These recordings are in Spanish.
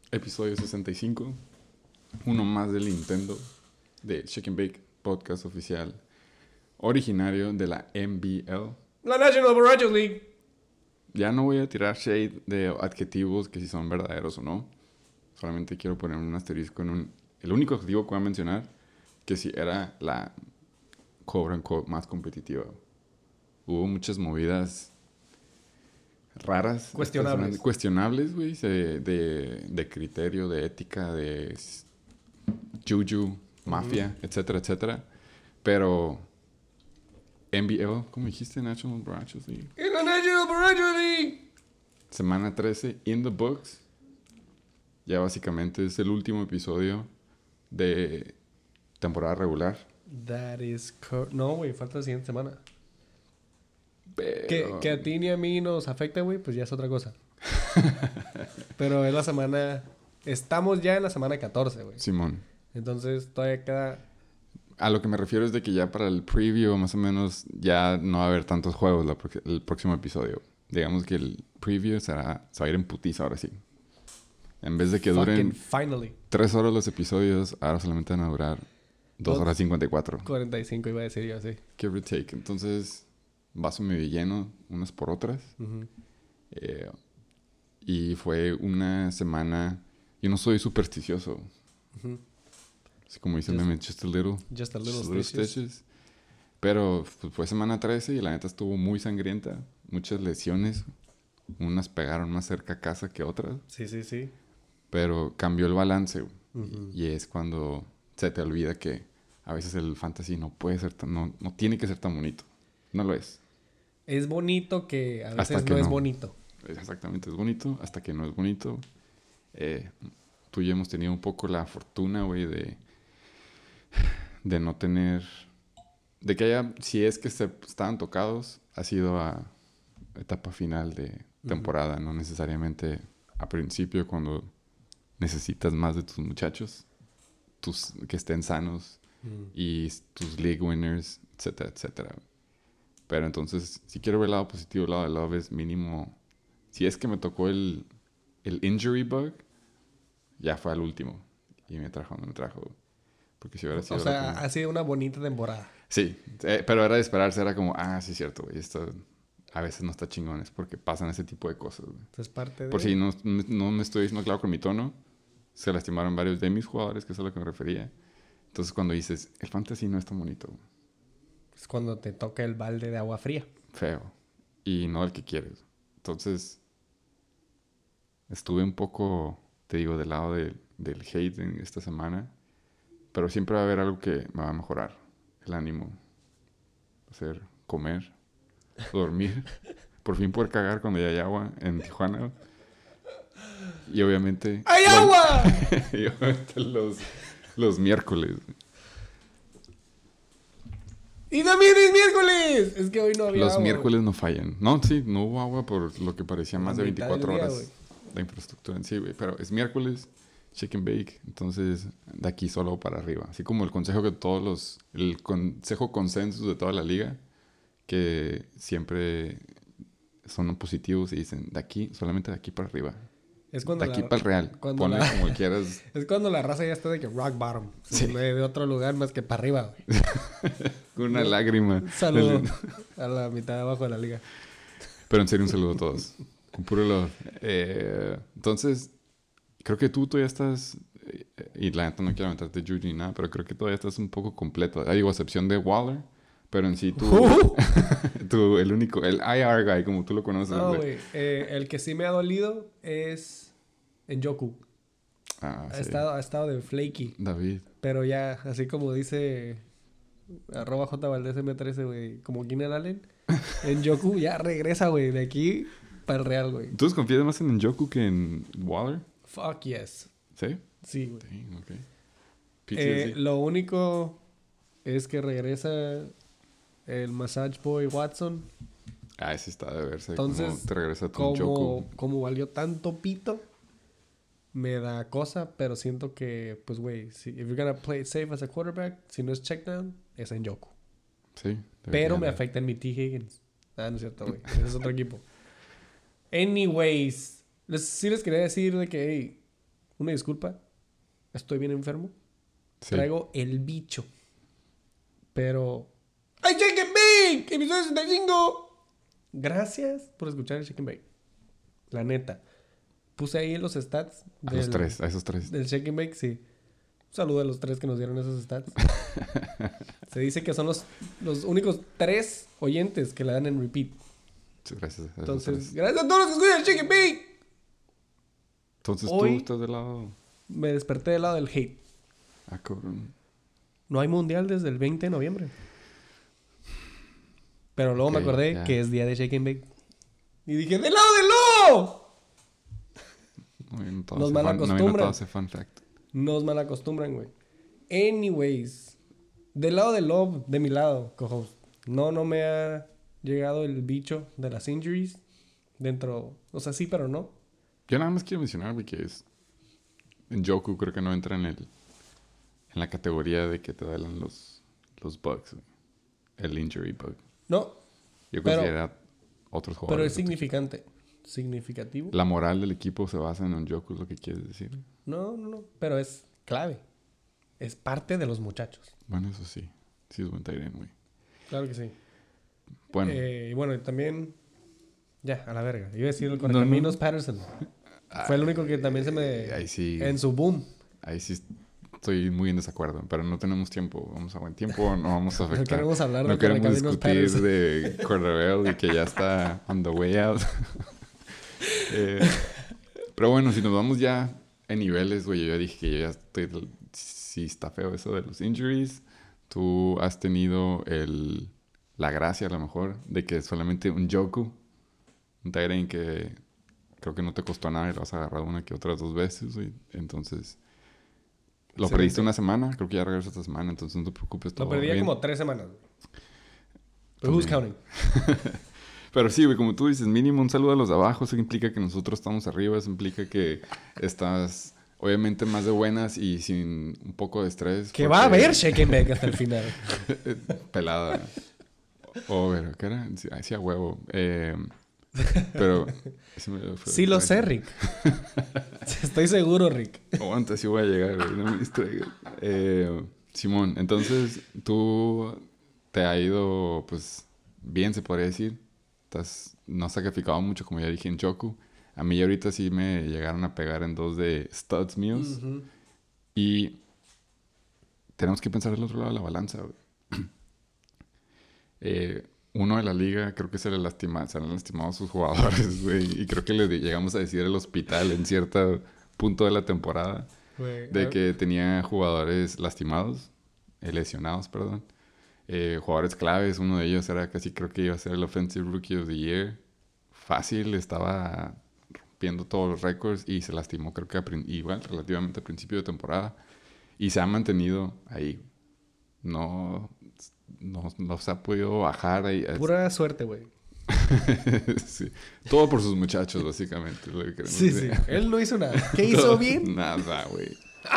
Episodio 65. Uno más del Nintendo. De Shake and Bake, podcast oficial. Originario de la NBL. La National Borracho League. Ya no voy a tirar shade de adjetivos que si son verdaderos o no. Solamente quiero poner un asterisco en el único adjetivo que voy a mencionar. Que si era la quote unquote más competitiva. Hubo muchas movidas raras. Cuestionables, güey. De criterio, de ética, de juju, mafia, etcétera, etcétera. Pero NBL, ¿cómo dijiste? National Borracho League. En la National Borracho League. Semana 13, in the books. Ya básicamente es el último episodio de temporada regular. That is no, güey, falta la siguiente semana. Pero... Que a ti ni a mí nos afecta, güey, pues ya es otra cosa. Pero es la semana... Estamos ya en la semana 14, güey. Simón. Entonces todavía queda... A lo que me refiero es de que ya para el preview, más o menos, ya no va a haber tantos juegos el próximo episodio. Digamos que el preview se va a ir en putiza ahora sí. En vez de que duren 3 horas los episodios, ahora solamente van a durar 2 horas 54. 45 iba a decir yo, así. Give or take. Entonces, vaso medio lleno, unas por otras. Uh-huh. Y fue una semana... Yo no soy supersticioso. Uh-huh. Así como dicen, just a little stitches. Pero pues, fue semana 13 y la neta estuvo muy sangrienta. Muchas lesiones. Unas pegaron más cerca a casa que otras. Sí. Pero cambió el balance. Uh-huh. Y es cuando se te olvida que a veces el fantasy no puede ser no tiene que ser tan bonito. No lo es. Es bonito que a veces no es bonito. Exactamente, es bonito hasta que no es bonito. Tú y yo hemos tenido un poco la fortuna, güey, de no tener... De que haya... Si es que se estaban tocados, ha sido a etapa final de temporada. Uh-huh. No necesariamente a principio cuando necesitas más de tus muchachos. Que estén sanos. Uh-huh. Y tus league winners, etcétera, etcétera. Pero entonces, si quiero ver el lado positivo, el lado de love es mínimo... Si es que me tocó el injury bug, ya fue al último. Y me trajo. Porque si hubiera sido... O sea, ha sido una bonita temporada. Sí, pero era de esperarse. Era como, sí, cierto, güey. Esto a veces no está chingón. Es porque pasan ese tipo de cosas, güey. Es parte de... Por si no me estoy diciendo claro con mi tono, se lastimaron varios de mis jugadores, que es a lo que me refería. Entonces, cuando dices, el fantasy no es tan bonito, güey. Es cuando te toca el balde de agua fría. Feo. Y no el que quieres. Entonces, estuve un poco, te digo, del lado del hate en esta semana. Pero siempre va a haber algo que me va a mejorar. El ánimo. Hacer, comer, dormir. Por fin poder cagar cuando ya hay agua en Tijuana. Y obviamente... ¡Hay agua! Y obviamente los miércoles. ¡Y también es miércoles! Es que hoy no había agua. Los miércoles wey. No fallan. No, sí, no hubo agua por lo que parecía más de 24 horas. Wey. La infraestructura en sí, güey. Pero es miércoles, shake and bake. Entonces, de aquí solo para arriba. Así como el consejo que el consejo consensus de toda la liga, que siempre son positivos y dicen, solamente de aquí para arriba. Es cuando de aquí para el real. Ponle como quieras. Es cuando la raza ya está de que rock bottom. Sí. No hay de otro lugar más que para arriba, güey. Con una lágrima. Saludo a la mitad de abajo de la liga. Pero en serio, un saludo a todos. Con puro love. Entonces, creo que tú todavía estás... y la neta no quiero aventarte Juju ni nada, pero creo que todavía estás un poco completo. Digo, a excepción de Waller. Pero en sí tú el único, el IR guy, como tú lo conoces. No, güey. El que sí me ha dolido es Njoku. Sí. Ha estado de flaky. David. Pero ya, así como dice @JValdezM13, güey, como Keenan Allen, Njoku ya regresa, güey, de aquí para el Real, güey. ¿Tú confías más en Njoku que en Waller? Fuck yes. ¿Sí? Sí, güey. Dang, okay. Lo único es que regresa el Massage Boy Watson. Ese está de verse. Entonces, cómo te regresa tu Njoku. Como valió tanto pito, me da cosa, pero siento que, pues, güey, if you're gonna play it safe as a quarterback, si no es check down, es Njoku. Sí. Pero me afecta en mi T. Higgins. No es cierto, güey. Ese es otro equipo. Anyways, sí les quería decir de que, hey, una disculpa. Estoy bien enfermo. Sí. Traigo el bicho. Pero... ¡Ay, Shake and Bake! ¡Episodio 65! Gracias por escuchar el Shake and Bake. La neta. Puse ahí los stats. A esos tres. Del Shake and Bake, sí. Un saludo a los 3 que nos dieron esos stats. Se dice que son los únicos 3 oyentes que le dan en repeat. Sí, gracias. Entonces, gracias a todos los que escuchan el Shake and Bake. Entonces Hoy tú estás del lado... me desperté del lado del hate. Ah, cabrón. No hay mundial desde el 20 de noviembre. Pero luego me acordé ya. que es día de Shake and Bake. Y dije, ¡del lado del lobo! Nos malacostumbran. No había notado ese fun fact. Nos malacostumbran, güey. Anyways. Del lado del lobo, de mi lado, co-host. No me ha llegado el bicho de las injuries. Dentro... O sea, sí, pero no. Yo nada más quiero mencionar, güey, que es... Njoku creo que no entra en la categoría de que te duelen los bugs, güey. El injury bug. No. Yo Pero- considero otros jugadores. Pero es significante. Significativo. La moral del equipo se basa en Njoku, es lo que quieres decir. No. Pero es clave. Es parte de los muchachos. Bueno, eso sí. Sí es buen tight end, güey. Claro que sí. Bueno, Y bueno, y también... Ya, a la verga. Iba a decir el No, Correcaminos no. Patterson. Fue el único que también se me... ahí sí... En su boom. Ahí sí estoy muy en desacuerdo. Pero no tenemos tiempo. Vamos a buen tiempo. No vamos a No afectar. queremos hablar No de queremos Correcaminos discutir Patterson. de Cordell y que ya está on the way out. Pero bueno, si nos vamos ya en niveles, güey, yo ya dije que yo ya estoy... Sí está feo eso de los injuries. Tú has tenido la gracia, a lo mejor, de que solamente un Njoku, un tight end que creo que no te costó nada y lo has agarrado una que otras 2 veces, güey. Entonces... Lo Excelente. perdiste una semana, creo que ya regresas esta semana, entonces no te preocupes. Lo todo perdí bien. como 3 semanas. Pero who's También. counting? Pero sí, güey, como tú dices, mínimo un saludo a los de abajo. Eso implica que nosotros estamos arriba. Eso implica que estás, obviamente, más de buenas y sin un poco de estrés. Que va a haber Shake and Bake hasta el final. Pelada. Pero, ¿qué era? Sí, a huevo. Pero... Sí lo sé, Rick. Estoy seguro, Rick. Aguanta, sí voy a llegar, güey. No me distraigas. Simón, entonces, tú te ha ido, pues, bien, se podría decir. No has sacrificado mucho, como ya dije, en Njoku. A mí ahorita sí me llegaron a pegar en 2 de studs míos. Ujú. Y tenemos que pensar del otro lado de la balanza, güey. Uno de la liga, creo que se han lastimado sus jugadores, güey. Y creo que le llegamos a decir el hospital en cierto punto de la temporada. Güey, De que tenía jugadores lastimados, lesionados, perdón. Jugadores claves, uno de ellos era casi, creo que iba a ser el Offensive Rookie of the Year. Fácil, estaba rompiendo todos los récords y se lastimó, creo que igual, relativamente al principio de temporada. Y se ha mantenido ahí. No se ha podido bajar ahí. Pura suerte, güey. Sí. Todo por sus muchachos, básicamente. Lo que queremos Sí. decir. Él no hizo nada. ¿Qué hizo Todo- bien? Nada, güey.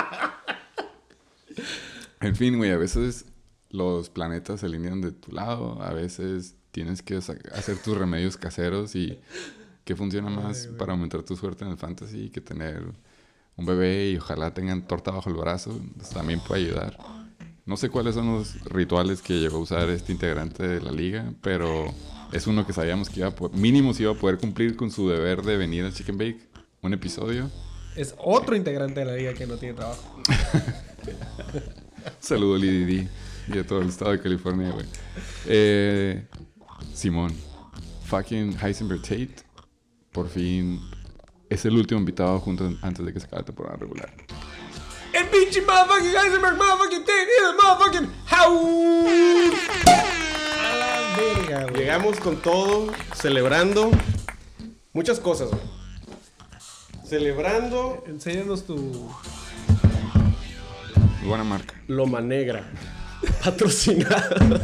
En fin, güey, a veces los planetas se alinean de tu lado. A veces tienes que hacer tus remedios caseros y ¿qué funciona más güey. para aumentar tu suerte en el fantasy que tener un bebé y ojalá tengan torta bajo el brazo? Pues también puede ayudar. No sé cuáles son los rituales que llegó a usar este integrante de la liga, pero es uno que sabíamos que mínimo se iba a poder cumplir con su deber de venir al Chicken Bake un episodio. Es otro integrante de la liga que no tiene trabajo. Saludo al IDD y a todo el estado de California, güey. Simón, fucking Heisenberg Tate, por fin es el último invitado antes de que se acabe la temporada regular. El pinche motherfucking Heisenberg, motherfucking Tate, y el motherfucking House. A la verga, güey. Llegamos con todo, celebrando muchas cosas, güey. Celebrando Enséñanos tu... Muy buena marca. Loma Negra. Patrocinada.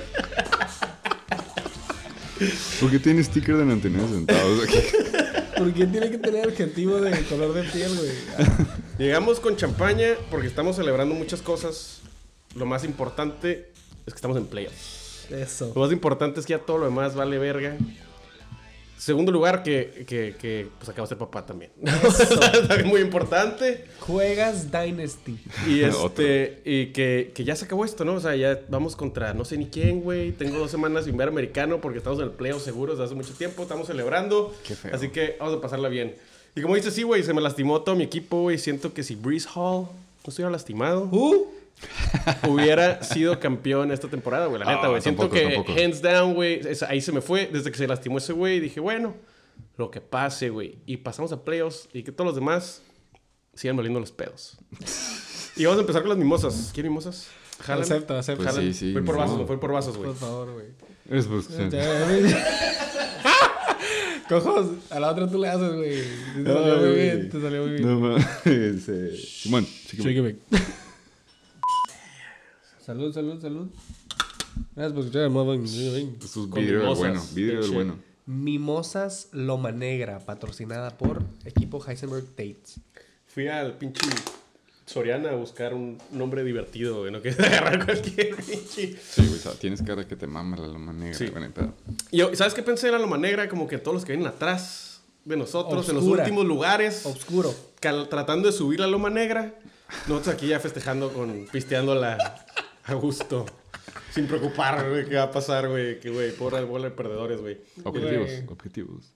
¿Por qué tiene sticker de 99 centavos aquí? ¿Por qué tiene que tener adjetivo de color de piel, güey? Llegamos con champaña porque estamos celebrando muchas cosas. Lo más importante es que estamos en playoffs. Eso. Lo más importante es que ya todo lo demás vale verga. Segundo lugar, que pues acabo de ser papá también. Es muy importante. Juegas Dynasty. Y y que ya se acabó esto, ¿no? O sea, ya vamos contra no sé ni quién, güey. Tengo 2 semanas sin ver americano porque estamos en el playoff seguro desde hace mucho tiempo. Estamos celebrando. Qué feo. Así que vamos a pasarla bien. Y como dices, sí, güey, se me lastimó todo mi equipo, güey. Siento que si Breece Hall no estuviera lastimado, hubiera sido campeón esta temporada, güey. La neta, güey. Siento que hands down, güey. Ahí se me fue. Desde que se lastimó ese güey, dije, bueno, lo que pase, güey. Y pasamos a playoffs y que todos los demás sigan valiendo los pedos. Y vamos a empezar con las mimosas. ¿Quieren mimosas? ¿Jalan? Acepta. Pues sí, sí. Fue por vasos, me fue por vasos, güey. Por favor, güey. Es pues, Cojos, a la otra tú le haces, güey. Te salió muy bien, te salió muy bien. No mames. Simón, Shake it. Salud. Gracias por escuchar el modo. Eso es Con vidrio del mimosas. bueno. Vidrio del bueno. Mimosas Loma Negra, patrocinada por equipo Heisenberg Tates. Fui al pinche Soriana a buscar un nombre divertido, güey. No quería agarrar cualquier pinche. Sí, güey, o sea, tienes cara que te mama la loma negra. Sí. Bueno, pedo. Y yo, ¿sabes qué pensé de la Loma Negra? Como que todos los que vienen atrás de nosotros, en los Obscura. últimos lugares, Oscuro. tratando de subir la Loma Negra. Nosotros aquí ya festejando pisteándola a gusto. Sin preocupar, güey, qué va a pasar, güey. Que, güey, pobre bola de perdedores, güey. Objetivos.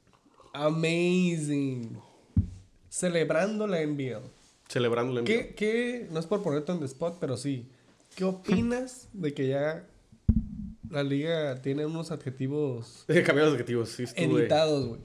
Amazing. Celebrando la NBL. Celebrando la NBA. ¿Qué? No es por ponerte en the spot, pero sí. ¿Qué opinas de que ya la liga tiene unos adjetivos Cambiar los objetivos, sí, estuve. editados, güey?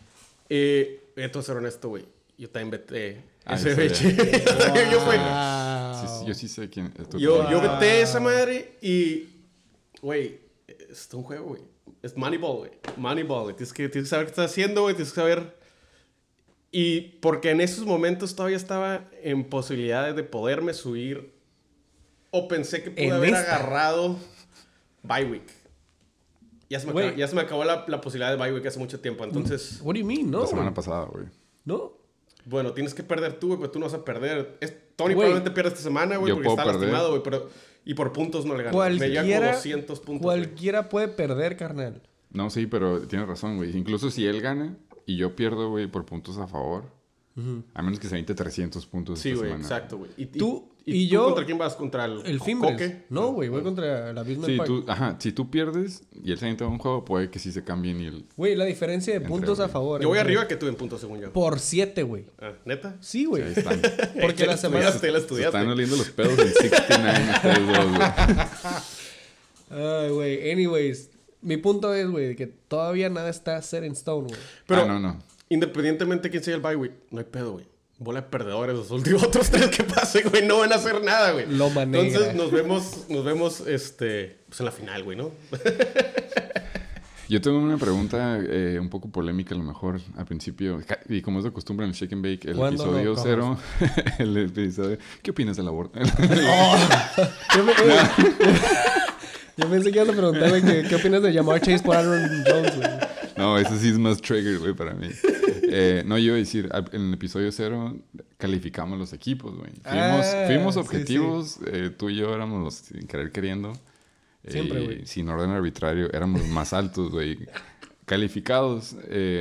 Esto es ser honesto, güey. Yo también veté Ah, ese ¿en serio? beche. Yo fue. Sí, yo sí sé quién es tu Yo compa. veté esa madre y, güey, es un juego, güey. Es Moneyball, güey. Moneyball, güey. Tienes que saber qué estás haciendo, güey. Tienes que saber. Y porque en esos momentos todavía estaba en posibilidades de poderme subir. O pensé que pude En haber esta. agarrado bye week. Ya se me Güey. acabó, ya se me acabó la posibilidad de bye week hace mucho tiempo. Entonces, What do you mean? No, La semana güey. pasada, güey. ¿No? bueno, tienes que perder tú, güey, pero tú no vas a perder. Tony Güey. probablemente pierde esta semana, güey, Yo porque puedo está perder. lastimado, güey. Pero, y por puntos no le gana. Me lleva como Cualquiera, 200 puntos, güey. cualquiera puede perder, carnal. No, sí, pero tienes razón, güey. Incluso si él gana y yo pierdo, güey, por puntos a favor, a menos que se necesite 300 puntos Sí, esta güey, semana. exacto, güey. Tú y yo- ¿Contra quién vas? ¿Contra El Fimbres. Coque? No, güey, voy contra la misma Sí, si tú pierdes y él se necesita un juego, puede que sí se cambien y el... Güey, la diferencia de Entre, puntos a güey. favor. Yo voy entre- arriba que tú en puntos, según yo. Por 7, güey. Ah, ¿neta? Sí, Sí, güey. ahí están. Porque la semana... Estudiaste, la Se estudiaste. están oliendo los pedos en 69 ustedes dos, güey. Ay, güey. Anyways, mi punto es, güey, que todavía nada está set in stone, güey. Pero, no. independientemente de quién sea el bye, güey, no hay pedo, güey. Bola de perdedores, los últimos otros 3 que pasen, güey, no van a hacer nada, güey. Loma Negra. Entonces nos vemos, pues en la final, güey, ¿no? Yo tengo una pregunta un poco polémica a lo mejor al principio. Y como es de costumbre en el Shake and Bake, el ¿Cuándo episodio no? 0, el episodio... ¿Qué opinas del aborto? Yo pensé que ibas a preguntarle qué opinas de llamar Chase por Aaron Jones, güey. No, ese sí es más trigger, güey, para mí. No, yo iba a decir, en el episodio 0 calificamos los equipos, güey. Fuimos sí, objetivos, tú y yo éramos los sin querer queriendo. Siempre, güey. Sin orden arbitrario, éramos los más altos, güey. Calificados.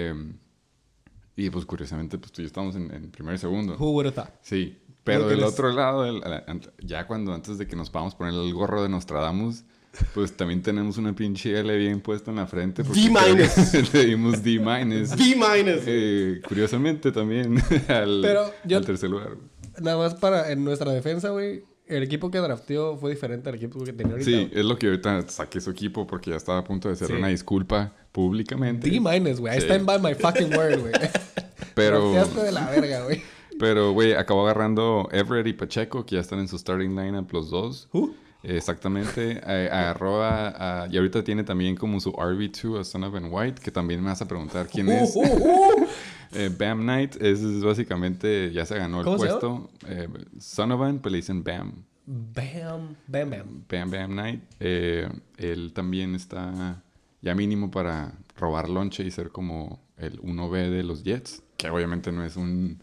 Y pues curiosamente, pues tú y yo estamos en primero y segundo. Who would have thought? Sí, pero Porque del les- otro lado, ya antes de que nos podamos poner el gorro de Nostradamus, pues también tenemos una pinche L bien puesta en la frente. porque D-. Le dimos D-. D-. Curiosamente también Pero yo- al tercer lugar. güey. Nada más en nuestra defensa, güey. El equipo que drafteó fue diferente al equipo que tenía ahorita. Sí, güey. es lo que ahorita saqué su equipo porque ya estaba a punto de hacer Sí. una disculpa públicamente. D-, güey. I Sí. stand by my fucking word, güey. Pero, Drafteaste de la verga, güey. pero, güey, acabó agarrando Everett y Pacheco, que ya están en su starting lineup los dos. Exactamente. Agarró y ahorita tiene también como su RB2 a Sonovan White, que también me vas a preguntar quién es. Bam Knight es básicamente, ya se ganó el ¿Cómo se puesto. Sonovan, pues le dicen Bam. Bam. Bam Knight. Él también está ya mínimo para robar lonche y ser como el 1B de los Jets, que obviamente no es un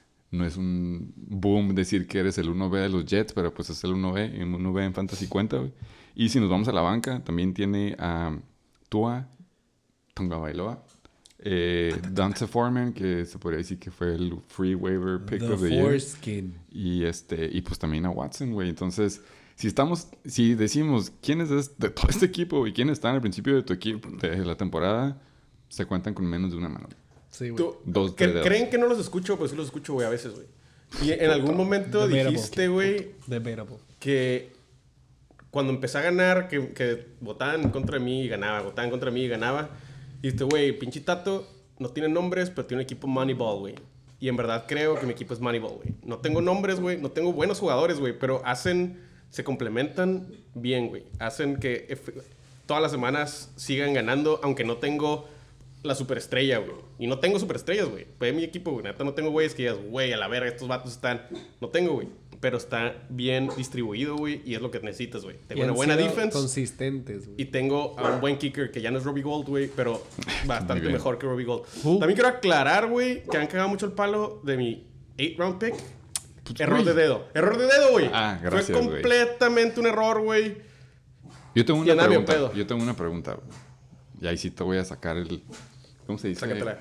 boom decir que eres el 1B de los Jets, pero pues es el 1B, un 1B en Fantasy cuenta, güey. Y si nos vamos a la banca, también tiene a Tua Tagovailoa, Dante Foreman, que se podría decir que fue el free waiver pick of the year. Foreskin. Y pues también a Watson, güey. Entonces, si decimos quién es de todo este equipo y quién está al principio de tu equipo de la temporada, se cuentan con menos de una mano. Sí, güey. ¿Creen que no los escucho? Pues sí los escucho, güey, a veces, güey. Y en algún momento dijiste, güey, que cuando empecé a ganar, que votaban en contra de mí y ganaba, votaban en contra de mí y ganaba. Y dijiste, güey, pinche Tato no tiene nombres, pero tiene un equipo Moneyball, güey. Y en verdad creo que mi equipo es Moneyball, güey. No tengo nombres, güey. No tengo buenos jugadores, güey. Pero se complementan bien, güey. Hacen que todas las semanas sigan ganando, aunque no tengo la superestrella, güey. Y no tengo superestrellas, güey. Pues mi equipo, güey. Neta, no tengo güeyes que digas, güey, a la verga, estos vatos están... No tengo, güey. Pero está bien distribuido, güey. Y es lo que necesitas, güey. Tengo una buena defense. Consistentes, güey. Y tengo a un buen kicker que ya no es Robbie Gold, güey. Pero bastante mejor que Robbie Gold. También quiero aclarar, güey, que han cagado mucho el palo de mi 8th round pick. Error de dedo. Error de dedo, güey. Gracias, fue completamente un error, güey. Yo tengo una pregunta, güey. Y ahí sí te voy a sacar el... ¿Cómo se dice? Sácatela.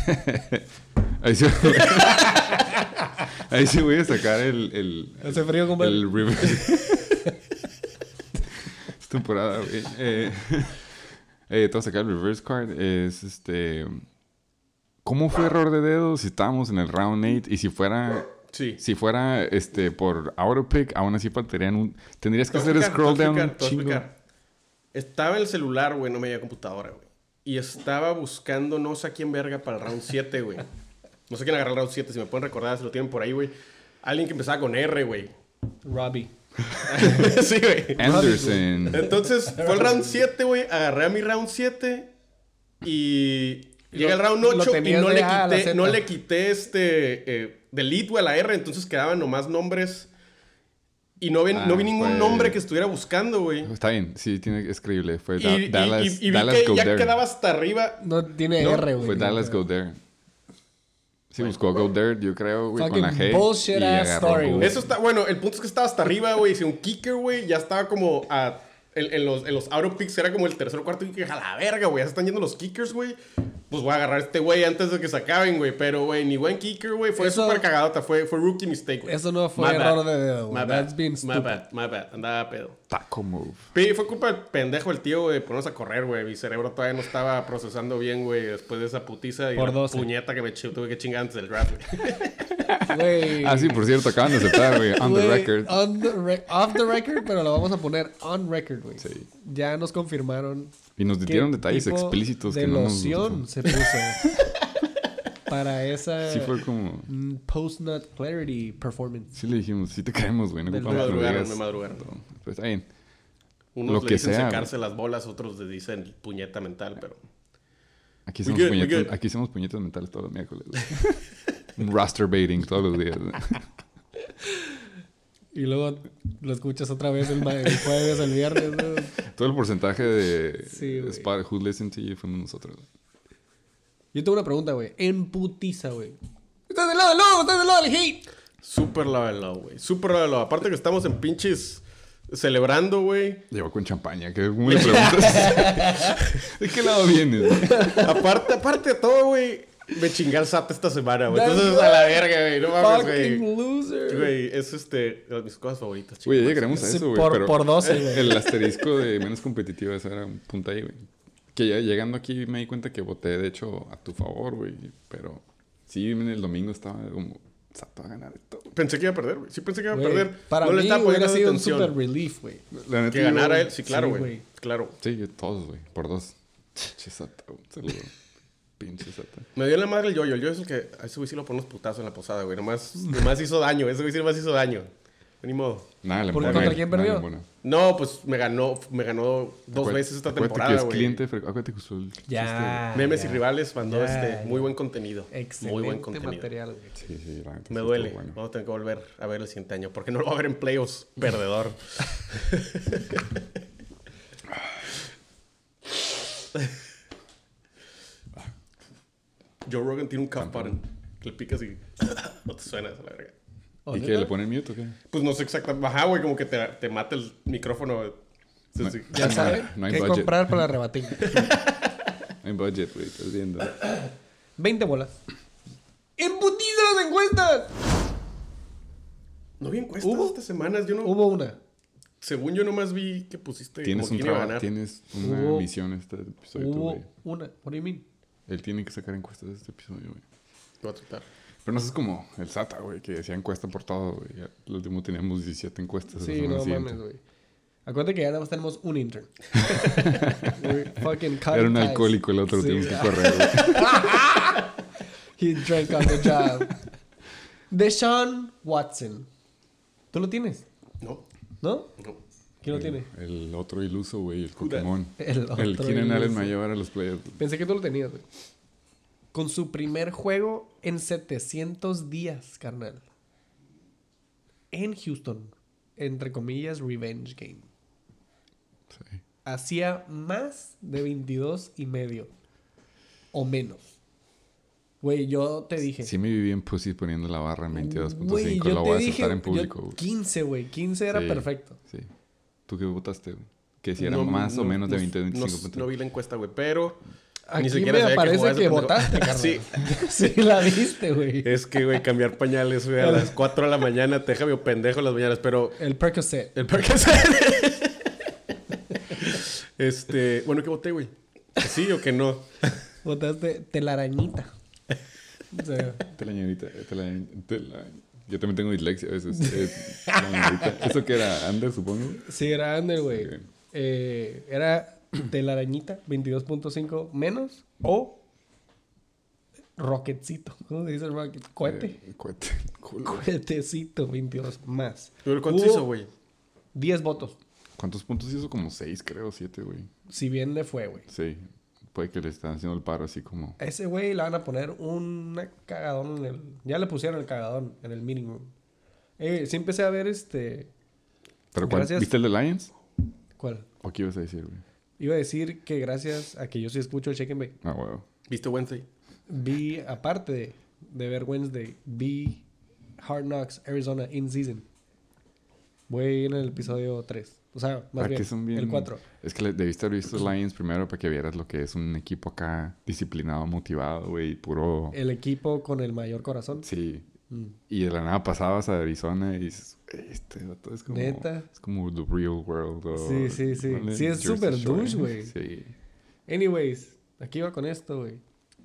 Ahí sí voy a sacar el Hace frío, compadre. El reverse. Es temporada, güey. Te voy a sacar el reverse card. Es ¿cómo fue error de dedo si estábamos en el round 8? Y si fuera... Sí. Si fuera por auto pick, aún así tendrías que hacer scroll down un chingo. Estaba en el celular, güey, no me había computadora, güey. Y estaba buscando no sé a quién verga para el round 7, güey. No sé quién agarrar el round 7, si me pueden recordar, si lo tienen por ahí, güey. Alguien que empezaba con R, güey. Robbie. Sí, güey. Anderson. Entonces, fue el round 7, güey. Agarré a mi round 7 y llega el round 8 y no le quité delete, güey, a la R. Entonces quedaban nomás nombres. Y no vi ningún nombre que estuviera buscando, güey. Está bien, sí, es creíble. Fue Dallas y vi Dallas que Go ya There. quedaba hasta arriba. No tiene R, güey. Fue Dallas Go There. Sí, buscó Go There, yo creo, güey, con la G. Bullshit ass story, güey. Eso está... Bueno, el punto es que estaba hasta arriba, güey. Si un kicker, güey, ya estaba como en los auto picks era como el tercer o cuarto kicker. A la verga, güey. Ya se están yendo los kickers, güey. Pues voy a agarrar a este güey antes de que se acaben, güey. Pero, güey, ni buen kicker, güey. Fue súper cagadota. Fue rookie mistake, güey. Eso no fue error de dedo, güey. That's been stupid. My bad. Andaba pedo. Taco move. Fue culpa del pendejo el tío, güey, de ponernos a correr, güey. Mi cerebro todavía no estaba procesando bien, güey, después de esa putiza y la puñeta que me tuve que chingar antes del draft, güey. Sí, por cierto, acaban de aceptar, güey. On the record. Off the record, pero lo vamos a poner on record, güey. Sí. Ya nos confirmaron. Y nos dieron detalles explícitos de que no nos... loción se puso para esa sí fue como... post-nut clarity performance. Sí le dijimos, sí te caemos, güey. No me madrugaron. Pues está bien. Unos lo le dicen secarse las bolas, otros le dicen puñeta mental, pero... Aquí hacemos puñetas mentales todos los miércoles. Un roster baiting todos los días. Y luego lo escuchas otra vez el jueves, el viernes, ¿no? Todo el porcentaje de Spot Who Listened to You fuimos nosotros. Yo tengo una pregunta, güey. En putiza, güey. ¿Estás del lado del lobo? ¿Estás del lado del hate? Súper lado del lobo, güey. Súper lado del lobo. Aparte que estamos en pinches... celebrando, güey. Llevo con champaña. ¿Qué me preguntas? ¿De qué lado vienes? Aparte de todo, güey. Me chingué al SAT esta semana, güey. Entonces, a la verga, güey. No mames, güey. Fucking loser. Güey, es mis cosas favoritas, chicos. Güey, ya llegaremos a eso, güey. Por 12, güey. El asterisco de menos competitivo, esa era un punto ahí, güey. Que ya llegando aquí me di cuenta que voté, de hecho, a tu favor, güey. Pero sí, en el domingo estaba como... Sato a ganar todo. Pensé que iba a perder, güey. Sí pensé que iba a perder. Para no mí le estaba hubiera sido atención. un super relief, güey. Que ganara él. Sí, claro, güey. Claro. Sí, todos, güey. Por 2. Che, Sato. Saludo. Pinche Sato. Me dio la madre el Yoyo. El Yoyo es el que... A ese güey sí lo ponemos putazo en la posada, güey. Nomás hizo daño. Ese güey sí nomás hizo daño. Ni modo. Nada, ¿Contra quién perdió? No, pues me ganó 2 veces esta temporada, güey. Cliente, acuérdate que usó el ya. Memes y rivales mandó muy buen contenido. Excelente muy buen contenido. Material, güey. Sí, me duele. Bueno. Vamos a tener que volver a ver el siguiente año. Porque no lo va a ver en playoffs. Perdedor. Joe Rogan tiene un cup button que le picas y no te suena esa la verga. ¿Y qué? ¿Le ponen mute o qué? Pues no sé exactamente. Ajá, güey, como que te mata el micrófono. Ya saben qué comprar para la rebatina. No En budget, güey, estás viendo. 20 bolas. ¡Embutiza las encuestas! No vi encuestas estas semanas. Yo no... Hubo una. Según yo nomás vi que pusiste Tienes como un quién iba a trabajo, ganar. tienes una misión este episodio, Hubo güey. una. What do you mean? Él tiene que sacar encuestas de este episodio, güey. Voy a tratar. Pero no es como el SATA, güey, que decía encuesta por todo, güey. Ya, el último teníamos 17 encuestas. Sí, no mames, güey. Acuérdate que ya nada más tenemos un intern. We're fucking cutting Era un ties. alcohólico el otro, Sí. tuvimos que correr, güey. He drank on the job. Deshaun Watson. ¿Tú lo tienes? No. ¿No? No. ¿Quién lo tiene? El otro iluso, güey, el Pokémon. El otro Keenan Allen iluso. me va a llevar a los playoffs. Pensé que tú lo tenías, güey. Con su primer juego en 700 días, carnal. En Houston. Entre comillas, revenge game. Sí. Hacía más de 22 y medio. O menos. Güey, yo te dije. Sí me viví en Pussy poniendo la barra en Güey, 22.5. yo Lo te voy a dije, aceptar en público, güey. 15, güey. 15 era Sí, perfecto. Sí. ¿Tú qué votaste, güey? Que si era No, más o no, menos de no, 20 25 no, puntos. no vi la encuesta, güey, pero... Aquí ni siquiera me sabía aparece jugaba que ese votaste, pendejo. carnal. Sí. Sí la viste, güey. Es que, güey, cambiar pañales, güey, a las 4 de la mañana te deja medio pendejo las mañanas, pero... El Percocet. El parque Bueno, ¿qué voté, güey? ¿Que sí o que no? Votaste telarañita. O sea, Yo también tengo dislexia a veces. Telañerita. ¿Eso qué era? ¿Ander, supongo? sí, era Ander, güey. Ok. Era telarañita, 22.5 menos. O rocketcito. ¿Cómo se dice el rocket? Cohete. Cohete. Culo. Cohetecito, 22 más. ¿Pero cuánto Hubo hizo, güey? 10 votos. ¿Cuántos puntos hizo? Como 6, creo, 7, güey. Si bien le fue, güey. Sí. Puede que le están haciendo el paro así como... A ese güey le van a poner una cagadón en el... Ya le pusieron el cagadón en el meeting room. Sí empecé a ver ¿Pero cuál? Gracias. ¿Viste el de Lions? ¿Cuál? ¿O qué ibas a decir, güey? Iba a decir que gracias a que yo sí escucho el Shake and Bake, Ah, huevo. ¿Viste Wednesday? vi, aparte de ver Wednesday, vi Hard Knocks Arizona in season. Voy en el episodio 3. O sea, más ¿Para bien, qué son bien? el 4. Es que debiste haber visto Lions primero para que vieras lo que es un equipo acá disciplinado, motivado, güey, puro... El equipo con el mayor corazón. Sí. Mm. Y de la nada pasabas a Arizona y dices, este vato es como... ¿Neta? Es como the real world. O, Sí, sí, sí. ¿vale? Sí, es Jersey súper Shore. douche, güey. Sí. Anyways, aquí va con esto, güey.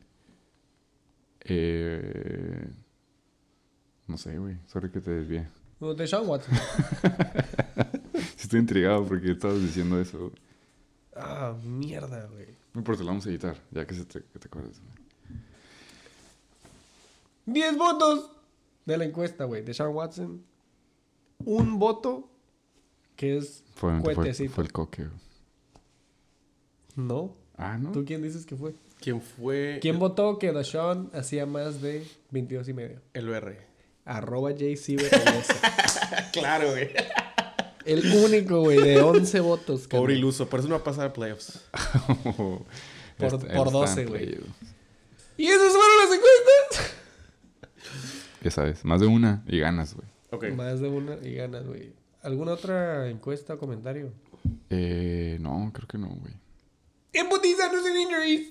No sé, güey. Sorry que te desvié. De Sean Watson. Estoy intrigado porque estabas diciendo eso, güey. Ah, mierda, güey. No importa, lo vamos a editar, ya que te acuerdas. Güey. 10 votos de la encuesta, güey. De Sean Watson. Un voto que es Fue cuetecito. el coque, güey. No. Ah, ¿no? ¿Tú quién dices que fue? ¿Quién fue? ¿Quién votó que Deshaun hacía más de 22 y medio? El BR. @JCBS. Claro, güey. El único, güey, de 11 votos. Pobre carnal. iluso. Por eso no va a pasar a playoffs. Por Él está 12, en güey. playoffs. ¿Y esas fueron las encuestas? Ya sabes, más de una y ganas, güey. Ok. Más de una y ganas, güey. ¿Alguna otra encuesta o comentario? No, creo que no, güey. ¡Embutiza no sin injuries!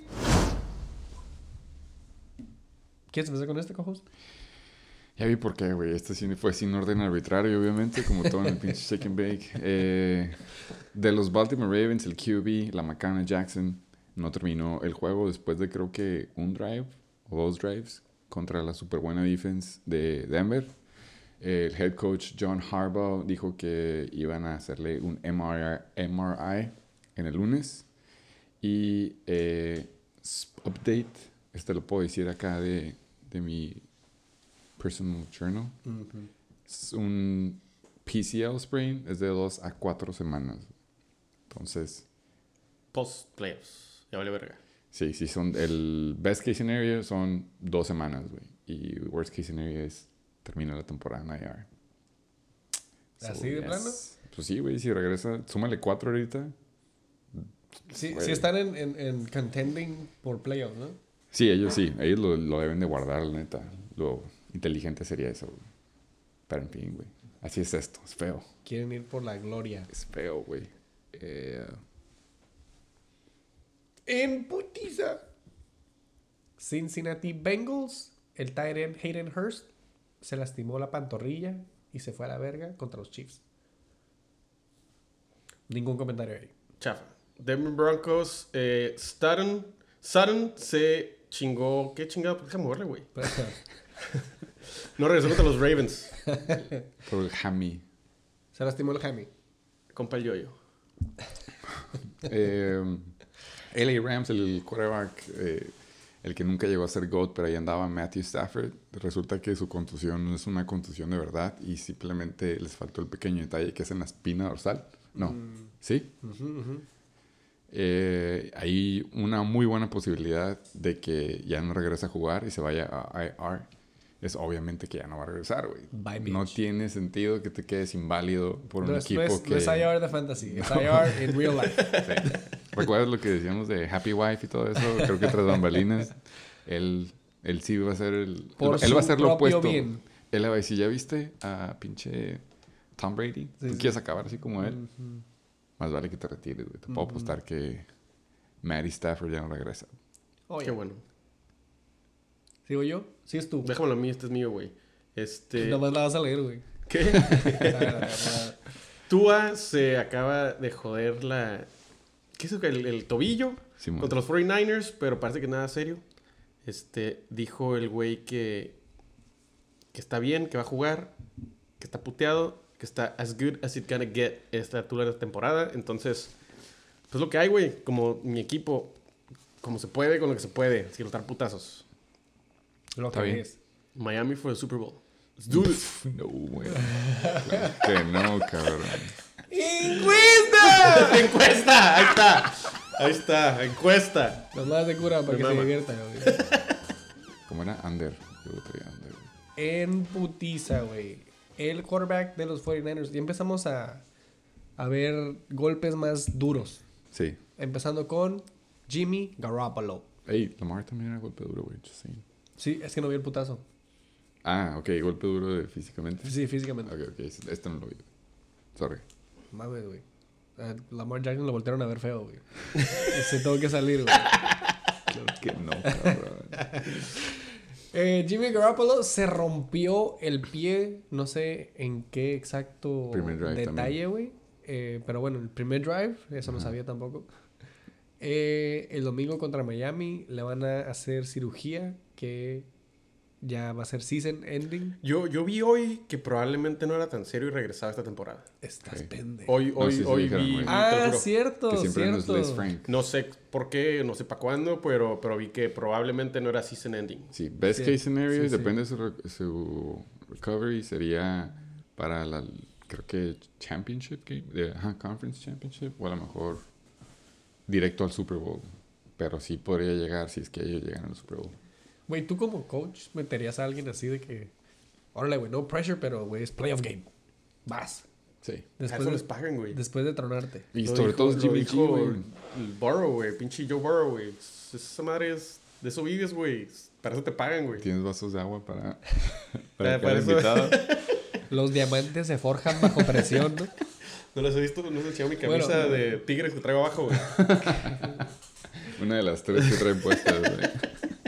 ¿Quieres empezar con este, cojos? Ya vi por qué, güey. Este sí fue sin orden arbitrario, obviamente, como todo en el pinche Shake and Bake. De los Baltimore Ravens, el QB, la McCann Jackson, no terminó el juego después de creo que un drive o 2 drives contra la super buena defense de Denver. El head coach John Harbaugh dijo que iban a hacerle un MRI en el lunes. Y update, lo puedo decir acá de mi personal journal. Es un PCL sprain, es de 2 a 4 semanas. Entonces, Post-playoffs. Ya vale verga. sí, son el best case scenario son 2 semanas, güey. Y worst case scenario es termina la temporada en IR. ¿Así de plano? Pues sí, güey, si regresa, súmale 4 ahorita. Sí, Güey. sí están en contending por playoffs, ¿no? Sí, ellos lo deben de guardar, la neta. Lo inteligente sería eso, güey. Pero en fin, güey. Así es esto, es feo. Quieren ir por la gloria. Es feo, güey. En putiza. Cincinnati Bengals. El tight end Hayden Hurst se lastimó la pantorrilla y se fue a la verga contra los Chiefs. Ningún comentario ahí. Chafa. Denver Broncos. Sutton se chingó. ¿Qué chingado? Déjame moverle, güey. No regresó contra los Ravens. Por el hammy. Se lastimó el hammy. Compa el yoyo. LA Rams, el quarterback, el que nunca llegó a ser GOAT, pero ahí andaba Matthew Stafford. Resulta que su contusión no es una contusión de verdad y simplemente les faltó el pequeño detalle que es en la espina dorsal. No. ¿Sí? Hay una muy buena posibilidad de que ya no regrese a jugar y se vaya a IR. Es obviamente que ya no va a regresar, güey. No tiene sentido que te quedes inválido por un equipo que... No es IR de fantasy, es IR in real life. Sí. ¿Recuerdas lo que decíamos de Happy Wife y todo eso? Creo que tras bambalinas, él sí va a ser él va a ser lo opuesto. Bien. Él va a decir, ¿ya viste a pinche Tom Brady? Sí, ¿tú quieres acabar así como él? Más vale que te retires, güey. Te puedo apostar que Matty Stafford ya no regresa. Qué bueno. ¿Sigo yo? Sí es tú. Déjamelo a mí, este es mío, güey. Nomás la vas a leer, güey. ¿Qué? Tua se acaba de joder la... ¿Qué es eso? El tobillo contra los 49ers, pero parece que nada serio. Dijo el güey que está bien, que va a jugar, que está puteado, que está as good as it gonna get esta altura de la temporada. Entonces, pues lo que hay, güey. Como mi equipo, como se puede, con lo que se puede, sin notar putazos. Lo que es. Miami for the Super Bowl. Let's do this. No, güey. Claro que no, cabrón. ¡Encuesta! ¡Encuesta! Ahí está, encuesta. Los más de cura para que se diviertan, güey. ¿Cómo era? Under. Yo traía under, güey. En putiza, güey. El quarterback de los 49ers. Ya empezamos a ver golpes más duros. Sí. Empezando con Jimmy Garoppolo. Ey, Lamar también era golpe duro, güey. Sí, es que no vi el putazo. Ah, ok. Golpe duro físicamente. Sí, físicamente. Ok. Este no lo vi. Sorry. Mames, güey. A Lamar Jackson lo voltearon a ver feo, güey. Se tuvo que salir, güey. Claro que no, cabrón. Jimmy Garoppolo se rompió el pie. No sé en qué exacto detalle, güey. Pero bueno, el primer drive. Eso no sabía tampoco. El domingo contra Miami le van a hacer cirugía que ya va a ser season ending. Yo vi hoy que probablemente no era tan serio y regresaba esta temporada. Estás pendejo. Hoy vi... Cierto, que siempre cierto. No es Liz Frank. No sé por qué, no sé para cuándo, pero vi que probablemente no era season ending. Sí, best case scenario, depende de su recovery, sería para la, creo que championship game, conference championship, o a lo mejor directo al Super Bowl. Pero sí podría llegar si es que ellos llegan al Super Bowl. Güey, tú como coach meterías a alguien así de que... Órale, güey, no pressure, pero, güey, es playoff game. Vas. Sí. Después les pagan, güey. Después de tronarte. Y sobre todo Jimmy G, güey. El Burrow, güey. Pinche Joe Burrow, güey. Esa madre es... De eso vives, güey. Para eso te pagan, güey. Tienes vasos de agua para cada invitado. Los diamantes se forjan bajo presión, ¿no? ¿No los he visto? No se echado mi camisa de tigres que traigo abajo, güey. Una de las 3 que traen puestas, güey.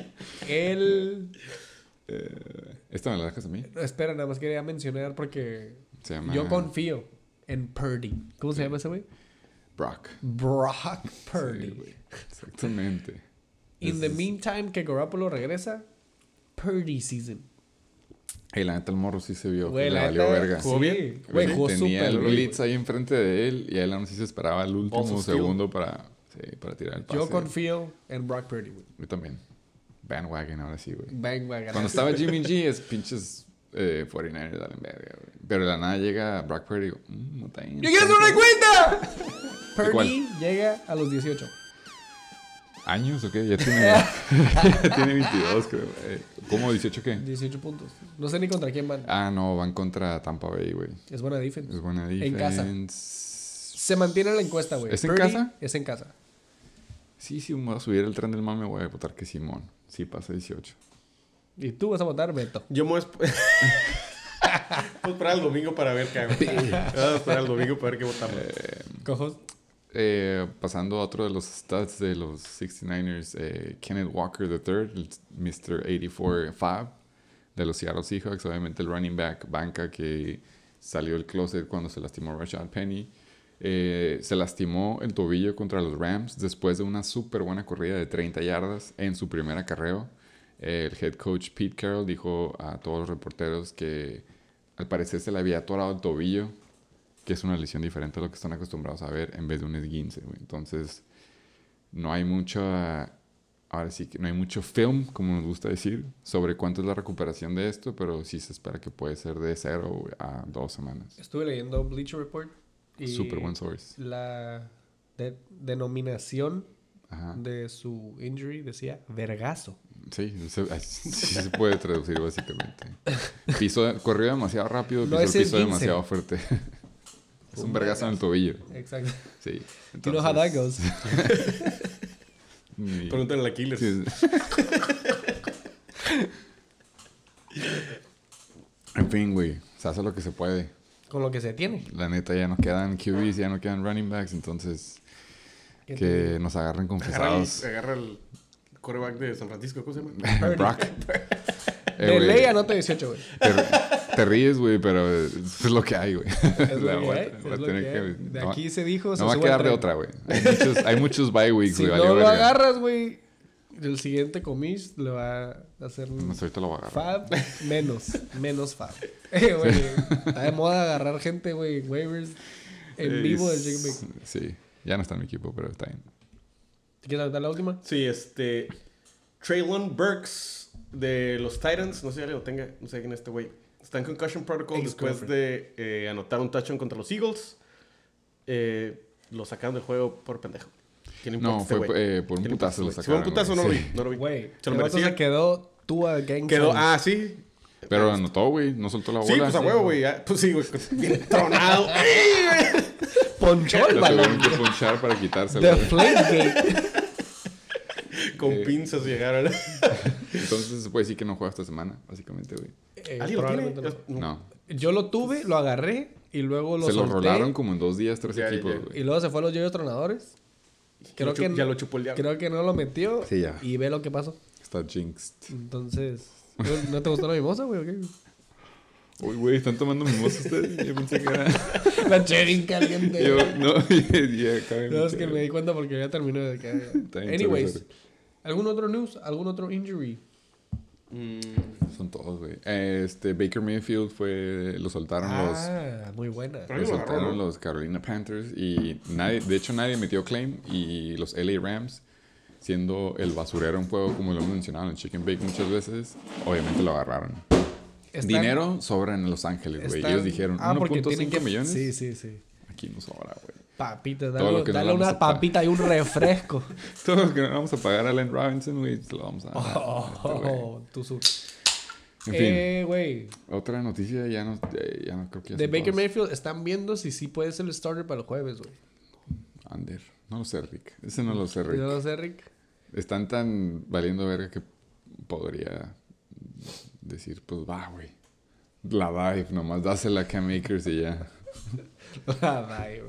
¿Esta me la dejas a mí? Espera, nada más quería mencionar porque yo confío en Purdy. ¿Cómo se llama ese güey? Brock Purdy. Sí, exactamente. In the meantime que Garoppolo regresa, Purdy season. La neta el morro sí se vio que le valió verga. ¿Jugó bien? Güey, tenía el blitz ahí enfrente de él y él aún así se esperaba el último segundo para tirar el pase. Yo confío en Brock Purdy, güey. Yo también. Bandwagon ahora sí, güey. Bandwagon. Cuando estaba Jimmy G es pinches 49ers, dale verga, güey. Pero de la nada llega Brock Purdy y digo, no está bien. ¡Yo quiero hacer una cuenta! Purdy llega a los 18. ¿Años o qué? Ya tiene, tiene 22, creo. ¿Cómo 18 qué? 18 puntos. No sé ni contra quién van. Ah, no, van contra Tampa Bay, güey. Es buena defense. Es buena defense. En casa. Se mantiene la encuesta, güey. ¿Es en casa? Es en casa. Sí, me voy a subir el tren del mame, voy a votar que Simón. Sí, pasa 18. ¿Y tú vas a votar, Beto? Yo me voy a esperar el domingo para ver qué hago. Voy a esperar el domingo para ver qué votamos. Cojos. pasando a otro de los stats de los 69ers, Kenneth Walker III, el Mr. 84 Fab de los Seattle Seahawks, obviamente el running back banca que salió del closet cuando se lastimó Rashad Penny. Se lastimó el tobillo contra los Rams después de una súper buena corrida de 30 yardas en su primer acarreo. El head coach Pete Carroll dijo a todos los reporteros que al parecer se le había atorado el tobillo, que es una lesión diferente a lo que están acostumbrados a ver, en vez de un esguince, güey. Entonces, no hay mucho, ahora sí que no hay mucho film, como nos gusta decir, sobre cuánto es la recuperación de esto, pero sí se espera que puede ser de 0 a 2 semanas. Estuve leyendo Bleacher Report y Super buen source. La denominación de su injury decía vergazo. Sí, sí se puede traducir básicamente. Corrió demasiado rápido, no pisó el piso demasiado fuerte. Es un vergazo en el tobillo. Exacto. Sí. Entonces... You know how that goes. Pregúntale al Aquiles. Sí. En fin, güey. Se hace lo que se puede. Con lo que se tiene. La neta, ya no quedan QBs, ya no quedan running backs. Entonces, que nos agarren confesados. Agarra el quarterback de San Francisco. ¿Cómo se llama? Brock. De ley anota 18, güey. Te ríes, güey, pero es lo que hay, güey. Es lo que hay. De aquí se dijo... No va a quedar de otra, güey. Hay muchos bye weeks, güey. Si no lo agarras, güey, el siguiente comis le va a hacer... No sé, ahorita lo va a agarrar. Fab menos fab. Güey, está de moda agarrar gente, güey, waivers en vivo del Chicken Bake. Sí, ya no está en mi equipo, pero está bien. ¿Te quieres aventar la última? Sí, Traylon Burks de los Titans, no sé si ya lo tenga, no sé quién es este güey. Está en Concussion Protocol después de anotar un touchdown contra los Eagles. Lo sacaron del juego por pendejo. No, fue por un putazo lo sacaron. Fue un putazo, no lo vi. Güey, se lo merecía. Se quedó Tua Gang. Sí. Pero anotó, güey, no soltó la bola. Sí, pues a huevo, güey. Pues sí, güey, bien tronado. Ponchó el balón. Tuvieron que ponchar para quitárselo. The Flake. Con pinzas llegaron. Entonces se puede decir que no juega esta semana, básicamente, güey. ¿Alguien lo tiene? No. Yo lo tuve, lo agarré y luego lo solté. Se lo rolaron como en 2 días, 3 equipos, güey. Y luego se fue a los Yoyos Tronadores. Ya lo chupó el diablo. Creo que no lo metió. Sí, ya. Y ve lo que pasó. Está jinxed. Entonces... ¿No te gustó la mimosa, güey? ¿O qué? Uy, güey, ¿están tomando mimosa ustedes? Yo pensé que era... La cherry caliente. Yo, no, no, es que me di cuenta porque ya terminó de que... Anyways. ¿Algún otro news? ¿Algún otro injury? Son todos, güey. Baker Mayfield lo soltaron muy buena. Lo soltaron los Carolina Panthers y de hecho nadie metió claim y los LA Rams, siendo el basurero un juego como lo hemos mencionado en Chicken Bake muchas veces, obviamente lo agarraron. Dinero sobra en Los Ángeles, güey. Ellos dijeron 1.5 millones. Sí. Aquí no sobra, güey. Papita, dale una papita y un refresco. Todo lo que no vamos a pagar a Allen Robinson, güey, se lo vamos a dar. En fin, güey. Otra noticia, ya no creo que... De Baker Mayfield están viendo si sí puede ser el starter para el jueves, güey. Ander. No lo sé, Rick. Ese no lo sé, Rick. No lo sé, Rick. Están tan valiendo verga que podría decir, pues va, güey. La dive, nomás dásela a Cam Akers y ya. La dive.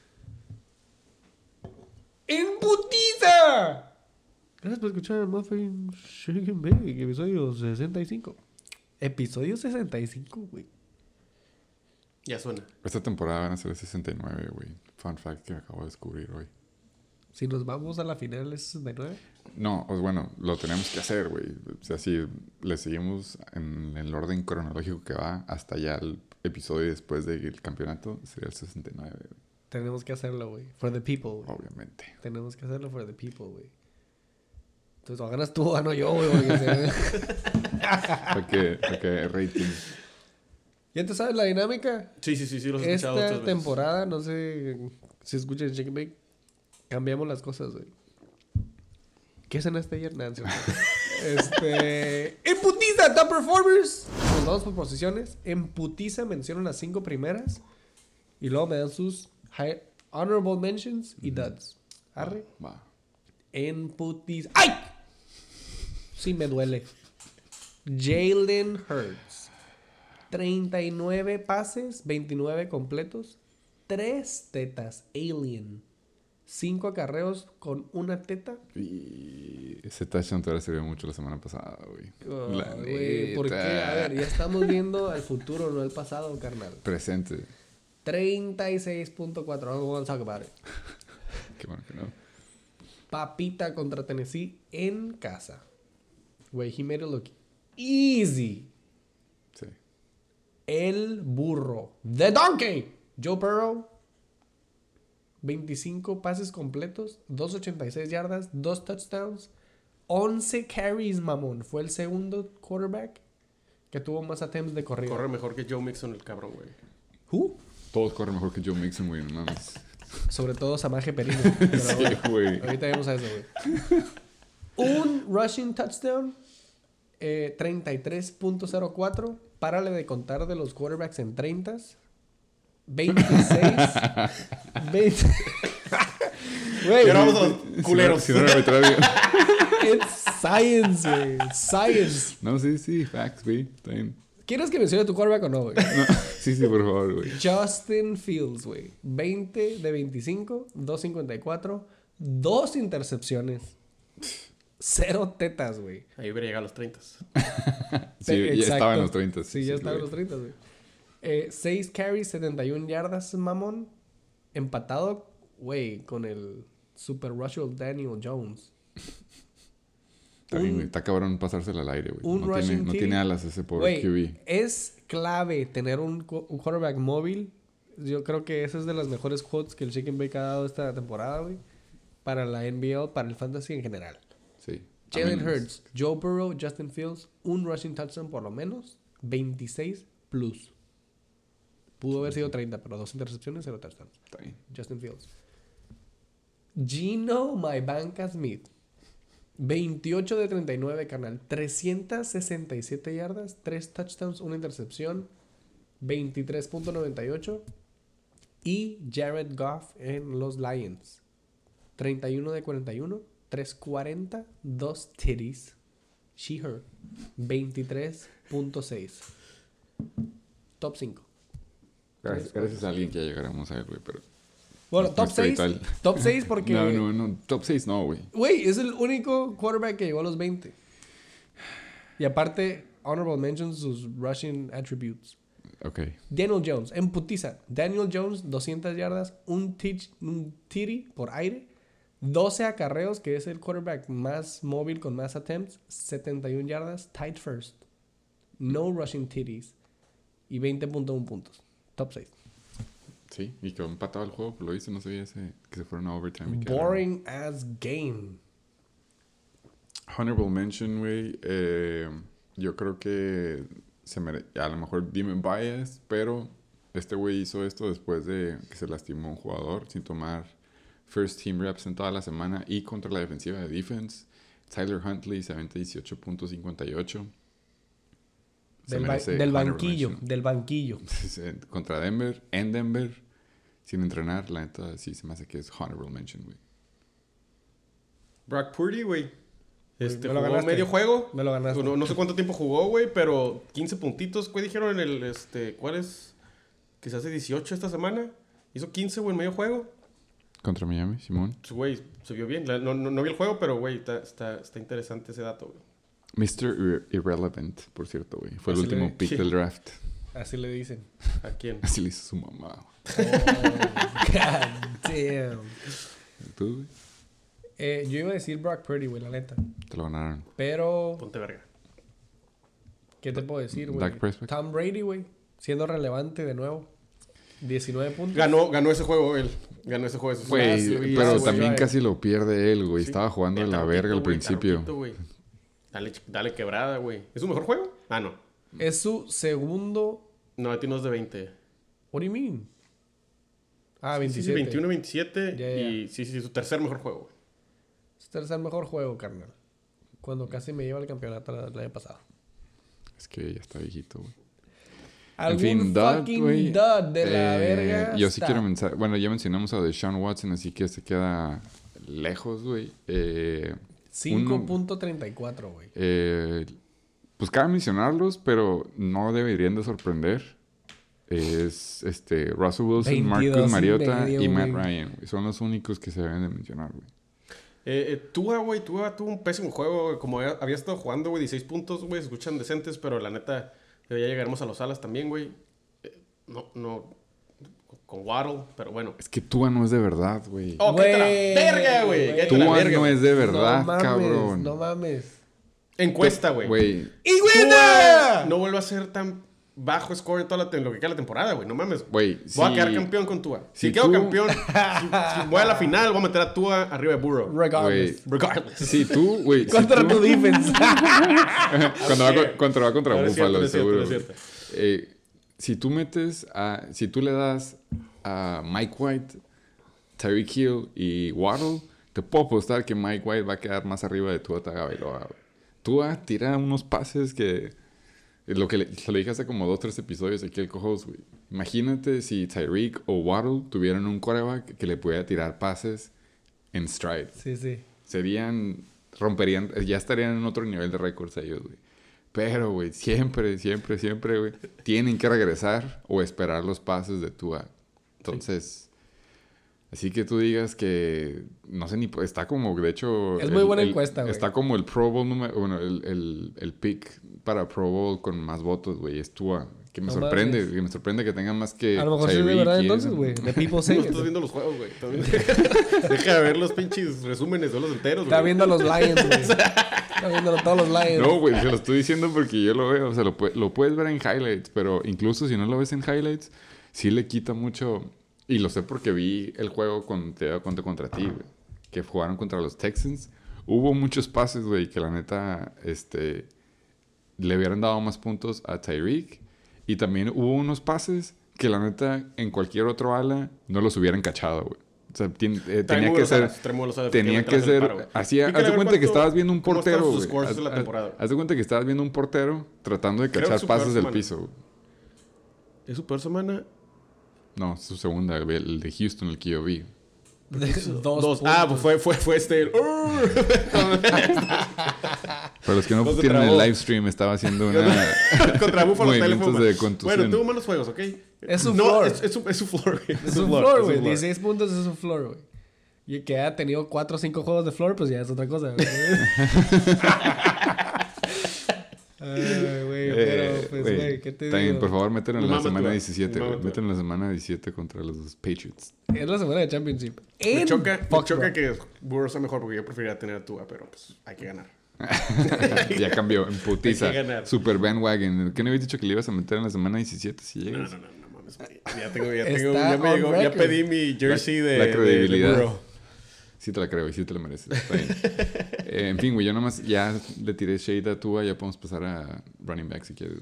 ¡En putiza! Gracias por escuchar el Muffin Chicken Bake, episodio 65. Episodio 65, güey. Ya suena. Esta temporada van a ser 69, güey. Fun fact que acabo de descubrir hoy. Si nos vamos a la final, ¿es 69? No, pues bueno, lo tenemos que hacer, güey. O sea, si le seguimos en el orden cronológico que va hasta ya el episodio después del campeonato, sería el 69, güey. Tenemos que hacerlo, güey. For the people, güey. Obviamente. Tenemos que hacerlo for the people, güey. Entonces, o ganas tú o gano yo, güey. Para que rating. ¿Ya te sabes la dinámica? Sí, los he escuchado otras veces. Esta temporada, no sé si escuchan Chicken Bake, cambiamos las cosas, güey. ¿Qué cenaste ayer, Nancy? En putiza, top performers. Nos vamos por posiciones. En putiza menciono las 5 primeras. Y luego me dan sus honorable mentions y duds. ¿Arre? Va. En putiza. ¡Ay! Sí me duele. Jalen Hurts. 39 pases, 29 completos. 3 tetas. Alien. 5 acarreos con una teta. Y ese touchdown te hubiera servido mucho la semana pasada, güey. Güey, ¿por qué? A ver, ya estamos viendo al futuro, no al pasado, carnal. Presente. 36.4. Vamos a talk about it. Qué bueno que no. Papita contra Tennessee en casa. Güey, he made it look easy. Sí. El burro. The Donkey. Joe Burrow. 25 pases completos. 286 yardas. 2 touchdowns. 11 carries, mamón. Fue el segundo quarterback que tuvo más attempts de corrida. Corre mejor que Joe Mixon, el cabrón, güey. ¿Who? Todos corren mejor que Joe Mixon, güey. No mames. Sobre todo Samaje Perino. Sí, güey. Ahorita vamos a eso, güey. Un rushing touchdown. 33.04. Párale de contar de los quarterbacks en 30s. 26. 20. Güey. Y ahora vamos a los culeros. Si no era arbitrario. It's science, güey. Science. No, sí. Facts, güey. Está bien. ¿Quieres que mencione tu quarterback o no, güey? No. Sí, por favor, güey. Justin Fields, güey. 20 de 25. 254. 2 intercepciones. 0 tetas, güey. Ahí hubiera llegado a los 30. Sí, ya estaba en los 30. Sí, ya estaba en los 30, güey. 6 carries, 71 yardas, mamón. Empatado, güey, con el Super Russell Daniel Jones. Está bien, güey. Está cabrón pasársela al aire, güey. No TD. tiene alas ese pobre QB. Es clave tener un quarterback móvil. Yo creo que esa es de las mejores quotes que el Chicken Bake ha dado esta temporada, güey. Para la NBL, para el fantasy en general. Sí. Jalen Hurts, Joe Burrow, Justin Fields, un rushing touchdown por lo menos, 26 plus. Pudo haber sido 30, pero 2 intercepciones, 0 touchdowns. Está bien. Justin Fields. Gino Maibanca Smith. 28 de 39, canal. 367 yardas, 3 touchdowns, 1 intercepción. 23.98. Y Jared Goff en los Lions. 31 de 41, 340, 2 titties. She-her. 23.6. Top 5. Gracias a alguien que ya llegáramos a él, güey, pero... Bueno, top 6. Top 6 porque... No. Top 6 no, güey. Güey, es el único quarterback que llegó a los 20. Y aparte, honorable mentions sus rushing attributes. Ok. Daniel Jones, en putiza. Daniel Jones, 200 yardas, un titty por aire. 12 acarreos, que es el quarterback más móvil con más attempts. 71 yardas, tied first. No rushing titties. Y 20.1 puntos. Top 6. Sí, y quedó empatado el juego, lo hice, no sabía que se fueron a overtime. Boring as game. Honorable mention, güey. Yo creo que a lo mejor dime bias, pero este güey hizo esto después de que se lastimó un jugador sin tomar first team reps en toda la semana y contra la defensiva de defense. Tyler Huntley se aventa 18.58. Del banquillo. Contra Denver, en Denver, sin entrenar, la neta sí se me hace que es honorable mention, güey. Brock Purdy, güey. Jugó medio juego. Me lo ganaste. No sé cuánto tiempo jugó, güey, pero 15 puntitos, güey, dijeron en el, ¿cuál es? Que se hace 18 esta semana. Hizo 15, güey, en medio juego. Contra Miami, Simón. Güey, se vio bien. No vi el juego, pero, güey, está interesante ese dato, güey. Mr. Irrelevant, por cierto, güey. Fue Así el último pick del draft. Así le dicen. ¿A quién? Así le hizo su mamá, güey. Oh, God damn. ¿Tú, güey? Yo iba a decir Brock Purdy, güey, la neta. Te lo ganaron. Pero, Ponte verga. ¿qué te puedo decir, güey? Dak Prescott. Tom Brady, güey, siendo relevante de nuevo. 19 puntos. Ganó ese juego él. Ganó ese juego. Eso Güey, pero también casi lo pierde él, güey. Sí. Estaba jugando de la verga al principio. Dale quebrada, güey. ¿Es su mejor juego? Ah, no. Es su segundo... No, tiene unos de 20. What do you mean? Ah, Sí, 27. 21, 27. Ya. Y sí, su tercer mejor juego, güey. Es el tercer mejor juego, carnal. Cuando casi me lleva el campeonato el año pasado. Es que ya está viejito, güey. Algún fin, dud, fucking güey. dud de la verga. Yo sí está. quiero mencionar... Bueno, ya mencionamos a Deshaun Watson, así que se queda lejos, güey. 5.34, güey. Pues cabe mencionarlos, pero no deberían de sorprender. es Russell Wilson, 22 Marcus Mariota medio, y Matt güey. Ryan, güey. Son los únicos que se deben de mencionar, güey. Tua, güey, Tua tuvo un pésimo juego, güey. Como había estado jugando, güey, 16 puntos, güey, se escuchan decentes, pero la neta, ya llegaremos a los alas también, güey. No, con Waddle, pero bueno. Es que Tua no es de verdad, güey. ¡Oh, qué la verga, güey! Tua no es de verdad, no mames, cabrón. No mames. Encuesta, güey. Güey, ¡Y Tua no vuelve a ser tan bajo score en lo que queda la temporada, güey. No mames. güey, Voy a quedar campeón con Tua. Si si quedo tú- campeón, si voy a la final, voy a meter a Tua arriba de Burrow. Regardless. Regardless. Si tú, güey. Contra tu defense. Cuando va contra No, es cierto, Buffalo, no es cierto, seguro. no es cierto. Si tú le das a Mike White, Tyreek Hill y Waddle, te puedo apostar que Mike White va a quedar más arriba de Tua Tagovailoa, güey. Tua tira unos pases que... Lo que se lo dije hace como 2 o 3 episodios aquí al co-host, güey. Imagínate si Tyreek o Waddle tuvieran un quarterback que le pudiera tirar pases en stride. Sí. Romperían, ya estarían en otro nivel de récords ellos, güey. Pero, güey, siempre, güey, tienen que regresar o esperar los pases de Tua. Entonces, así que tú digas que, no sé ni, está como, de hecho... Es muy buena encuesta, güey. Está como el Pro Bowl, bueno, el pick para Pro Bowl con más votos, güey, es Tua. Que me No sorprende, mames. que me sorprende que tengan más que A lo mejor sí es de Tyreek verdad y entonces, eso. güey. The people say No it. estás viendo los juegos, güey. Deja de ver los pinches resúmenes de los enteros, Está güey. viendo a los Lions, güey. Está viendo a todos los Lions. No, güey, se lo estoy diciendo porque yo lo veo. O sea, lo puedes ver en highlights, pero incluso si no lo ves en highlights, sí le quita mucho. Y lo sé porque vi el juego contra ti, güey. Que jugaron contra los Texans. Hubo muchos pases, güey, que la neta, le hubieran dado más puntos a Tyreek. Y también hubo unos pases que la neta, en cualquier otro ala, no los hubieran cachado, güey. O sea, tenía que ser... Tenía que ser... Así, haz de cuenta que estabas viendo un portero, güey. Haz de cuenta que estabas viendo un portero tratando de cachar pases del piso, güey. ¿Es su peor semana? No, su segunda, el de Houston, el que yo vi. Dos. Ah, pues fue este... Para los que no Dos de tienen el trabó. live stream, estaba haciendo una... Contra Buffalo movimientos Telephone. de contusión. Bueno, tuvo malos juegos, ¿ok? Es su no, floor. Es su floor, güey. Es un floor, güey. 16 puntos es un floor, güey. Y que haya tenido 4 o 5 juegos de floor, pues ya es otra cosa, güey. Ay, güey, pero pues, güey, ¿qué te También, digo? por favor, mételo en No la mames, semana tú, 17, no güey. mames, Mételo en la semana 17 contra los Patriots. Es la semana de Championship. Me En choca Foxborough. que Burrow sea mejor porque yo preferiría tener a Tua, pero pues hay que ganar. Ya cambió, en putiza. Hay que ganar. Super bandwagon. ¿Qué no habías dicho que le ibas a meter en la semana 17 si llegas? No mames, güey. Ya Está me llegó, on ya record. pedí mi jersey La de credibilidad. Burrow. Sí te la creo y sí te la mereces. Está bien. En fin, güey, yo nomás ya le tiré shade a Tua. Ya podemos pasar a running back si quieres.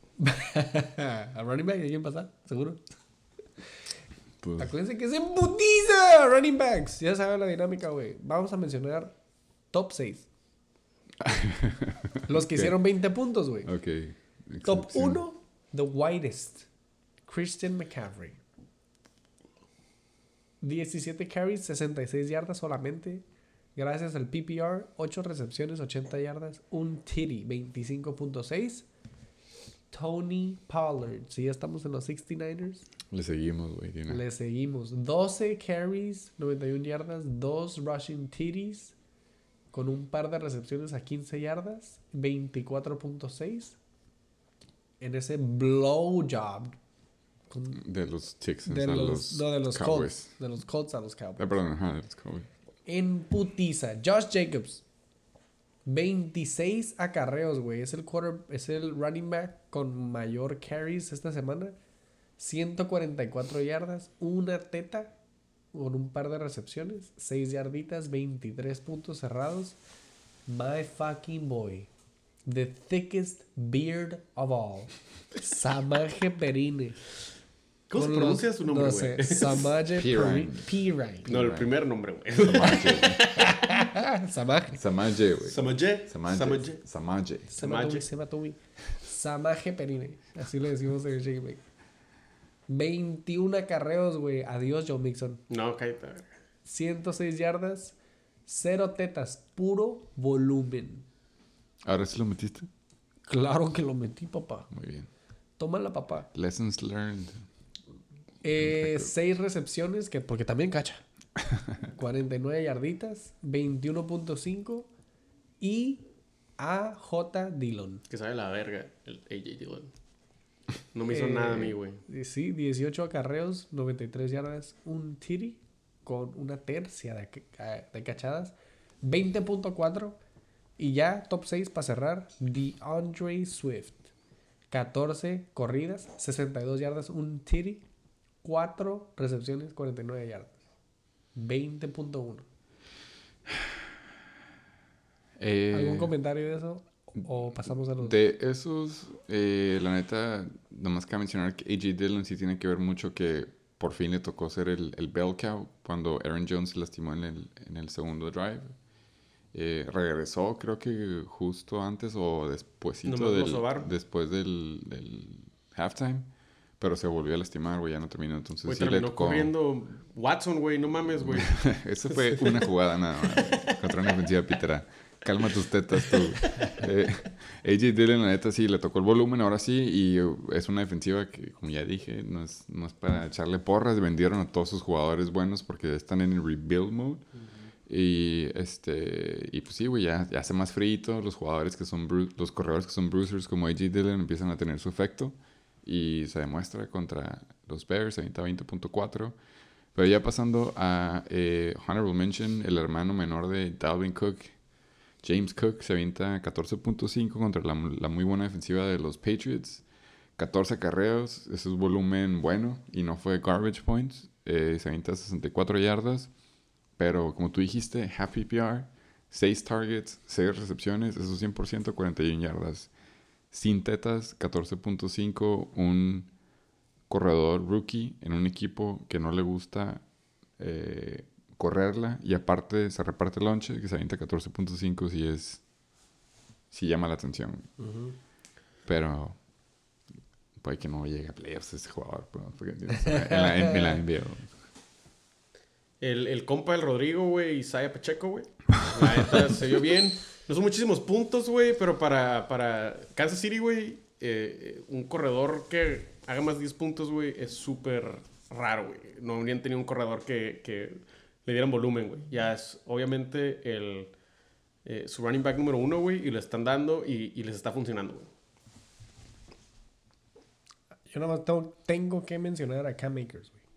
A running back, ¿hay quién pasar? ¿Seguro? Pues, Acuérdense que es en putiza running backs. Ya saben la dinámica, güey. Vamos a mencionar top 6. Los que Ok. hicieron 20 puntos, güey. ok. Top Excepción. 1, The Whitest. Christian McCaffrey. 17 carries, 66 yardas solamente. Gracias al PPR, 8 recepciones, 80 yardas. Un TD, 25.6. Tony Pollard. Si ya estamos en los 69ers, Le seguimos, güey. Dina. le seguimos. 12 carries, 91 yardas. 2 rushing TDs. Con un par de recepciones a 15 yardas. 24.6. En ese blow job. De los Texans De a los, no, de los Cowboys. Colts. De los Colts a los Cowboys. Perdón, ajá, de los Cowboys. En putiza. Josh Jacobs. 26 acarreos, güey. Es el running back con mayor carries esta semana. 144 yardas. Una teta. Con un par de recepciones. 6 yarditas. 23 puntos cerrados. My fucking boy. The thickest beard of all. Samaje Perine. ¿Cómo se pronuncia su nombre, No güey? sé. Samaje Pirine. Pirine. No, el primer nombre, güey. Samaje. Samaje, güey. Samaje. Samaje. Sematumi. Samaje Perine. Así le decimos en el Shake Bake. 21 acarreos, güey. Adiós, Joe Mixon. No, cállate. 106 yardas. 0 tetas. Puro volumen. ¿Ahora sí lo metiste? Claro que lo metí, papá. Muy bien. Tómala, papá. Lessons learned. 6 recepciones, porque también cacha. 49 yarditas, 21.5 y A.J. Dillon. Que sabe la verga, el A.J. Dillon. No me hizo nada a mí, güey. Sí, 18 acarreos, 93 yardas, un TD con una tercia de cachadas, 20.4 y ya top 6 para cerrar, DeAndre Swift. 14 corridas, 62 yardas, un TD, 4 recepciones, 49 yardas. 20.1. ¿Algún comentario de eso? ¿O pasamos a los...? De esos, la neta, nomás que mencionar que A.J. Dillon sí tiene que ver mucho que por fin le tocó ser el bell cow cuando Aaron Jones se lastimó en el segundo drive. Regresó, creo que justo antes o después del halftime. Pero se volvió a lastimar, güey, ya no terminó. Entonces güey, sí terminó le tocó... corriendo Watson, güey, no mames, güey. Eso fue una jugada nada más. Contra una ofensiva pitera. Calma tus tetas, tú. A.J. Dillon, la neta, sí, le tocó el volumen, ahora sí. Y es una defensiva que, como ya dije, no es para echarle porras. Vendieron a todos sus jugadores buenos porque están en el rebuild mode. Y pues sí, güey, ya hace más frito. Los jugadores que son... los corredores que son bruisers como A.J. Dillon empiezan a tener su efecto. Y se demuestra contra los Bears, se avienta 20.4. Pero ya pasando a Honorable Mention, el hermano menor de Dalvin Cook, James Cook, se avienta 14.5 contra la muy buena defensiva de los Patriots. 14 acarreos, eso es volumen bueno y no fue garbage points. Se avienta 64 yardas. Pero como tú dijiste, half PPR, 6 targets, 6 recepciones, eso es 100%, 41 yardas. Sin tetas, 14.5, un corredor rookie en un equipo que no le gusta correrla y aparte se reparte el lonche, que se avienta 14.5 sí llama la atención. Uh-huh. Pero puede que no llegue a playoffs ese jugador, porque en la NBA. El compa del Rodrigo, güey, Isaiah Pacheco, güey. La neta se vio bien. No son muchísimos puntos, güey, pero para Kansas City, güey, un corredor que haga más de 10 puntos, güey, es súper raro, güey. No habrían tenido un corredor que le dieran volumen, güey. Ya es, obviamente, su running back número 1, güey, y le están dando y les está funcionando, güey. Yo nada más tengo que mencionar a Cam Akers, güey.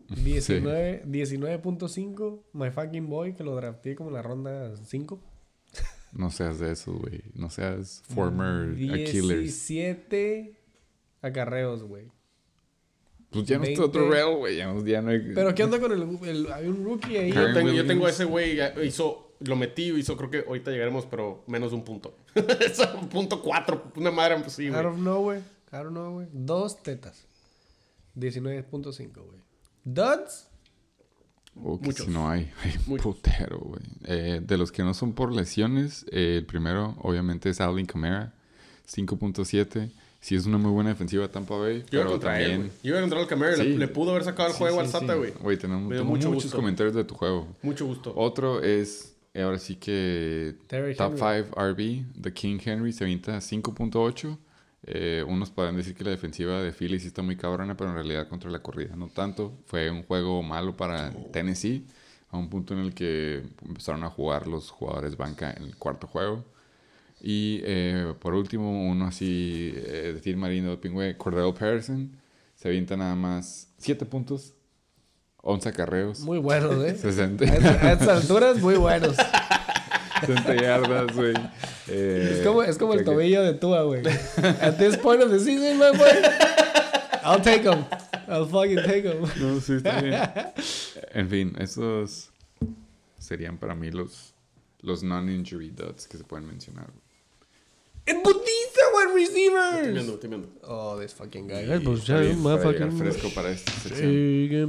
19.5, my fucking boy, que lo drafté como en la ronda 5. No seas de eso, güey. No seas former Achilles. 17 acarreos, güey. Pues ya no está otro rail, güey. Ya no hay... Pero ¿qué onda con el hay un rookie ahí? Yo tengo ese güey. Lo metí, creo que ahorita llegaremos, pero menos de un punto. Es un punto 4. Una madre, pues sí, güey. Out of nowhere, 2 tetas. 19.5, güey. Duds. Muchos. Si no hay putero, güey. De los que no son por lesiones, el primero, obviamente, es Alvin Kamara, 5.7. Sí, es una muy buena defensiva Tampa Bay. Yo iba contra él, güey. Yo iba contra el Kamara. Sí. Le pudo haber sacado el juego al Sata, güey. Güey, tenemos muchos comentarios de tu juego. Mucho gusto. Otro es, ahora sí que, Top 5 RB, The King Henry, se avienta 5.8. Unos podrán decir que la defensiva de Philly sí está muy cabrona, pero en realidad contra la corrida no tanto. Fue un juego malo para Tennessee, a un punto en el que empezaron a jugar los jugadores banca en el cuarto juego. Y por último, uno así de Team Marino de Pingüe, Cordell Patterson, se avienta nada más 7 puntos, 11 acarreos. Muy buenos, 60. A estas alturas, muy buenos. 60 yardas, güey. Es como el tobillo de Tua, güey. At this point of the season, my boy, I'll take him. I'll fucking take him. No, sí, está bien. En fin, esos serían para mí los non-injury duds que se pueden mencionar. ¡El putiza, wide receivers! Estoy viendo. Oh, this fucking guy. Pues ya es más fucking fresco para esta sección.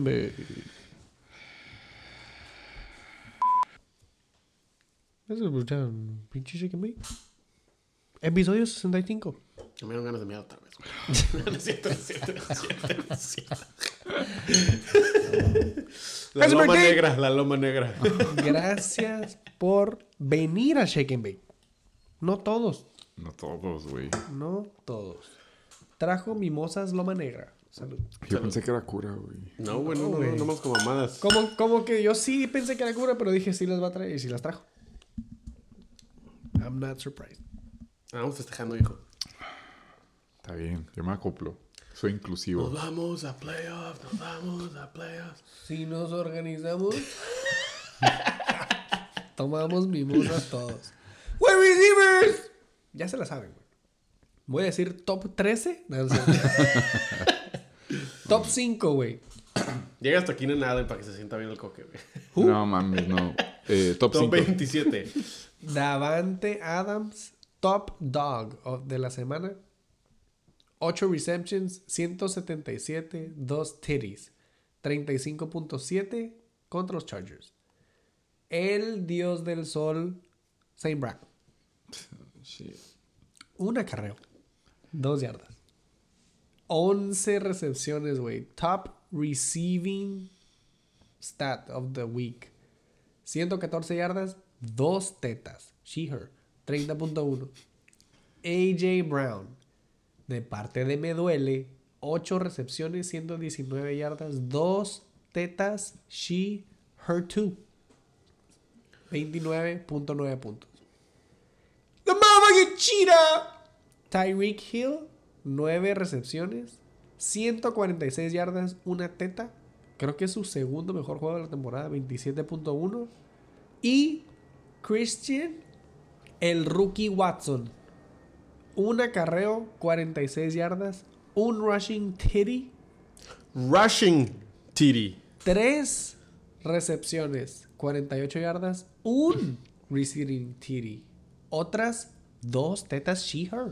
Eso es escucharon pinche Chicken Bake. Episodio 65. Me dieron ganas de mirar otra vez, güey. No es cierto. La loma negra. Gracias por venir a Shake and Bake. No todos. No todos, güey. No todos. trajo mimosas Loma Negra. Salud. Yo pensé que era cura, güey. No, güey, no más como mamadas. Como que yo sí pensé que era cura, pero dije sí las va a traer y sí las trajo. I'm not surprised. Vamos festejando, hijo. Está bien, yo me acoplo. Soy inclusivo. Nos vamos a playoffs. Si nos organizamos, tomamos mimosas todos. ¡Wide receivers! Ya se la saben, güey. Voy a decir top 13. No sé. Top 5, güey. Llega hasta aquí en nada para que se sienta bien el coque, güey. No mames, no. Top 5. 27. Davante Adams, top dog de la semana. 8 receptions, 177, 2 titties. 35.7 contra los Chargers. El dios del sol, Saint Brown. Shit. Un acarreo. 2 yardas. 11 recepciones, güey. Top receiving stat of the week. 114 yardas, 2 tetas. She, her. 30.1. AJ Brown. De parte de Me Duele. 8 recepciones, 119 yardas, 2 tetas. She, her, too. 29.9 puntos. The motherfucking cheetah. Tyreek Hill, 9 recepciones, 146 yardas, 1 teta. Creo que es su segundo mejor juego de la temporada, 27.1. Y Christian, el rookie Watson, 1 acarreo, 46 yardas, 1 rushing titty. Rushing titty. 3 recepciones, 48 yardas, 1 receiving titty. Otras 2 tetas she, her.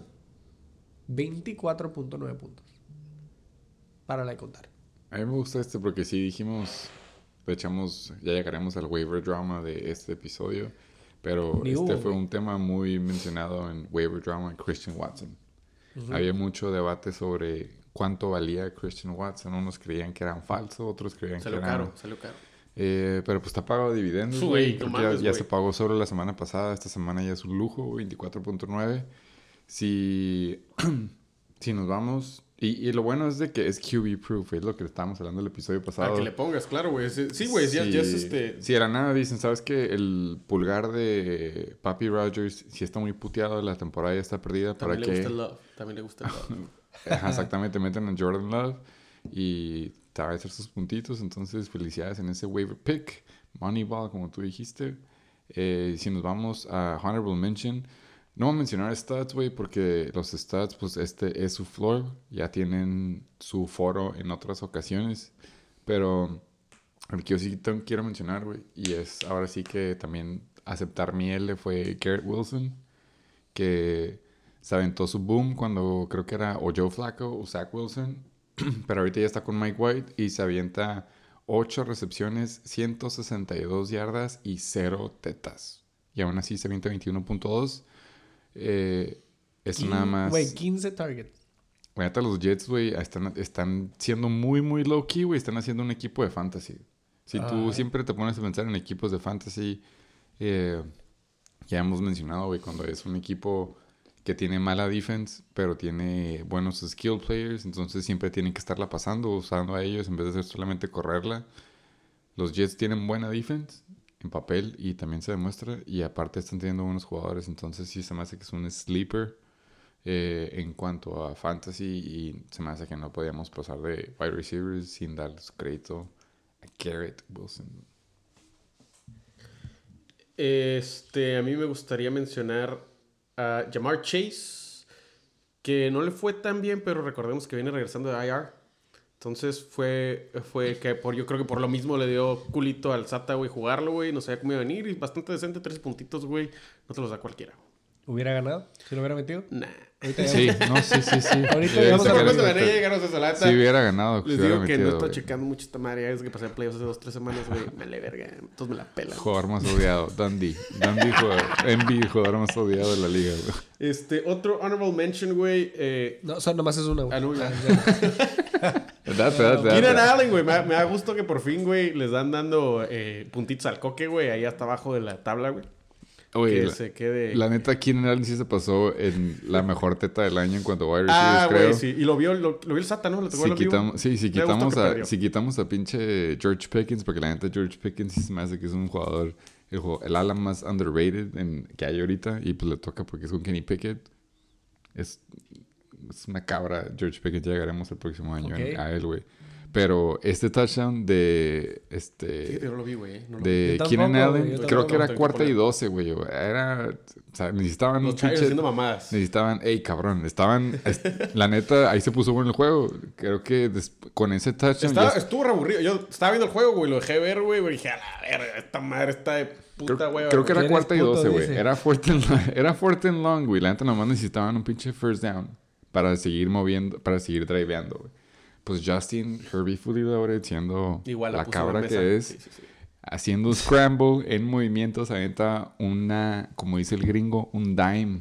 24.9 puntos. Para la contar. A mí me gusta porque sí dijimos, ya llegaremos al waiver drama de este episodio, pero fue un tema muy mencionado en waiver drama en Christian Watson. Había mucho debate sobre cuánto valía Christian Watson. Unos creían que eran falsos, otros creían que eran... Salió caro. Pero pues está pagado dividendos, güey. Ya se pagó solo la semana pasada. Esta semana ya es un lujo, 24.9. Si nos vamos... Y lo bueno es de que es QB proof, es lo que estábamos hablando el episodio pasado. Para que le pongas, claro, güey. Sí, güey, ya es Si de la nada dicen, ¿sabes qué? El pulgar de Papi Rogers, si está muy puteado, la temporada ya está perdida. También le gusta el love. Exactamente, meten a Jordan Love y te va a hacer sus puntitos. Entonces, felicidades en ese waiver pick. Moneyball, como tú dijiste. Si nos vamos a Honorable Mention... No voy a mencionar stats, güey, porque los stats, pues este es su floor. Ya tienen su foro en otras ocasiones. Pero el que yo sí quiero mencionar, güey, y es ahora sí que también aceptar mi L fue Garrett Wilson, que se aventó su boom cuando creo que era o Joe Flacco o Zach Wilson. Pero ahorita ya está con Mike White y se avienta 8 recepciones, 162 yardas y 0 tetas. Y aún así se avienta 21.2. Eso nada más. Güey, 15 targets. Güey, hasta los Jets, güey, están siendo muy, muy low key, güey. Están haciendo un equipo de fantasy. Si tú siempre te pones a pensar en equipos de fantasy, ya hemos mencionado, güey, cuando es un equipo que tiene mala defense, pero tiene buenos skill players, entonces siempre tienen que estarla pasando, usando a ellos en vez de ser solamente correrla. Los Jets tienen buena defense en papel y también se demuestra, y aparte están teniendo buenos jugadores, entonces sí se me hace que es un sleeper en cuanto a fantasy, y se me hace que no podíamos pasar de wide receivers sin darles crédito a Garrett Wilson. A mí me gustaría mencionar a Ja'Marr Chase, que no le fue tan bien, pero recordemos que viene regresando de IR. Entonces fue que yo creo que por lo mismo le dio culito al Sata, güey, jugarlo, güey. No sabía cómo iba a venir y bastante decente, 3 puntitos, güey. No te los da cualquiera. ¿Hubiera ganado? ¿Si lo hubiera metido? Nah. Sí, Ahorita llegamos a la Si hubiera ganado, les si digo hubiera que metido, no estoy güey. checando mucho esta madre. Es que pasé playoffs hace 2-3 semanas, güey. Me le verga. Entonces me la pelan. Jugador más odiado, Dundee, jugador más odiado de la liga, güey. Otro honorable mention, güey. No, o sea, nomás es una, güey. No, ya. Date. Keenan Allen, güey. Me da gusto que por fin, güey, les dan dando puntitos al coque, güey. Ahí hasta abajo de la tabla, güey. Oye, que se quede... La neta, Keenan Allen sí se pasó en la mejor teta del año en cuanto a wide receivers, creo. Güey, sí. Y lo vio el Sata, ¿no? Lo tocó Si quitamos a pinche George Pickens, porque la neta George Pickens sí se me hace que es un jugador, el ala más underrated que hay ahorita, y pues le toca porque es con Kenny Pickett. Es una cabra George Pickens, ya llegaremos el próximo año a él, güey. Pero este touchdown de yo no lo vi, güey. De Keenan Allen, creo que era 4ª y 12, güey. Era... O sea, necesitaban... Los Chargers haciendo mamadas. Necesitaban... Ey, cabrón. La neta, ahí se puso bueno el juego. Creo que con ese touchdown... Estuvo reaburrido. Yo estaba viendo el juego, güey. Lo dejé ver, güey. Y dije, a la verga, esta madre está de puta, güey. Creo que era 4ª y 12, güey. Era 4th and long, güey. La neta nomás necesitaban un pinche first down para seguir moviendo, para seguir driveando, güey. Pues Justin Herbie Fully Loaded, siendo la cabra que es, haciendo un scramble en movimientos, avienta como dice el gringo, un dime.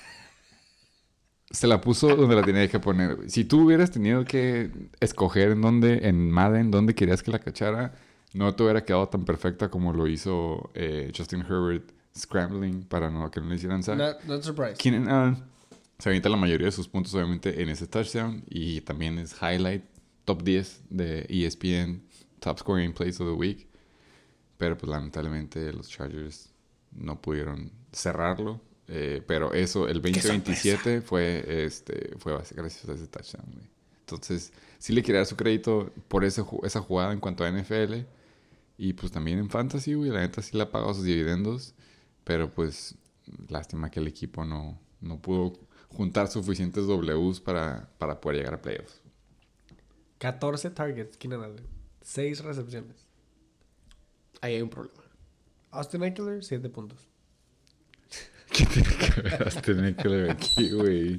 Se la puso donde la tenía que poner. Si tú hubieras tenido que escoger en Madden, dónde querías que la cachara, no te hubiera quedado tan perfecta como lo hizo Justin Herbert scrambling para que no le hicieran sack. Not surprised. Keenan Allen se avienta la mayoría de sus puntos, obviamente, en ese touchdown. Y también es highlight top 10 de ESPN Top Scoring Plays of the Week. Pero pues lamentablemente los Chargers no pudieron cerrarlo. Pero eso, el 2027 fue gracias a ese touchdown, güey. Entonces, sí le quería dar su crédito por esa jugada en cuanto a NFL. Y pues también en Fantasy, güey. La neta sí le ha pagado sus dividendos. Pero pues, lástima que el equipo no pudo juntar suficientes Ws para poder llegar a playoffs. 14 targets, Keenan Allen. 6 recepciones. Ahí hay un problema. Austin Eckler, 7 puntos. ¿Qué tiene que ver Austin Eckler aquí, güey?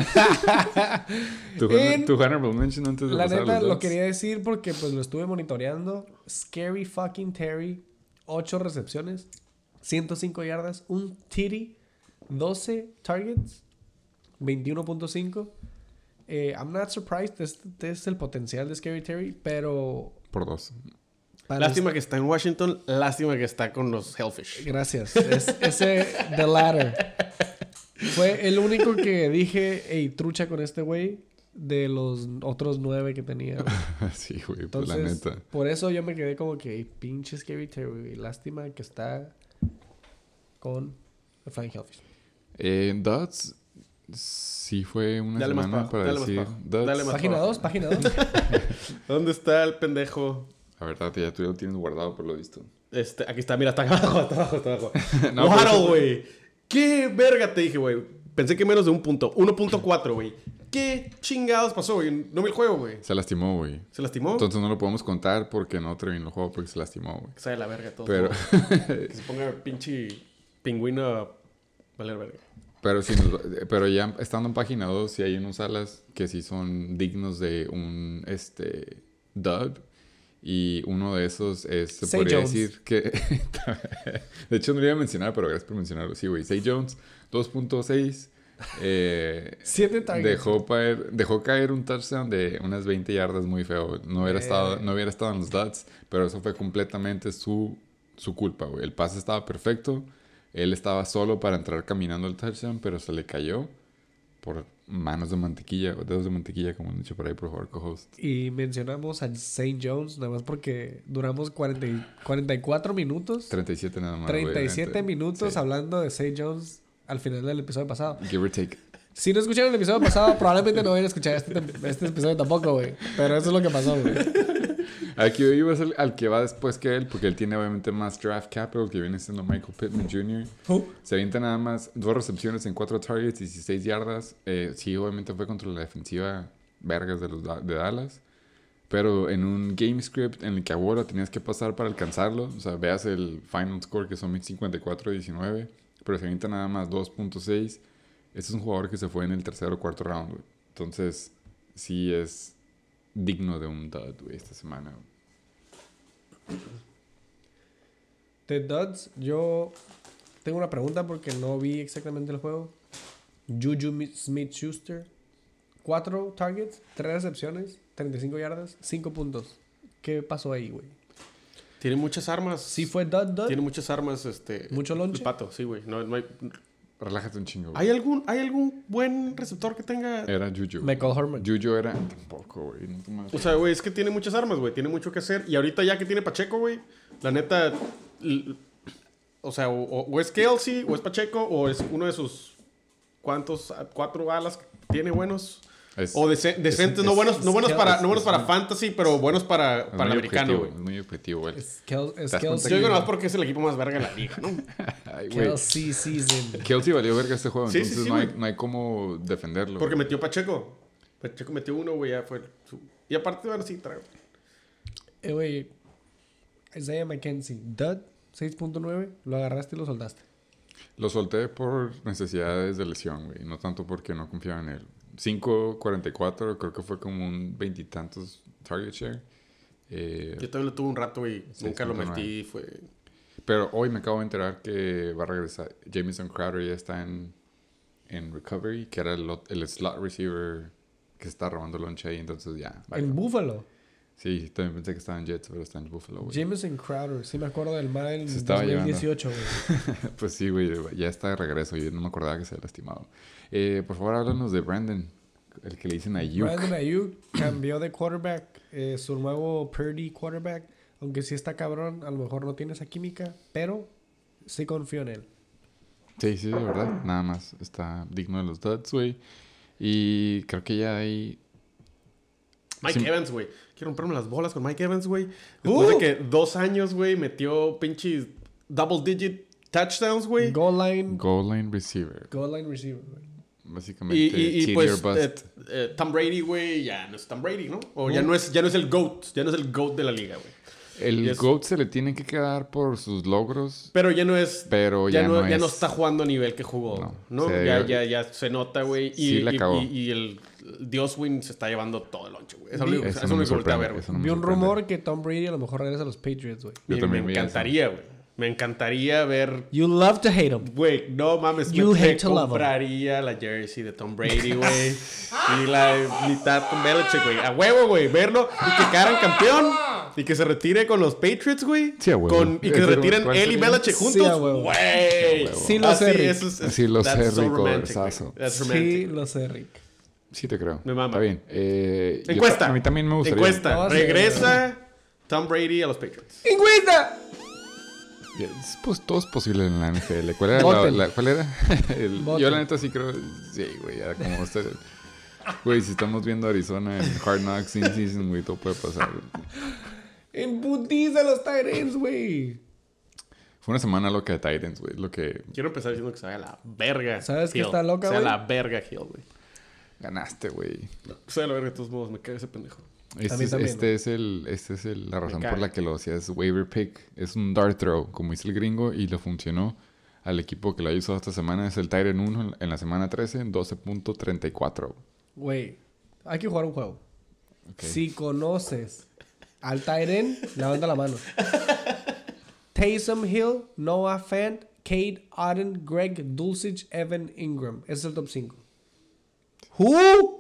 ¿Tu honorable mention antes de la pasar neta los lo quería decir porque pues lo estuve monitoreando. Scary fucking Terry. 8 recepciones. 105 yardas. Un TD. 12 targets. 21.5. I'm not surprised. Este es el potencial de Scary Terry, pero... Por 2. Lástima que está en Washington. Lástima que está con los Hellfish. Gracias. The latter. Fue el único que dije, hey, trucha con este güey, de los otros 9 que tenía. Sí, güey, entonces, pues la neta. Por eso yo me quedé como que, hey, pinche Scary Terry. Lástima que está con el Flying Hellfish. Dodds... Sí fue una dale semana para decir... Página 2. ¿Dónde está el pendejo? La verdad, ya tú ya lo tienes guardado por lo visto. Aquí está, mira, está abajo. No, Waddle, güey. ¿Qué verga te dije, güey? Pensé que menos de un punto. 1.4, güey. ¿Qué chingados pasó, güey? No vi el juego, güey. Se lastimó, güey. ¿Se lastimó? Entonces no lo podemos contar porque no terminó el juego porque se lastimó, güey. Que sabe la verga todo. Pero... que se ponga pinche pingüino a valer verga. Pero ya estando en página 2, sí hay unos alas que sí son dignos de un dub. Y uno de esos es, se podría decir que... de hecho, no lo iba a mencionar, pero gracias por mencionarlo. Sí, güey. Zay Jones, 2.6. 7 targets. Dejó caer un touchdown de unas 20 yardas muy feo. No hubiera estado en los dots, pero eso fue completamente su culpa, güey. El pase estaba perfecto. Él estaba solo para entrar caminando al touchdown, pero se le cayó por manos de mantequilla, o dedos de mantequilla, como han dicho por ahí, por favor, co-host. Y mencionamos a St. Jones, nada más porque duramos 44 minutos. 37 nada más. 37 minutos sí. Hablando de St. Jones al final del episodio pasado. Give or take. Si no escucharon el episodio pasado, probablemente no vayan a escuchar este episodio tampoco, güey. Pero eso es lo que pasó, güey. Aquí iba a ser al que va después que él, porque él tiene obviamente más draft capital, que viene siendo Michael Pittman Jr. Se avienta nada más 2 recepciones en 4 targets, 16 yardas. Sí, obviamente fue contra la defensiva vergas de Dallas. Pero en un game script en el que ahora tenías que pasar para alcanzarlo. O sea, veas el final score que son 54-19. Pero se avienta nada más 2.6. Este es un jugador que se fue en el tercer o cuarto round, güey. Entonces, sí es digno de un dud, güey, esta semana. De duds, yo tengo una pregunta porque no vi exactamente el juego. Juju Smith-Schuster, 4 targets, 3 recepciones, 35 yardas, 5 puntos. ¿Qué pasó ahí, güey? Tiene muchas armas. Sí fue dud. Tiene muchas armas, ¿Mucho lonche? El Pato, sí, güey. No hay... Relájate un chingo. ¿Hay algún buen receptor que tenga...? Era Juju. Michael Herman. Juju era... Tampoco, güey. No o sea, güey, es que tiene muchas armas, güey. Tiene mucho que hacer. Y ahorita ya que tiene Pacheco, güey, la neta... O sea, o es Kelsey, o es Pacheco, o es uno de sus... ¿Cuántos? 4 alas que tiene buenos... O decentes, no buenos para fantasy, pero buenos para el americano, güey. Es muy objetivo, güey. Es Kelsey. Yo digo nada porque es el equipo más verga de la liga, ¿no? Ay, Kelsey season. Kelsey valió verga este juego, Sí, entonces sí, no hay cómo defenderlo. Porque metió Pacheco. Pacheco metió uno, güey, ya fue. Y aparte, ahora sí, trago. Güey, Isaiah McKenzie, dud, 6.9, lo agarraste y lo soltaste. Lo solté por necesidades de lesión, güey. No tanto porque no confiaba en él. 5.44, creo que fue como un 20 y tantos target share. Yo también lo tuve un rato y nunca lo metí. Fue... Pero hoy me acabo de enterar que va a regresar. Jamison Crowder ya está en recovery, que era el slot receiver que está robando lonche ahí, entonces ya. ¿En Buffalo? Sí, también pensé que estaba en Jets, pero está en Buffalo, güey. Jamison Crowder, sí me acuerdo del mal en 2018, güey. Pues sí, güey, ya está de regreso. Yo no me acordaba que se había lastimado. Por favor, háblanos de Brandon, el que le dicen Ayuk. Brandon Ayuk cambió de quarterback, su nuevo Purdy quarterback. Aunque sí está cabrón, a lo mejor no tiene esa química, pero sí confío en él. Sí, de verdad. Nada más está digno de los duds, güey. Y creo que ya hay... Mike Evans, güey. Quiero romperme las bolas con Mike Evans, güey. Después de que 2 años, güey, metió pinches double-digit touchdowns, güey. Goal line receiver. Goal line receiver, güey. Básicamente, y pues Tom Brady, güey, ya no es Tom Brady, ¿no? O ya no es el GOAT. Ya no es el GOAT de la liga, güey. El GOAT se le tiene que quedar por sus logros. Pero ya no es... Pero ya no está jugando a nivel que jugó, ¿no? Ya se nota, güey. Sí, la acabó. Y el Dios Win se está llevando todo el lonche, güey. Eso me voltea a ver, güey. Vi un rumor que Tom Brady a lo mejor regresa a los Patriots, güey. Me encantaría, güey. Me encantaría ver... You love to hate him. Güey, no mames. You hate to love him. Compraría la jersey de Tom Brady, güey. Y la mitad con Belichick, güey. A huevo, güey. Verlo y que quedaran campeón. Y que se retire con los Patriots, güey. Sí, a huevo. Y que se retiren él y Belichick juntos. Sí, a huevo. Güey. Sí lo sé, Rick. Sí lo sé, Rick. Sí lo sé, Rick. Sí te creo. Me mama. Está bien. Encuesta. A mí también me gustaría. Encuesta. Regresa Tom Brady a los Patriots. ¡Encuesta! Pues todo es posible en la NFL. ¿Cuál era? ¿Cuál era? Yo la neta sí creo... Sí, güey. Ya como usted... Güey, si estamos viendo Arizona en Hard Knocks in season, güey, todo puede pasar. En putiza los Titans, güey. Fue una semana loca de Titans, güey. Lo que... Quiero empezar diciendo que se vaya a la verga. ¿Sabes que está loca, güey? Se vaya a la verga Hill, güey. Ganaste, güey. Se vaya a la verga de todos modos. Me cae ese pendejo. Esta es la razón por la que lo hacías waiver pick. Es un dart throw, como dice el gringo, y le funcionó al equipo que lo ha usado esta semana. Es el Titan 1 en la semana 13, 12.34. Güey, hay que jugar un juego. Okay. Si conoces al Titan, levanta la mano. Taysom Hill, Noah Fant, Cade Otton, Greg Dulcich, Evan Ingram. Ese es el top 5. ¿Who?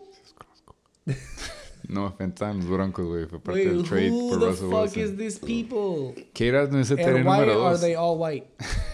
No, enfrentaban los Broncos, güey. Fue parte del trade por Russell Wilson. Who the fuck is these people? ¿Qué era ese And why número 2? are they all white?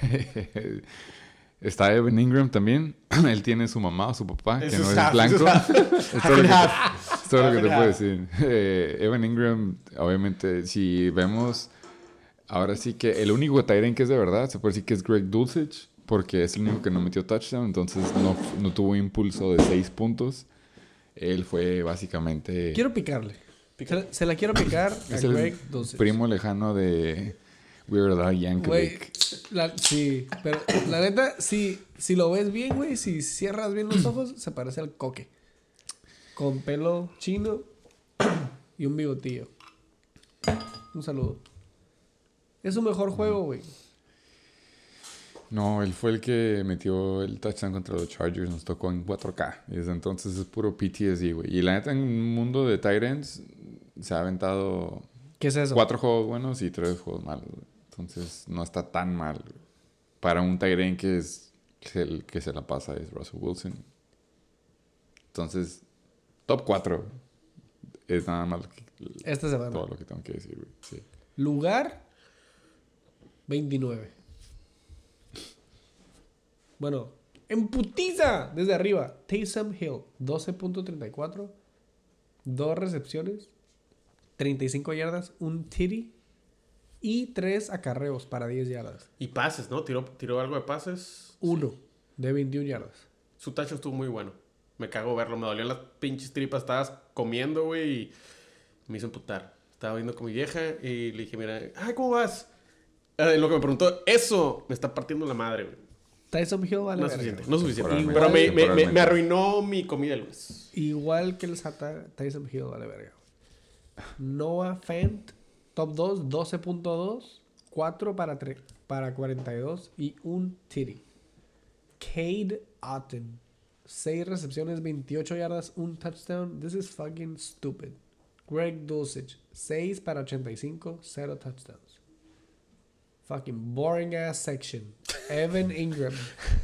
Está Evan Ingram también. Él tiene su mamá o su papá, que no es blanco. Es todo lo que te puedo decir. Evan Ingram, obviamente, si vemos... Ahora sí que el único Tyrant que es de verdad, se puede decir que es Greg Dulcich, porque es el único que no metió touchdown, entonces no tuvo impulso de 6 puntos. Él fue básicamente... Quiero picarle. Se la quiero picar a Greg Dulcich. Primo lejano de Weird Al Yankovic. Sí, pero la neta, si lo ves bien, güey, si cierras bien los ojos, se parece al Coque. Con pelo chino y un bigotillo. Un saludo. Es su mejor juego, güey. No, él fue el que metió el touchdown contra los Chargers. Nos tocó en 4K. Y desde entonces es puro PTSD, güey. Y la neta, en un mundo de tight ends, se ha aventado... ¿Qué es eso? 4 juegos buenos y 3 juegos malos, güey. Entonces, no está tan mal, güey. Para un tight end que es el que se la pasa es Russell Wilson. Entonces, top 4. Es nada más Esta semana. todo lo que tengo que decir, güey. Sí. Lugar, 29. Bueno, en putiza desde arriba. Taysom Hill, 12.34. 2 recepciones, 35 yardas, un TD y 3 acarreos para 10 yardas. Y pases, ¿no? Tiró algo de pases. 1 de 21 yardas. Su tacho estuvo muy bueno. Me cago verlo. Me dolían las pinches tripas. Estabas comiendo, güey, y me hizo emputar. Estaba viendo con mi vieja y le dije, mira, ay, ¿cómo vas? Lo que me preguntó, eso me está partiendo la madre, güey. Tyson Hill vale No verga. suficiente, no suficiente. Igual, Pero me arruinó mi comida, Luis. Igual que el Sata, Tyson Hill vale verga. Noah Fant, top 2, 12.2, 4 para 42 y un TD. Cade Otton, 6 recepciones, 28 yardas, un touchdown. This is fucking stupid. Greg Dulcich, 6 para 85, 0 touchdowns. Fucking boring ass section. Evan Ingram,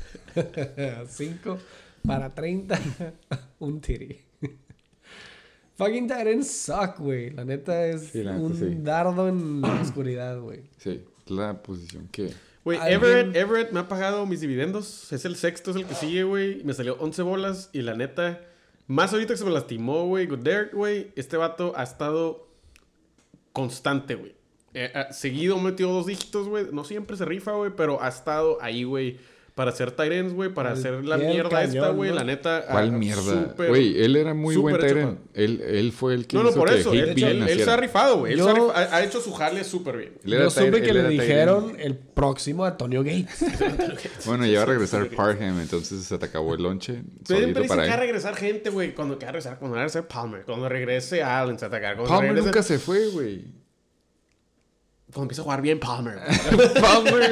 5 para 30, un tiri. Fucking tight ends suck, güey. La neta es un dardo en la oscuridad, güey. Sí, la posición que... Güey, Everett me ha pagado mis dividendos. Es el sexto, es el que sigue, güey. Me salió 11 bolas y la neta... Más ahorita que se me lastimó, güey. Goddard, güey. Este vato ha estado constante, güey. Seguido metió 2 dígitos, güey. No siempre se rifa, güey, pero ha estado ahí, güey. Para hacer tight ends, güey. Para hacer la mierda cañón, esta, güey. ¿No? La neta... ¿Cuál mierda? Güey, él era muy buen tight end. Él fue el que hizo por eso. Él se ha rifado, güey. Ha hecho su jale súper bien. Yo supe que le dijeron el próximo Antonio Gates. Bueno, ya va a regresar Parham, entonces se te acabó el lonche. Siempre dice que va a regresar gente, güey. Cuando va a regresar Palmer. Cuando regrese Allen, se atacar. Palmer nunca se fue, güey. Cuando empieza a jugar bien Palmer. Palmer,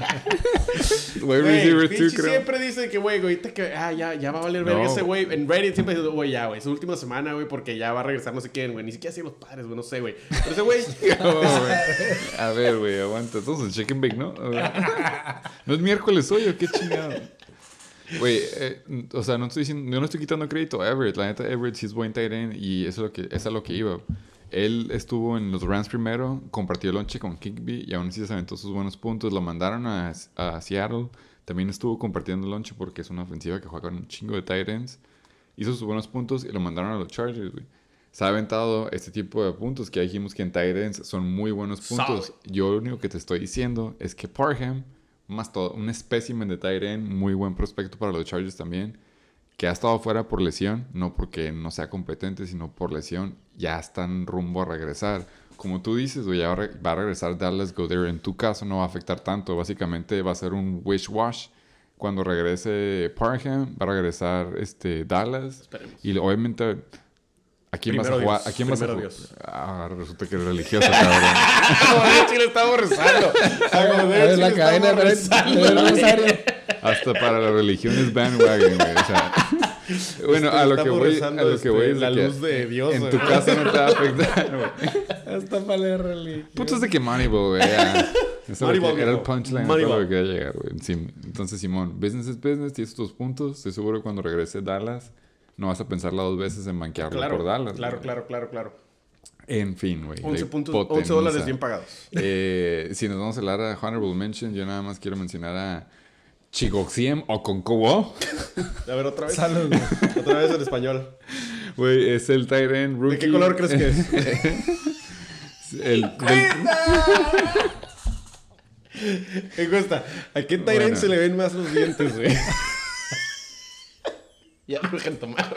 güey. Siempre dice que, güey, ahorita que ya va a valer verga ese güey. En Reddit siempre dice, güey, ya, güey, su última semana, güey, porque ya va a regresar no sé quién, güey. Ni siquiera así los padres, güey, no sé, güey. Pero ese güey... A ver, güey, aguanta. Entonces, chicken bake, ¿no? ¿No es miércoles hoy o qué chingado? Güey, o sea, no estoy diciendo... Yo no estoy quitando crédito a Everett. La neta, Everett sí es buen tight end y eso es a lo que iba. Él estuvo en los Rams primero, compartió el lonche con Higbee y aún así se aventó sus buenos puntos. Lo mandaron a Seattle. También estuvo compartiendo el lonche porque es una ofensiva que juega con un chingo de tight ends. Hizo sus buenos puntos y lo mandaron a los Chargers, güey. Se ha aventado este tipo de puntos que ya dijimos que en tight ends son muy buenos puntos. Solid. Yo lo único que te estoy diciendo es que Parham, más todo, un espécimen de tight end, muy buen prospecto para los Chargers también, que ha estado fuera por lesión, no porque no sea competente, sino por lesión, ya están rumbo a regresar. Como tú dices, ya va a regresar Dallas Goedert. En tu caso no va a afectar tanto. Básicamente va a ser un wish-wash. Cuando regrese Parham, va a regresar Dallas. Esperemos. Y obviamente... ¿A quién vas a jugar? ¿A quién vas a jugar? Ah, resulta que es religioso, cabrón. Sí, lo estamos rezando. La cadena de Rosario. Hasta para la religión es bandwagon, güey. O sea, bueno, a lo que voy es la luz de Dios. En tu casa no te va a afectar, güey. Hasta para la religión. Puto es de que Moneyball, güey. Era el punchline para lo que quería llegar, güey. Sí, entonces, Simón, business is business. Tienes tus puntos. Estoy seguro que cuando regrese Dallas no vas a pensarla 2 veces en banquearlo por Dallas. Claro. En fin, güey. 11 puntos, $11 bien pagados. Si nos vamos a hablar a Honorable Mention, yo nada más quiero mencionar a Chigoxiem Okonkwo. A ver, otra vez. Salud. Otra vez en español. Güey, es el tight end rookie. ¿De qué color crees que es? Encuesta. ¿A qué tight end se le ven más los dientes, güey? Ya no me dejan tomar,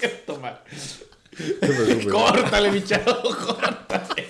Córtale, mi chavo, córtale.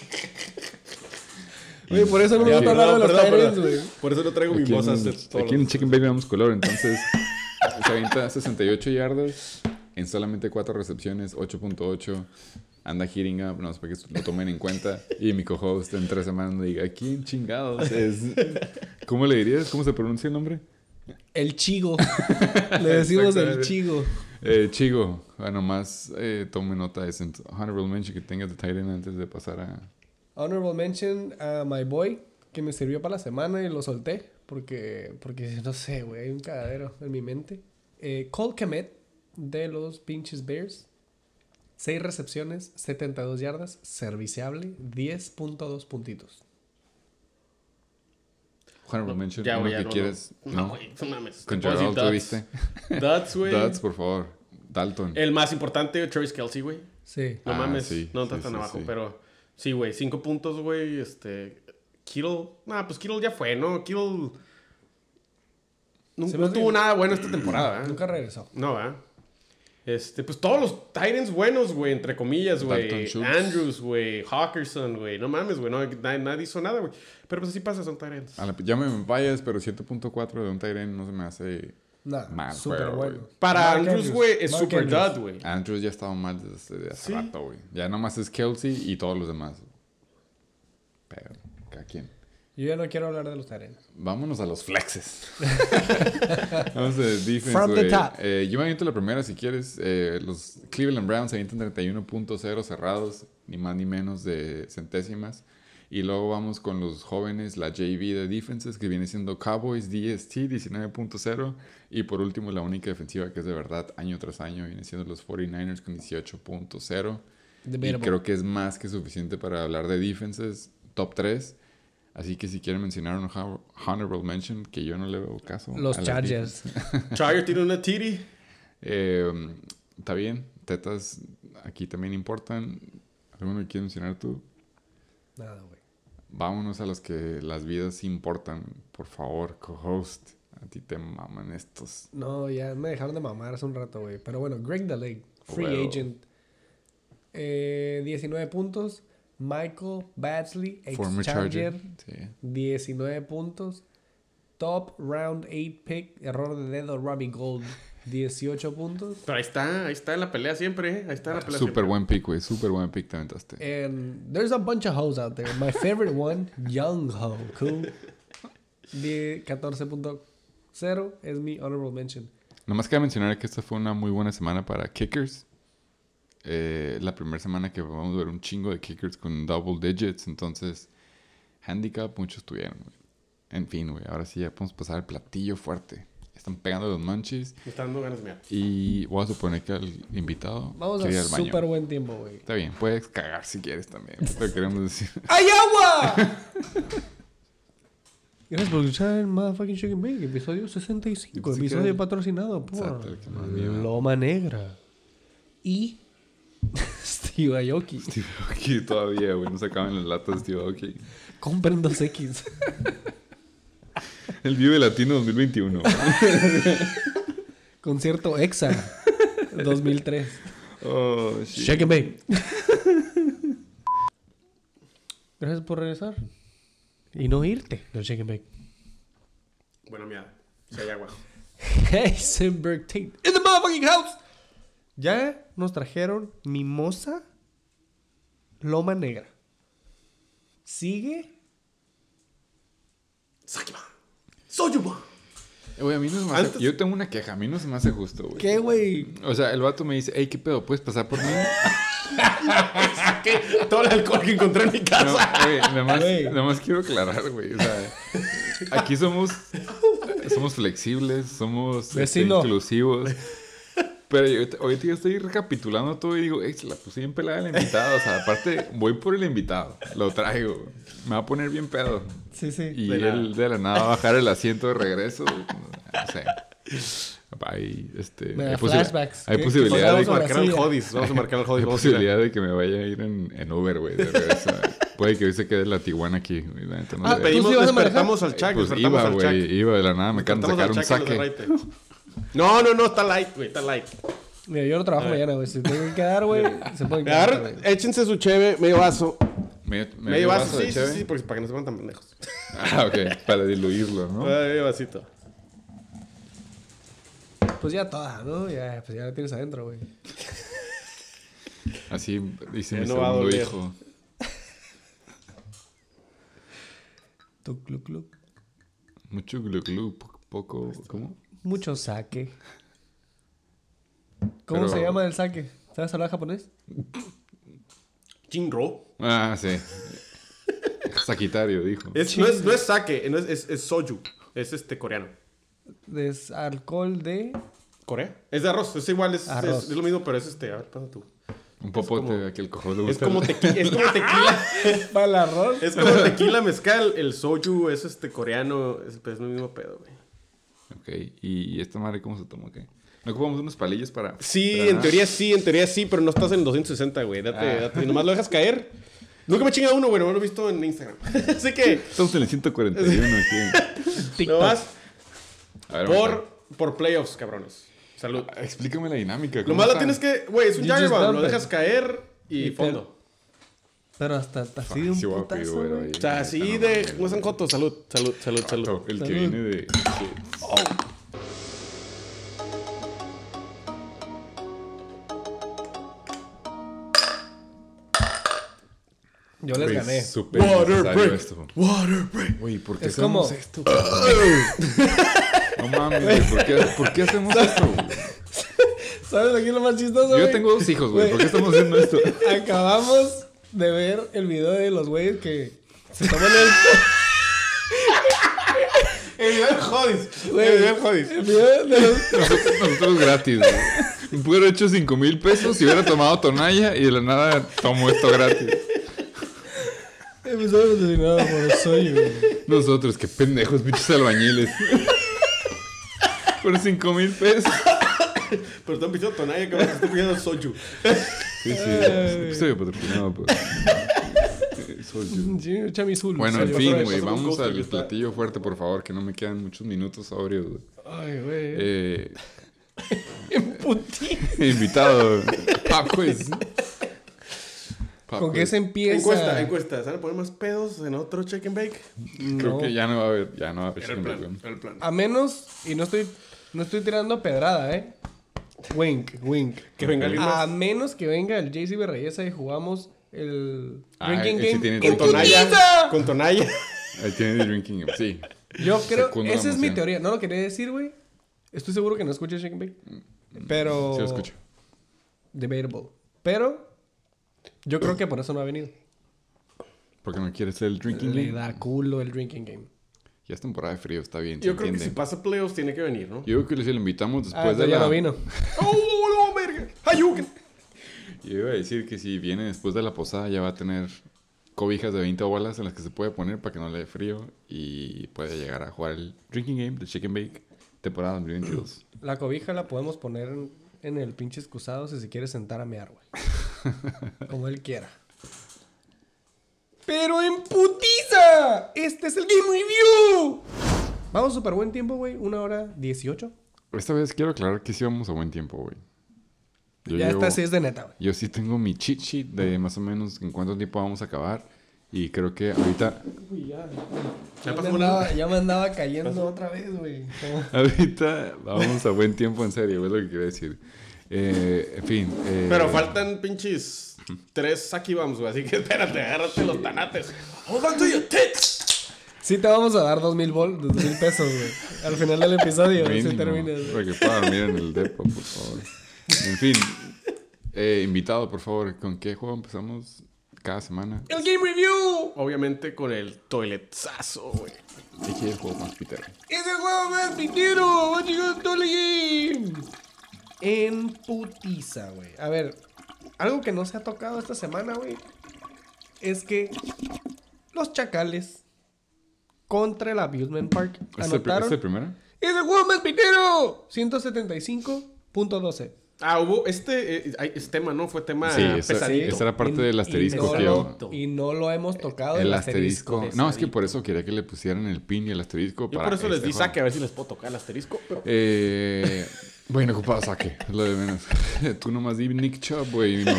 Güey, por eso no me gusta hablar de los tight güey. Por eso no traigo mimosas. Aquí en Chicken Baby vamos color, entonces se avienta 68 yardas en solamente 4 recepciones, 8.8. Anda heating up, no sé para que lo tomen en cuenta. Y mi co-host en 3 semanas me diga, ¿quién chingados es? ¿Cómo le dirías? ¿Cómo se pronuncia el nombre? El Chigo. Le decimos el Chigo. Chigo. Bueno, más tome nota de ese honorable mention que tengas de tight end antes de pasar a... Honorable mention a my boy, que me sirvió para la semana y lo solté. Porque no sé, güey, hay un cagadero en mi mente. Cole Kmet, de los pinches Bears. 6 recepciones, 72 yardas, serviciable, 10.2 puntitos. Honorable mention, ya, uno güey, que quieres. No, güey, no mames. Con Gerald tuviste. Dutz, güey. Dutz, por favor. Dalton. El más importante, Travis Kelce, güey. Sí. No mames, sí, no está tan abajo, pero... Sí, güey, 5 puntos, güey, Kittle... Nah, pues Kittle ya fue, ¿no? Kittle... No tuvo nada bueno esta temporada, ¿verdad? Nunca regresó. No, ¿verdad? Pues todos los Titans buenos, güey, entre comillas, güey. Andrews, güey. Hawkinson, güey. No mames, güey. No, nadie hizo nada, güey. Pero pues así pasa, son Titans. Ya me vayas, pero 7.4 de un Tyrant no se me hace mal. Súper bueno. Wey. Para Andrews, güey, es super dud, güey. Andrews ya estaba mal desde hace rato, güey. Ya nomás es Kelce y todos los demás. Pero, cada quien. Yo ya no quiero hablar de los Tyrants. Vámonos a los flexes. Vamos de defense, From the wey. top. Yo me aviento la primera si quieres. Los Cleveland Browns se avientan 31.0 cerrados, ni más ni menos de centésimas. Y luego vamos con los jóvenes, la JV de defenses, que viene siendo Cowboys DST 19.0. Y por último, la única defensiva que es de verdad año tras año, viene siendo los 49ers con 18.0. Y creo que es más que suficiente para hablar de defenses top 3. Así que si quieren mencionar un honorable mention, que yo no le veo caso. Los Chargers. Chargers tiene una titty. Está bien. Tetas aquí también importan. ¿Alguno que quieres mencionar tú? Nada, güey. Vámonos a los que las vidas importan. Por favor, co-host. A ti te maman estos. No, ya me dejaron de mamar hace un rato, güey. Pero bueno, Greg Dulcich, free agent. 19 puntos. Michael Badgley, ex-Charger, sí. 19 puntos. Top round 8 pick, error de dedo, Robbie Gould, 18 puntos. Pero ahí está en la pelea siempre, Ahí está en la pelea Súper buen pick, güey. Súper buen pick te aventaste. And there's a bunch of hoes out there. My favorite one, Young Ho, cool. 14.0 es mi honorable mention. Nomás quería mencionar que esta fue una muy buena semana para kickers. La primera semana que vamos a ver un chingo de kickers con double digits. Entonces, handicap muchos tuvieron, güey. En fin, güey. Ahora sí ya podemos pasar al platillo fuerte. Están pegando los munchies. Me está dando ganas de mirar. Y voy a suponer que al invitado vamos a súper buen tiempo, güey. Está bien. Puedes cagar si quieres también. Lo queremos decir. ¡Hay agua! Gracias por escuchar el Motherfucking Chicken Bake, episodio 65. Episodio patrocinado por Loma Negra. Y... Steve Aoki. Steve Aoki todavía, güey. No se acaban las latas de Steve Aoki. Compren 2X. El Vive Latino 2021. Concierto EXA 2003. Oh, shit. Shake and bake. Gracias por regresar. Y no irte del Shake and Bake. Buena mierda. Si hay agua. Heisenberg Tate. In the motherfucking house. Ya nos trajeron mimosa Loma Negra. ¿Sigue? Sakima. Soyuma. Güey, a mí no se me hace... Yo tengo una queja. A mí no se me hace justo, güey. ¿Qué, güey? O sea, el vato me dice, hey, ¿qué pedo? ¿Puedes pasar por mí? Saqué todo el alcohol que encontré en mi casa. No, güey, nada más quiero aclarar, güey. O sea, aquí somos flexibles, somos inclusivos. Pero ahorita yo estoy recapitulando todo y digo, se la puse bien pelada la invitada. O sea, aparte, voy por el invitado. Lo traigo. Me va a poner bien pedo. Sí, sí. Y él de la nada va a bajar el asiento de regreso. No sé. Hay flashbacks. Hay posibilidad Vamos a marcar el Hodis. Hay posibilidad de que me vaya a ir en Uber, güey, de regreso. Puede que hoy se quede la Tijuana aquí. Güey. No despertamos al Chuck. Pues iba de la nada. Me acaban de sacar un saque. No, está light, güey, está light. Mira, yo no trabajo mañana, güey. Si tengo que quedar, güey, se pueden quedar, güey. Échense su cheve, medio vaso. Medio vaso de cheve. Sí, porque para que no se pongan tan pendejos. Ok, para diluirlo, ¿no? Medio vasito. Pues ya toda, ¿no? Ya la tienes adentro, güey. Así dice mi segundo hijo. Tu glu glu. Mucho glu glu, poco, ¿cómo? Mucho sake. ¿Cómo se llama el sake? ¿Sabes hablar japonés? Jinro. Ah, sí. Sagitario, dijo. No es sake, es soju. Es coreano. Es alcohol de... ¿Corea? Es de arroz, es igual, es lo mismo, pero es A ver, pasa tú. Un popote de aquel cojo de Es como tequila. Para el arroz. Es como tequila mezcal. El soju es coreano. Es el mismo pedo, güey. Ok. ¿Y esta madre cómo se toma? ¿Qué? ¿No ocupamos unos palillos para...? Sí, para en teoría sí, pero no estás en 260, güey. Date. Nomás lo dejas caer. Nunca me he chingado uno, güey. No lo he visto en Instagram. Así que... Estamos en el 141 aquí. Nomás A ver, por playoffs, cabrones. Salud. explícame la dinámica. Nomás la tienes que... Güey, es un You just Jaggerbomb. dump Lo it. dejas caer y fondo. Pero hasta así de un Sí, voy a putazo, pedir, güey, güey. ahí. O sea, así de... No sean jotos. Salud. El que viene de... Yo les gané. Súper Water necesario break. esto. Water break. Güey, ¿por qué Es hacemos como- esto? No mames, güey. ¿Por qué hacemos esto? Güey? ¿Sabes aquí lo más chistoso, Yo güey? tengo 2 hijos, güey. ¿Por qué estamos haciendo esto? Acabamos de ver el video de los güeyes que se toman El video del Jodis. Güey, El video del Jodis. el video de los... Nosotros gratis, güey. Me pude haber hecho 5,000 pesos si hubiera tomado Tonaya y de la nada tomo esto gratis. Episodio patrocinado por el Soy, güey. Nosotros, qué pendejos, bichos albañiles. Por 5,000 pesos. Pero están pidiendo Tonaya, cabrón. Estoy pidiendo Soju. Sí, estoy patrocinado por... Soy yo. Sí, Chamizul. Bueno, en Soy, fin, otra vez. güey, pasó un vamos coaster al que está- platillo fuerte, por favor, que no me quedan muchos minutos sobrios, güey. Ay, güey. Puti. Invitado, pop quiz. Pop ¿Con qué quiz. se empieza? Encuesta. ¿Se van a poner más pedos en otro check and bake? Creo No. que ya no va a haber, chicken Era bacon. el plan. A menos, y no estoy tirando pedrada, Wink. Que venga alguien A más. menos que venga el JC Reyesa y jugamos el Drinking él sí Game. tiene Con drinking game. Tonaya. Con Tonaya. Él tiene el drinking game, sí. Yo creo, Secundo la esa es mi moción. teoría. No lo quería decir, güey. Estoy seguro que no escuchas Shake and Bake. Pero... Sí lo escucho. Debatable. Pero yo creo que por eso no ha venido. Porque no quiere ser el drinking Le game. da culo el Drinking Game. Ya es temporada de frío, está bien, se Yo creo que entiende. si pasa playoffs tiene que venir, ¿no? Yo creo que si lo invitamos después de Entonces ya la... no vino. ¡Oh, verga! ¡Hayuken! Yo iba a decir que si viene después de la posada ya va a tener cobijas de 20 bolas en las que se puede poner para que no le dé frío y puede llegar a jugar el drinking game de Chicken Bake temporada 2022. La cobija la podemos poner en el pinche excusado si se quiere sentar a mear, güey. Como él quiera. ¡Pero en putiza! ¡Este es el Game Review! Vamos súper buen tiempo, güey. 1:18. Esta vez quiero aclarar que sí vamos a buen tiempo, güey. Yo Ya llevo- esta sí es de neta, güey. Yo sí tengo mi cheat sheet de más o menos en cuánto tiempo vamos a acabar. Y creo que ahorita, Ya me andaba cayendo otra vez, güey. ahorita vamos a buen tiempo en serio, es lo que quiero decir. En fin. Pero faltan pinches 3 Saki Bombs, güey. Así que espérate, agárrate los tanates. Hold on to your tits. Sí te vamos a dar 2,000 pesos, güey. Al final del episodio, Mínimo, si terminas, güey. para que pueda dormir en el depo, por favor. En fin, invitado, por favor, ¿con qué juego empezamos cada semana? ¡El Game Review! Obviamente con el toiletazo, güey. Dije el juego más pitero. ¡Es el juego más pintero! ¡Va a llegar todo el game! En putiza, güey. A ver, algo que no se ha tocado esta semana, güey, es que los Chacales contra el Abusement Park anotaron... ¿Es el primero? ¡Es el juego más pintero! 175.12. Ah, hubo es tema, ¿no? Fue tema Sí, pesadito. esa era parte del asterisco no que lo- yo... y no lo hemos tocado. El asterisco. asterisco. No, es que por eso quería que le pusieran el pin y el asterisco. Yo para por eso les este di juego. saque a ver si les puedo tocar el asterisco. Pero... Bueno, ocupado saque, es lo de menos. Tú nomás di Nick Chubb, güey. En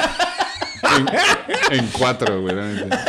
4, güey, la neta.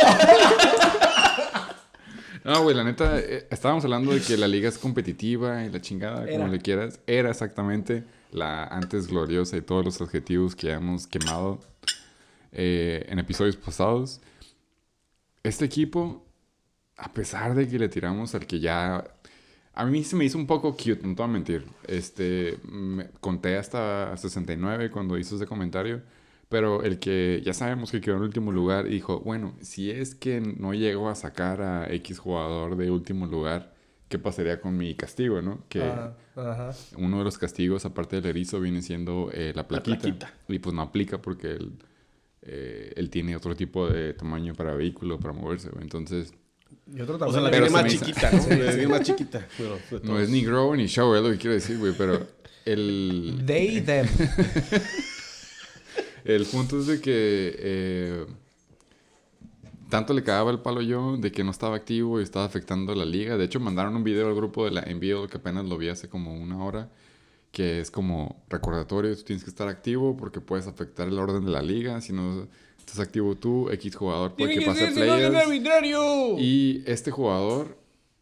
No, güey, la neta, estábamos hablando de que la liga es competitiva y la chingada, como Era. le quieras. Era exactamente la antes gloriosa y todos los adjetivos que hemos quemado en episodios pasados. Este equipo, a pesar de que le tiramos al que ya... A mí se me hizo un poco cute, no te voy a mentir. Conté hasta 69 cuando hizo ese comentario. Pero el que ya sabemos que quedó en último lugar dijo, bueno, si es que no llego a sacar a X jugador de último lugar, qué pasaría con mi castigo, ¿no? Que uno de los castigos, aparte del erizo, viene siendo la plaquita. Y pues no aplica porque él tiene otro tipo de tamaño para vehículo, para moverse, güey. Entonces... Y otro también. O sea, la tiene más chiquita, ¿no? La tiene más chiquita. Bueno, no es ni grow ni show, es lo que quiero decir, güey, pero el... They, them. El punto es de que... tanto le cagaba el palo yo de que no estaba activo y estaba afectando a la liga. De hecho, mandaron un video al grupo de la NBA que apenas lo vi hace como una hora, que es como recordatorio, tú tienes que estar activo porque puedes afectar el orden de la liga. Si no estás activo tú, X jugador puede que pase playoffs. Y este jugador,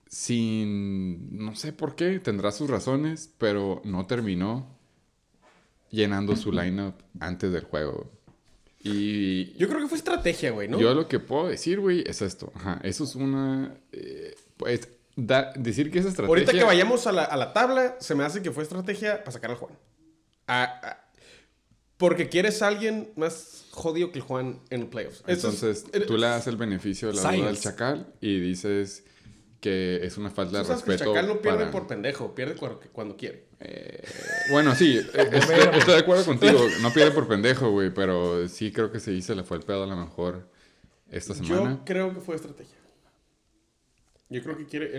no sé por qué, tendrá sus razones, pero no terminó llenando su lineup antes del juego. Y yo creo que fue estrategia, güey, ¿no? Yo lo que puedo decir, güey, es esto. Ajá, eso es una... pues, decir que es estrategia... Ahorita que vayamos a la tabla, se me hace que fue estrategia para sacar al Juan. Porque quieres a alguien más jodido que el Juan en los playoffs. Entonces, tú le das el beneficio de la duda al Chacal y dices que es una falta de respeto. El Chacal no pierde por pendejo, pierde cuando quiere. Bueno, sí, estoy de acuerdo contigo. No pierde por pendejo, güey, pero sí creo que sí se le fue el pedo a lo mejor esta semana. Yo creo que fue estrategia. Yo creo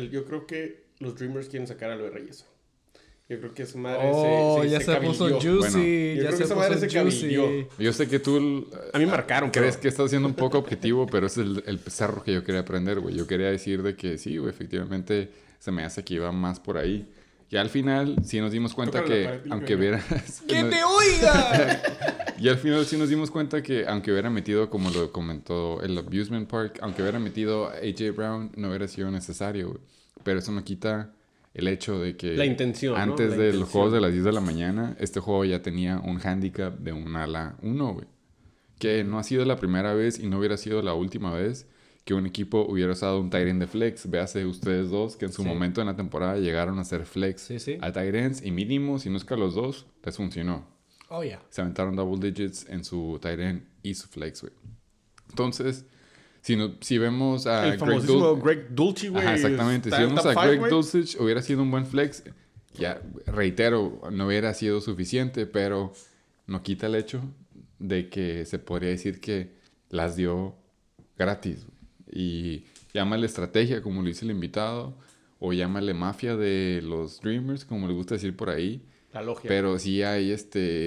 que los Dreamers quieren sacar a Luis Reyes. Yo creo que esa madre ya se puso juicy. Bueno, yo creo que esa madre se cabilló. Yo sé que tú... A mí marcaron. Crees que estás siendo un poco objetivo, pero ese es el cerro que yo quería aprender, güey. Yo quería decir de que sí, güey, efectivamente se me hace que iba más por ahí. Y al final sí nos dimos cuenta que, aunque vieras... ¡Que te oiga! Y al final sí nos dimos cuenta que, aunque hubiera metido, como lo comentó el Abusement Park, aunque hubiera metido a A.J. Brown, no hubiera sido necesario, güey. Pero eso no quita el hecho de que... La intención, antes ¿no? de los juegos de las 10 de la mañana, este juego ya tenía un handicap de un ala 1, güey. Que no ha sido la primera vez y no hubiera sido la última vez que un equipo hubiera usado un tight end de flex. Véase ustedes dos que en su momento en la temporada llegaron a hacer flex a tight ends y mínimo, si no es que a los dos, les funcionó. Oh, yeah. Se aventaron double digits en su tight end y su flex, güey. Entonces, si vemos a el famosísimo Greg Dulcich, güey. Exactamente. Si vemos a Greg Dulcich, hubiera sido un buen flex. Ya, reitero, no hubiera sido suficiente, pero no quita el hecho de que se podría decir que las dio gratis. Y llámale estrategia, como lo dice el invitado, o llámale mafia de los Dreamers, como le gusta decir por ahí. La logia. Pero sí hay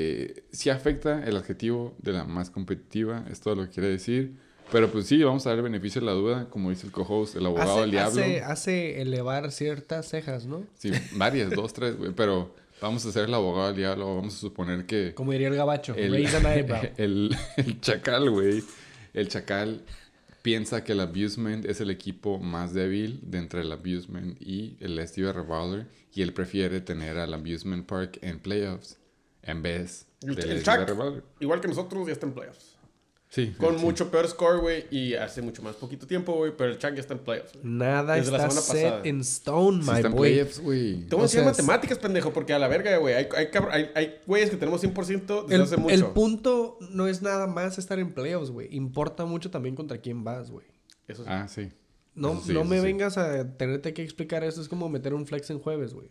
sí afecta el adjetivo de la más competitiva, es todo lo que quiere decir. Pero pues sí, vamos a dar el beneficio de la duda, como dice el co-host, el abogado del diablo. Hace elevar ciertas cejas, ¿no? Sí, varias, 2, 3, güey, pero vamos a ser el abogado del diablo, vamos a suponer que... Como diría el gabacho, raise an eyebrow. El Chacal, güey, el Chacal piensa que el Abusement es el equipo más débil de entre el Abusement y el Steve Revolver, y él prefiere tener al Abusement Park en playoffs en vez del Steve Revolver. Igual que nosotros, ya está en playoffs. Sí. Con mucho peor score, güey, y hace mucho más poquito tiempo, güey, pero el Chuck ya está en playoffs. Nada está set in stone, my está boy. Playoffs, güey. Te voy a decir matemáticas, pendejo, porque a la verga, güey, hay güeyes que tenemos 100% desde hace mucho. El punto no es nada más estar en playoffs, güey. Importa mucho también contra quién vas, güey. Eso sí. Ah, sí. No, sí, no me vengas a tenerte que explicar eso. Es como meter un flex en jueves, güey.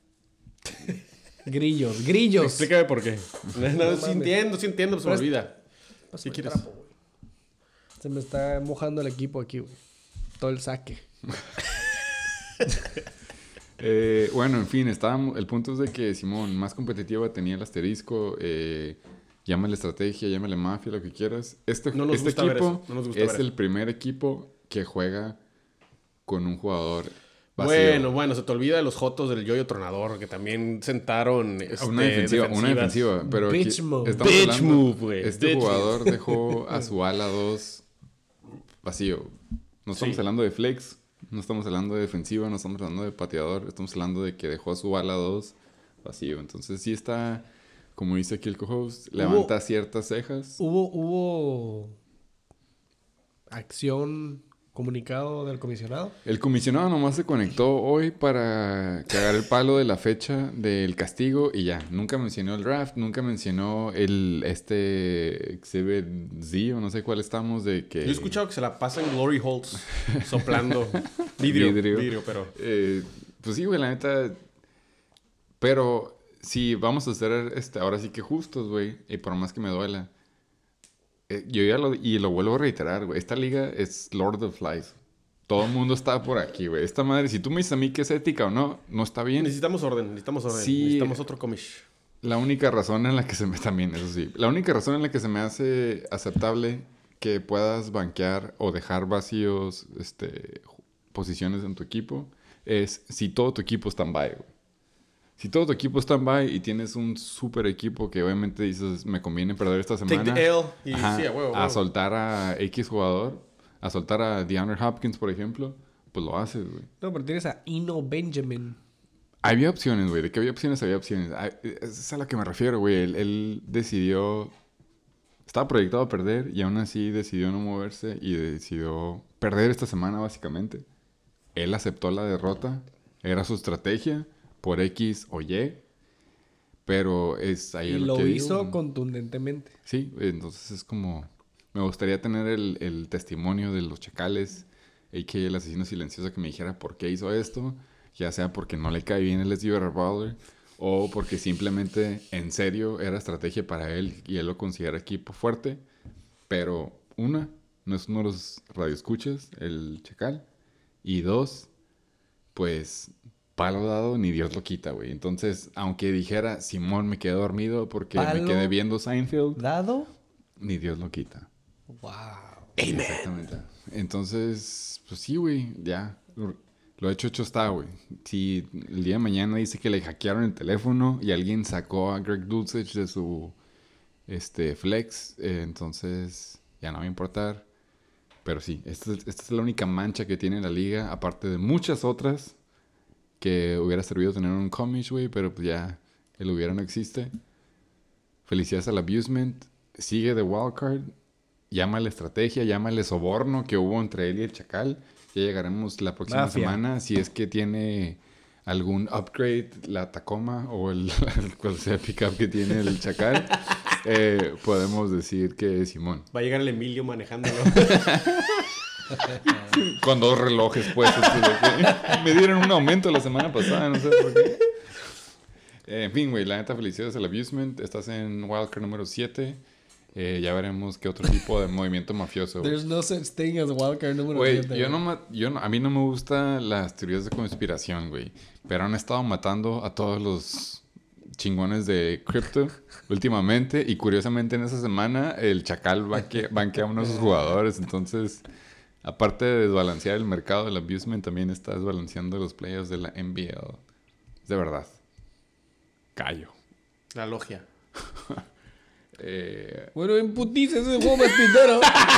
Grillos. Explícame por qué. No, sí entiendo, se me olvida. ¿Qué quieres? Trapo, se me está mojando el equipo aquí, güey. Todo el saque. Bueno, en fin, el punto es de que Simón, más competitiva, tenía el asterisco. Llámale estrategia, llámale mafia, lo que quieras. Este equipo es el primer equipo que juega con un jugador vacío. Bueno, se te olvida de los jotos del Yoyo Tronador, que también sentaron una defensiva. Pero bitch move. Bitch move, güey. Este jugador dejó a su ala 2 vacío. No estamos hablando de flex, no estamos hablando de defensiva, no estamos hablando de pateador, estamos hablando de que dejó a su ala 2 vacío. Entonces sí está, como dice aquí el co-host, levanta ciertas cejas. ¿Hubo acción, comunicado del comisionado? El comisionado nomás se conectó hoy para cagar el palo de la fecha del castigo y ya. Nunca mencionó el draft, nunca mencionó Exhibit Z o no sé cuál estamos de que... Yo he escuchado que se la pasa en Glory Holes soplando vidrio, pero... Pues sí, güey, la neta. Pero si vamos a ser ahora sí que justos, güey, y por más que me duela. Yo ya lo vuelvo a reiterar, güey. Esta liga es Lord of Flies. Todo el mundo está por aquí, güey. Esta madre, si tú me dices a mí que es ética o no, no está bien. Necesitamos orden. Sí, necesitamos otro comish. La única razón en la que se me... También, eso sí. La única razón en la que se me hace aceptable que puedas banquear o dejar vacíos posiciones en tu equipo es si todo tu equipo está en bye, güey. Si todo tu equipo está en bye y tienes un super equipo que obviamente dices, me conviene perder esta semana. Take the L y sí, a huevo. A soltar a X jugador, a soltar a DeAndre Hopkins, por ejemplo, pues lo haces, güey. No, pero tienes a Eno Benjamin. Había opciones, güey. ¿De qué había opciones? Había opciones. Es a la que me refiero, güey. Él decidió... Estaba proyectado a perder y aún así decidió no moverse y decidió perder esta semana, básicamente. Él aceptó la derrota. Era su estrategia por X o Y. Pero es ahí y lo que lo hizo digo. Contundentemente. Sí, entonces es como... Me gustaría tener el testimonio de los chacales, a.k.a. el asesino silencioso, que me dijera por qué hizo esto. Ya sea porque no le cae bien el SDR Bowler o porque simplemente en serio era estrategia para él y él lo considera equipo fuerte. Pero una, no es uno de los radioescuchas, el chacal. Y dos, pues palo dado ni Dios lo quita, güey. Entonces, aunque dijera Simón me quedé dormido porque me quedé viendo Seinfeld. ¿Dado? Ni Dios lo quita. Wow. Sí, exactamente. Entonces, pues sí, güey, ya. Lo hecho está, güey. Si el día de mañana dice que le hackearon el teléfono y alguien sacó a Greg Dulcich de su flex, entonces ya no va a importar. Pero sí, esta es la única mancha que tiene la liga, aparte de muchas otras que hubiera servido tener un comish, güey, pero pues ya el hubiera no existe. Felicidades al Abusement. Sigue de wildcard. Llámale estrategia, llámale soborno que hubo entre él y el Chacal. Ya llegaremos la próxima semana. Si es que tiene algún upgrade, la Tacoma o el cual sea pickup que tiene el Chacal, podemos decir que es Simón. Va a llegar el Emilio manejándolo. Con 2 relojes puestos. Me dieron un aumento la semana pasada, no sé por qué. En fin, güey, la neta, felicidades al Abusement. Estás en wildcard número 7. Ya veremos qué otro tipo de movimiento mafioso. There's no such thing as wildcard número 7. Güey, a mí no me gustan las teorías de conspiración, güey. Pero han estado matando a todos los chingones de crypto últimamente. Y curiosamente en esa semana el Chacal banquea a uno de sus jugadores. Entonces, aparte de desbalancear el mercado del Abusement, también está desbalanceando los players de la NBL. Es de verdad. Callo. La logia. Bueno, en putiza ese juego más pintero.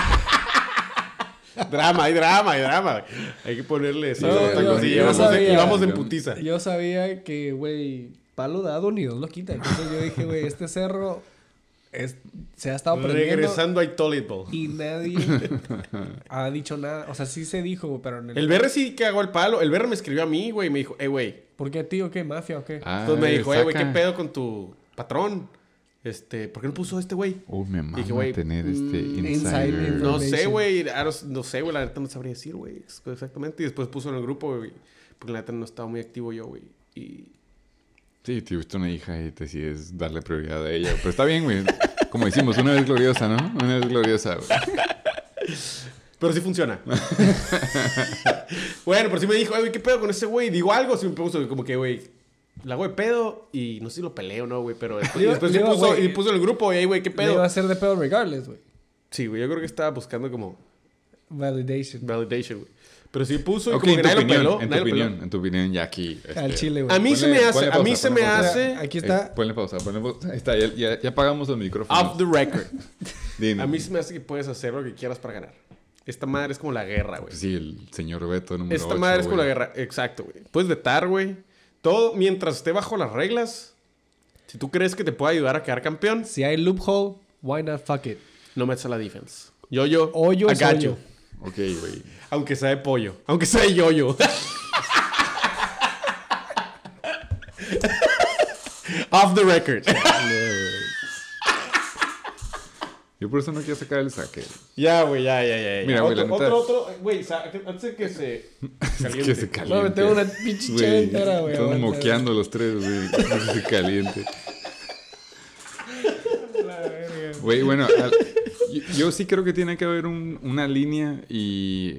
Hay drama. Hay que ponerle eso. Y vamos en putiza. Yo sabía que, güey, palo dado ni Dios lo quita. Entonces yo dije, güey, este cerro se ha estado prendiendo. Regresando a Toilet Bowl. Y nadie ha dicho nada. O sea, sí se dijo, güey, pero... El BR sí que hago el palo. El BR me escribió a mí, güey, y me dijo, güey. ¿Por qué, tío? ¿Qué? ¿Mafia o qué? Entonces me dijo, güey, ¿qué pedo con tu patrón? ¿Por qué no puso este güey? Me mama tener insider. No sé, güey. No sé, güey. La neta no sabría decir, güey. Exactamente. Y después puso en el grupo, güey. Porque la neta no estaba muy activo yo, güey. Sí, tuviste una hija y decides darle prioridad a ella. Pero está bien, güey. Como decimos, una vez gloriosa, ¿no? Una vez gloriosa, güey. Pero sí funciona. Bueno, pero sí me dijo, güey, ¿qué pedo con ese güey? Digo algo, sí me puso como que, güey... La hago de pedo y no sé si lo peleo, ¿no, güey? Pero después puso en el grupo y ahí, güey, ¿qué pedo? Le iba a hacer de pedo regardless, güey. Sí, güey, yo creo que estaba buscando como... Validation, güey. Pero sí puso y okay, como que nadie lo peló. En tu opinión, ya aquí... Al chile, güey. A mí se me hace... Aquí está. Ponle pausa. Ahí está, ya apagamos el micrófono. Off the record. A mí se me hace que puedes hacer lo que quieras para ganar. Esta madre es como la guerra, güey. Sí, el señor Beto número 8, Esta madre es como la guerra. Exacto, güey. Puedes vetar, güey. Todo mientras esté bajo las reglas. Si tú crees que te puede ayudar a quedar campeón. Si hay loophole, why not fuck it? No metas a la defense. Hoyo es hoyo. Ok, güey. Aunque sea de pollo. Aunque sea de yo-yo. Off the record. Yo por eso no quiero sacar el saque. Ya, güey, ya. Mira, güey, la neta... Otro, güey, antes de que se caliente. Que se caliente. No, me tengo una pinche chela entera, güey. Estamos moqueando los tres, güey. Que se caliente. Güey, bueno, yo sí creo que tiene que haber una línea y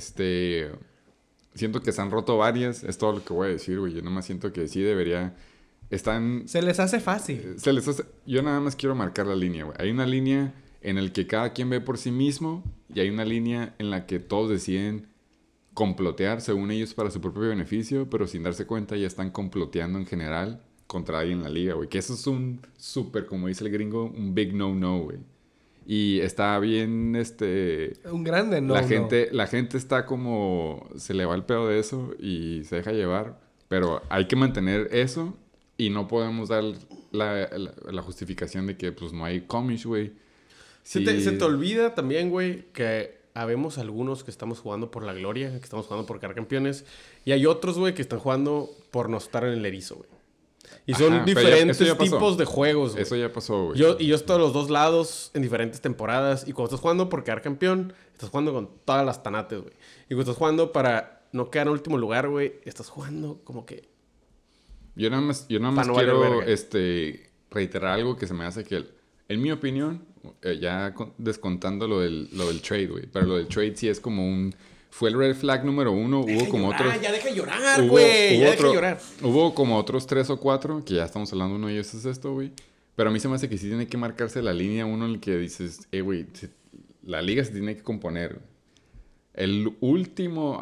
siento que se han roto varias, es todo lo que voy a decir, güey. Yo nada más siento que sí debería... Se les hace fácil. Yo nada más quiero marcar la línea, güey. Hay una línea en la que cada quien ve por sí mismo y hay una línea en la que todos deciden complotear según ellos para su propio beneficio, pero sin darse cuenta ya están comploteando en general contra alguien en la liga, güey. Que eso es un súper, como dice el gringo, un big no-no, güey. Y está bien, un grande no. La gente está como... Se le va el pedo de eso y se deja llevar. Pero hay que mantener eso y no podemos dar la justificación de que, pues, no hay comish, güey. Sí. Se te olvida también, güey, que habemos algunos que estamos jugando por la gloria, que estamos jugando por quedar campeones. Y hay otros, güey, que están jugando por no estar en el erizo, güey. Y son diferentes tipos de juegos, güey. Eso ya pasó, güey. Yo estoy a los dos lados en diferentes temporadas. Y cuando estás jugando por quedar campeón, estás jugando con todas las tanates, güey. Y cuando estás jugando para no quedar en último lugar, güey, estás jugando como que... Yo nada más no quiero reiterar algo que se me hace que... En mi opinión, ya descontando lo del trade, güey. Pero lo del trade sí es como un... Fue el red flag número 1. Hubo como otros... Ya deja de llorar, güey. Ya deja de llorar. Hubo como otros 3 o 4, que ya estamos hablando uno de ellos es esto, güey. Pero a mí se me hace que sí tiene que marcarse la línea uno en el que dices, güey, la liga se tiene que componer, güey. El último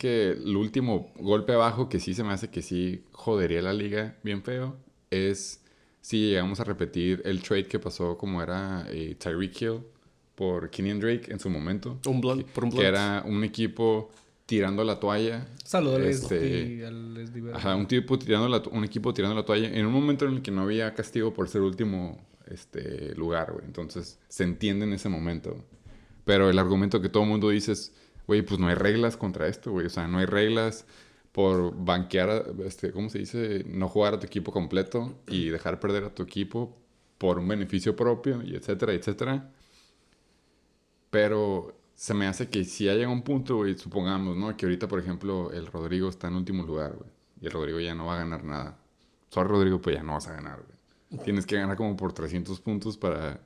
golpe abajo que sí se me hace que sí jodería la liga bien feo es si llegamos a repetir el trade que pasó como era Tyreek Hill por Kenyan Drake en su momento. Por un blunt. Que era un equipo tirando la toalla. Saludos Ajá, un equipo tirando la toalla en un momento en el que no había castigo por ser último lugar, güey. Entonces se entiende en ese momento. Pero el argumento que todo el mundo dice es, güey, pues no hay reglas contra esto, güey. O sea, no hay reglas por banquear, ¿cómo se dice? No jugar a tu equipo completo y dejar perder a tu equipo por un beneficio propio, y etcétera, etcétera. Pero se me hace que si llega un punto, güey, supongamos, ¿no? Que ahorita, por ejemplo, el Rodrigo está en último lugar, güey. Y el Rodrigo ya no va a ganar nada. Sorry, Rodrigo, pues ya no vas a ganar, güey. Tienes que ganar como por 300 puntos para...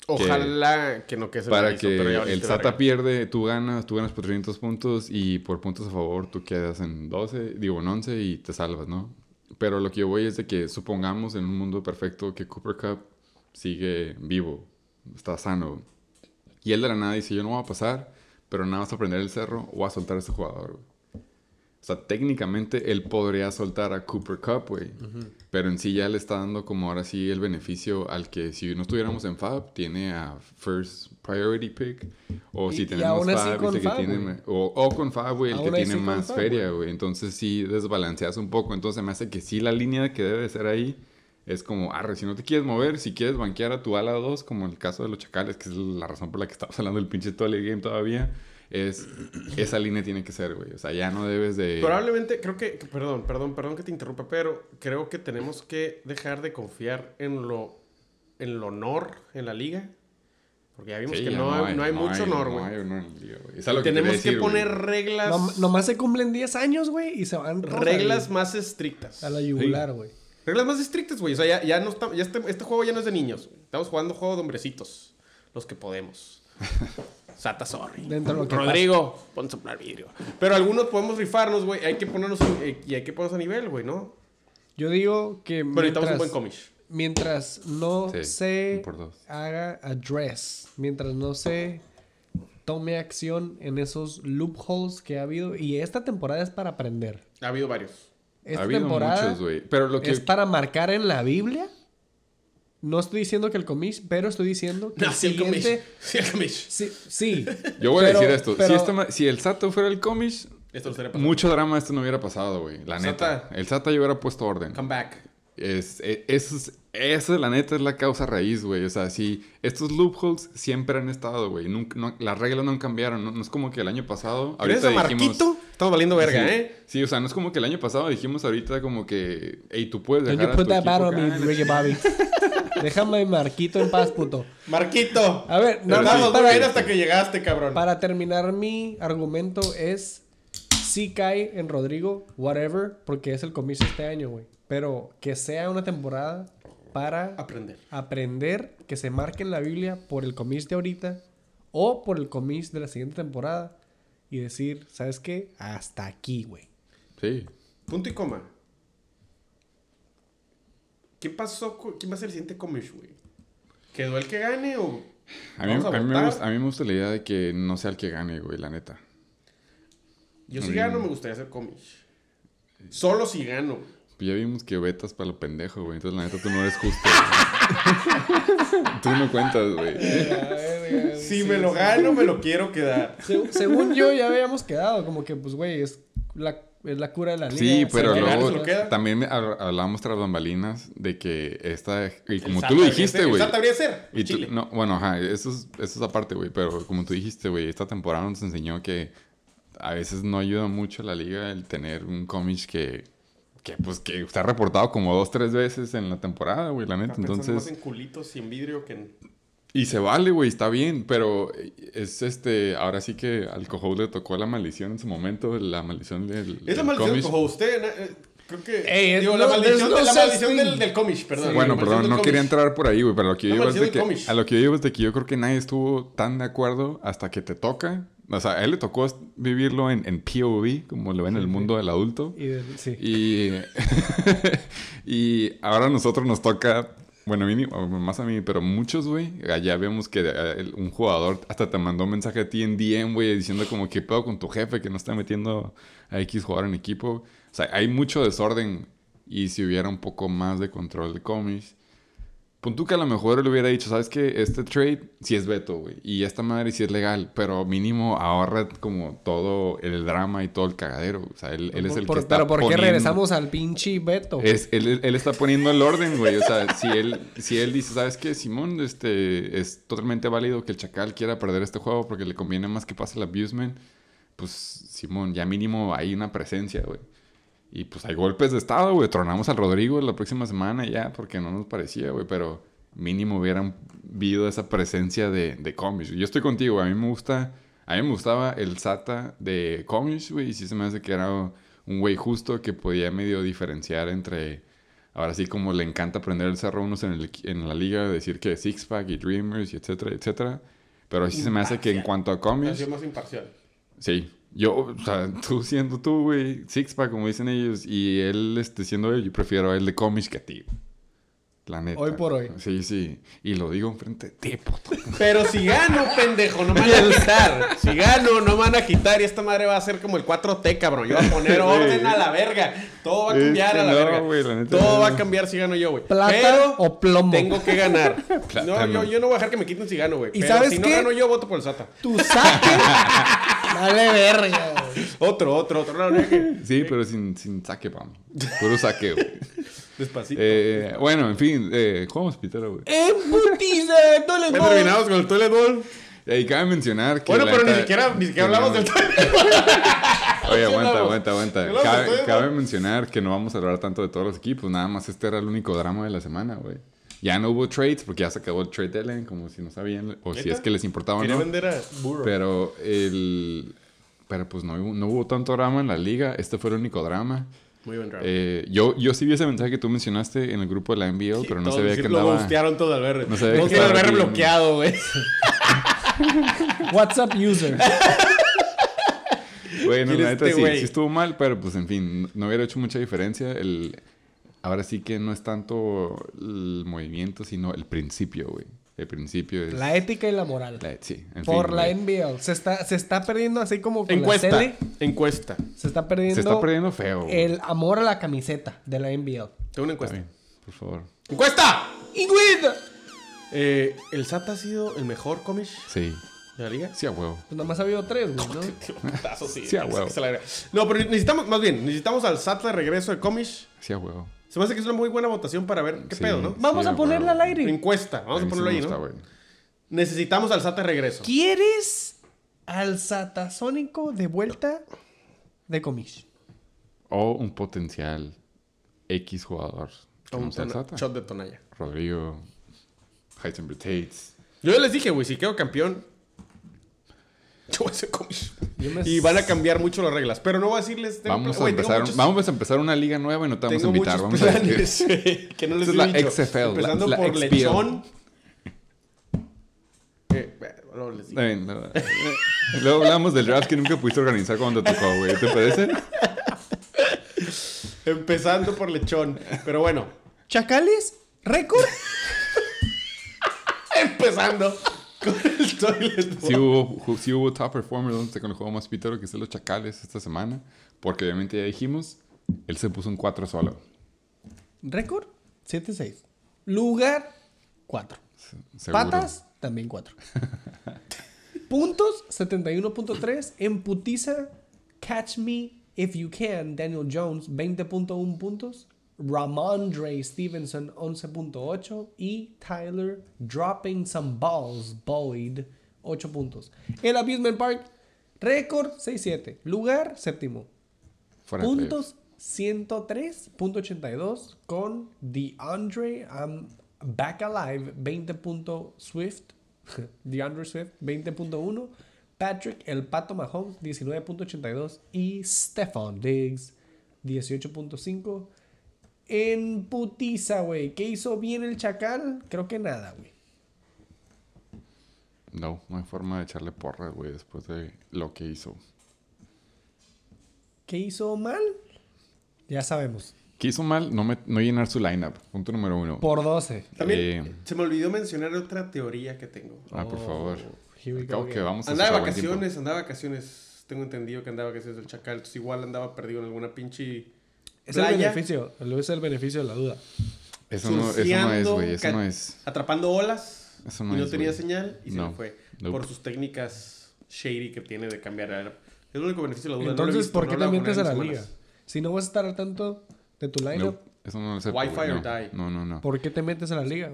Ojalá que no quede para que el SATA pierde, tú ganas por 300 puntos y por puntos a favor tú quedas en 11 y te salvas, ¿no? Pero lo que yo voy es de que supongamos en un mundo perfecto que Cooper Kupp sigue vivo, está sano. Y él de la nada dice, yo no voy a pasar, pero nada más a prender el cerro o a soltar a ese jugador, güey. O sea, técnicamente él podría soltar a Cooper Kupp, güey. Uh-huh. Pero en sí ya le está dando como ahora sí el beneficio al que si no estuviéramos en Fab, tiene a First Priority Pick. O si tenemos Fab, dice que tiene... O con Fab, güey, el que tiene más feria, güey. Entonces sí desbalanceas un poco. Entonces me hace que sí la línea que debe ser ahí es como, si no te quieres mover, si quieres banquear a tu ala 2, como en el caso de los Chacales, que es la razón por la que estamos hablando del pinche Tolly Game todavía... esa línea tiene que ser, güey. O sea, ya no debes de... Probablemente, creo que... Perdón que te interrumpa, pero creo que tenemos que dejar de confiar en lo honor en la liga. Porque ya vimos que no hay mucho honor, güey. No hay honor en la liga, güey. Es tenemos que poner reglas... Nomás se cumplen 10 años, güey, y se van... Reglas más estrictas. A la yugular, güey. Reglas más estrictas, güey. O sea, ya no está... este juego ya no es de niños, güey. Estamos jugando juego de hombrecitos. Los que podemos. Sata, sorry. Rodrigo, pon a soplar vidrio. Pero algunos podemos rifarnos, güey. Hay que ponernos a nivel, güey, ¿no? Yo digo que pero necesitamos un buen comish. Mientras no se haga address, mientras no se tome acción en esos loopholes que ha habido. Y esta temporada es para aprender. Ha habido varios. Esta temporada muchos, güey. Pero lo que... es para marcar en la Biblia. No estoy diciendo que el comish, pero estoy diciendo que el siguiente... Sí, el comish. Sí. Yo voy a decir esto. Si el SATA fuera el comish, mucho drama esto no hubiera pasado, güey. La neta. El SATA yo hubiera puesto orden. Come back. Esa, la neta, es la causa raíz, güey. O sea, sí, estos loopholes siempre han estado, güey. Las reglas no cambiaron. No es como que el año pasado... ¿Crees a Marquito? Estamos valiendo verga, sí, ¿eh? Sí, o sea, no es como que el año pasado dijimos ahorita como que... Hey, tú puedes dejar a tu equipo... Bobby. Déjame Marquito en paz, puto. Marquito. A ver, no vamos a ir hasta que llegaste, cabrón. Para terminar, mi argumento es... Sí cae en Rodrigo, whatever, porque es el comienzo este año, güey. Pero que sea una temporada para... Aprender, que se marque en la Biblia por el comis de ahorita o por el comis de la siguiente temporada y decir, ¿sabes qué? Hasta aquí, güey. Sí. Punto y coma. ¿Qué pasó? ¿Quién va a ser el siguiente comis, güey? ¿Quedó el que gane o...? A mí me gusta la idea de que no sea el que gane, güey, la neta. Yo si gano me gustaría hacer comis. Solo si gano. Pues ya vimos que vetas para lo pendejo, güey. Entonces, la neta, tú no eres justo, güey. Tú no cuentas, güey. Si me lo gano, me lo quiero quedar. Según yo, ya habíamos quedado. Como que, pues, güey, es la cura de la liga. Sí, pero luego también hablábamos tras bambalinas de que esta... Y como tú lo dijiste, güey. ¿Esta debería ser? Chile. No, bueno, ajá. Eso es aparte, güey. Pero como tú dijiste, güey, esta temporada nos enseñó que a veces no ayuda mucho a la liga el tener un cómic que está reportado como 2-3 veces en la temporada, güey, la neta. Entonces, más en culitos y en vidrio que en... Y se vale, güey, está bien, pero es ahora sí que al co-host le tocó la maldición en su momento, la maldición del... Es la maldición del co-host, usted... Creo que... la maldición del cómic, perdón. Sí. Bueno, perdón, no quería entrar por ahí, güey, pero a lo que yo digo es de que yo creo que nadie estuvo tan de acuerdo hasta que te toca. O sea, a él le tocó vivirlo en POV, como lo ven en el mundo del adulto. Y ahora a nosotros nos toca... Bueno, más a mí, pero muchos, güey. Allá vemos que un jugador hasta te mandó un mensaje a ti en DM, güey, diciendo como que pedo con tu jefe que no está metiendo a X jugador en equipo. O sea, hay mucho desorden. Y si hubiera un poco más de control de cómics, pon tú que a lo mejor le hubiera dicho, ¿sabes qué? Este trade sí es veto, güey. Y esta madre sí es legal. Pero mínimo ahorra como todo el drama y todo el cagadero. O sea, él es el que está Pero ¿por qué regresamos al pinche veto? Él está poniendo el orden, güey. O sea, si él dice, ¿sabes qué? Simón, es totalmente válido que el Chacal quiera perder este juego porque le conviene más que pase el abusement. Pues, Simón, ya mínimo hay una presencia, güey. Y pues hay golpes de estado, güey. Tronamos al Rodrigo la próxima semana ya porque no nos parecía, güey. Pero mínimo hubieran habido esa presencia de cómics. Yo estoy contigo, güey. A mí me gustaba el Sata de cómics, güey. Y sí se me hace que era un güey justo que podía medio diferenciar entre... Ahora sí, como le encanta prender el cerro a unos en la liga, decir que Sixpack y Dreamers y etcétera, etcétera. Pero sí se me hace que en cuanto a cómics... Ha sido más imparcial. Sí. Yo, o sea, tú siendo tú, güey, Sixpack, como dicen ellos, y él siendo él, yo prefiero a él de cómics que a ti. La neta. Hoy por hoy. Sí. Y lo digo enfrente de ti, puto. Pero si gano, pendejo, no me van a quitar. Si gano, no me van a quitar. Y esta madre va a ser como el 4T, cabrón. Yo voy a poner orden a la verga. Todo va a cambiar a la verga. Wey, la neta, todo va a cambiar si gano yo, güey. ¿Plata o plomo? Tengo que ganar. No, yo no voy a dejar que me quiten si gano, güey. ¿Y pero sabes si qué? no gano yo, voto por el Sata. Tu saque. Dale verga, güey. Otro. No, sí, pero sin saque, vamos. Puro saque, güey. Despacito. Bueno, en fin, jugamos pitero, güey. ¡Emputiza! ¡Toilet Bowl! Terminamos con el Toilet Bowl. Y cabe mencionar que... Bueno, pero ni siquiera hablamos del Toilet Bowl. Oye, aguanta. Cabe mencionar que no vamos a hablar tanto de todos los equipos. Nada más este era el único drama de la semana, güey. Ya no hubo trades porque ya se acabó el trade deadline, como si no sabían o si es que les importaba o no. Quería vender a Burrow. Pero pues no hubo tanto drama en la liga. Este fue el único drama. Muy buen drama. Yo sí vi ese mensaje que tú mencionaste en el grupo de la NBL, pero no sabía que andaba... Lo bustearon todo al verde. No sabía que estaba al bloqueado, güey. WhatsApp user. Bueno, la neta sí estuvo mal, pero pues en fin, no hubiera hecho mucha diferencia. Ahora sí que no es tanto el movimiento, sino el principio, güey. El principio es... La ética y la moral. Sí. Por la NBL. Se está perdiendo así como con encuesta, la Cele. Encuesta. Se está perdiendo feo, güey. el amor a la camiseta de la NBL. Tengo una encuesta. Bien, por favor. ¡Encuesta! ¡Encuesta! ¿El SAT ha sido el mejor cómic Sí. de la liga? Sí, a huevo. Pues nada más ha habido 3, güey, ¿no? Sí, a huevo. No, pero necesitamos al SAT de regreso de cómic. Sí, a huevo. Se me hace que es una muy buena votación para ver qué pedo, ¿no? Vamos a ponerla al aire. Encuesta. Vamos a ponerlo ahí, ¿no? Wey. Necesitamos al SAT de regreso. ¿Quieres al Satasónico de vuelta de comis? O un potencial X jugador. Un shot de Tonaya. Rodrigo. Heisenberg Tates. Yo ya les dije, güey, si quedo campeón, yo voy a ser coach. Y van a cambiar mucho las reglas. Pero no voy a decirles... Vamos a empezar una liga nueva y no te vamos a invitar. Vamos planes, que no les es he la dicho. XFL. Empezando la por XPL. Lechón. No les digo. Luego hablamos del draft que nunca pudiste organizar cuando te tocó, güey. ¿Te parece? Empezando por Lechón. Pero bueno. ¿Chacales? ¿Récord? Empezando con el Toilet Bowl. Sí hubo top performer con el juego más pitero que es los Chacales esta semana. Porque obviamente ya dijimos, él se puso un 4 solo. ¿Récord? 7-6. Lugar, 4. Seguro. Patas, también 4. Puntos, 71.3. En putiza, Catch Me If You Can, Daniel Jones, 20.1 puntos. Ramondre Stevenson, 11.8. Y Tyler Dropping Some Balls, Boyd, 8 puntos. El Abusement Park, récord 6-7. Lugar, séptimo. Fuera Puntos, 103.82 con DeAndre Back Alive, 20. Swift. DeAndre Swift, 20.1. Patrick El Pato Mahomes, 19.82. Y Stephon Diggs, 18.5. En putiza, güey. ¿Qué hizo bien el Chacal? Creo que nada, güey. No hay forma de echarle porra, güey, después de lo que hizo. ¿Qué hizo mal? Ya sabemos. ¿Qué hizo mal? No llenar su lineup. Punto número 1. Por 12. También se me olvidó mencionar otra teoría que tengo. Por favor. Acabo que vamos a andaba de vacaciones. Tengo entendido que andaba de vacaciones del Chacal. Entonces igual andaba perdido en alguna pinche Es playa. el beneficio. Es el beneficio de la duda. Eso no es, güey. Eso no es. Atrapando olas. Eso no tenía güey. señal y se No. le fue. Nope. Por sus técnicas shady que tiene de cambiar. Es el único beneficio de la duda. Entonces, ¿por qué te metes a la semanas. liga? Si no vas a estar al tanto de tu lineup, Eso no lo sé. Wi-Fi or die. No. ¿por qué te metes a la liga?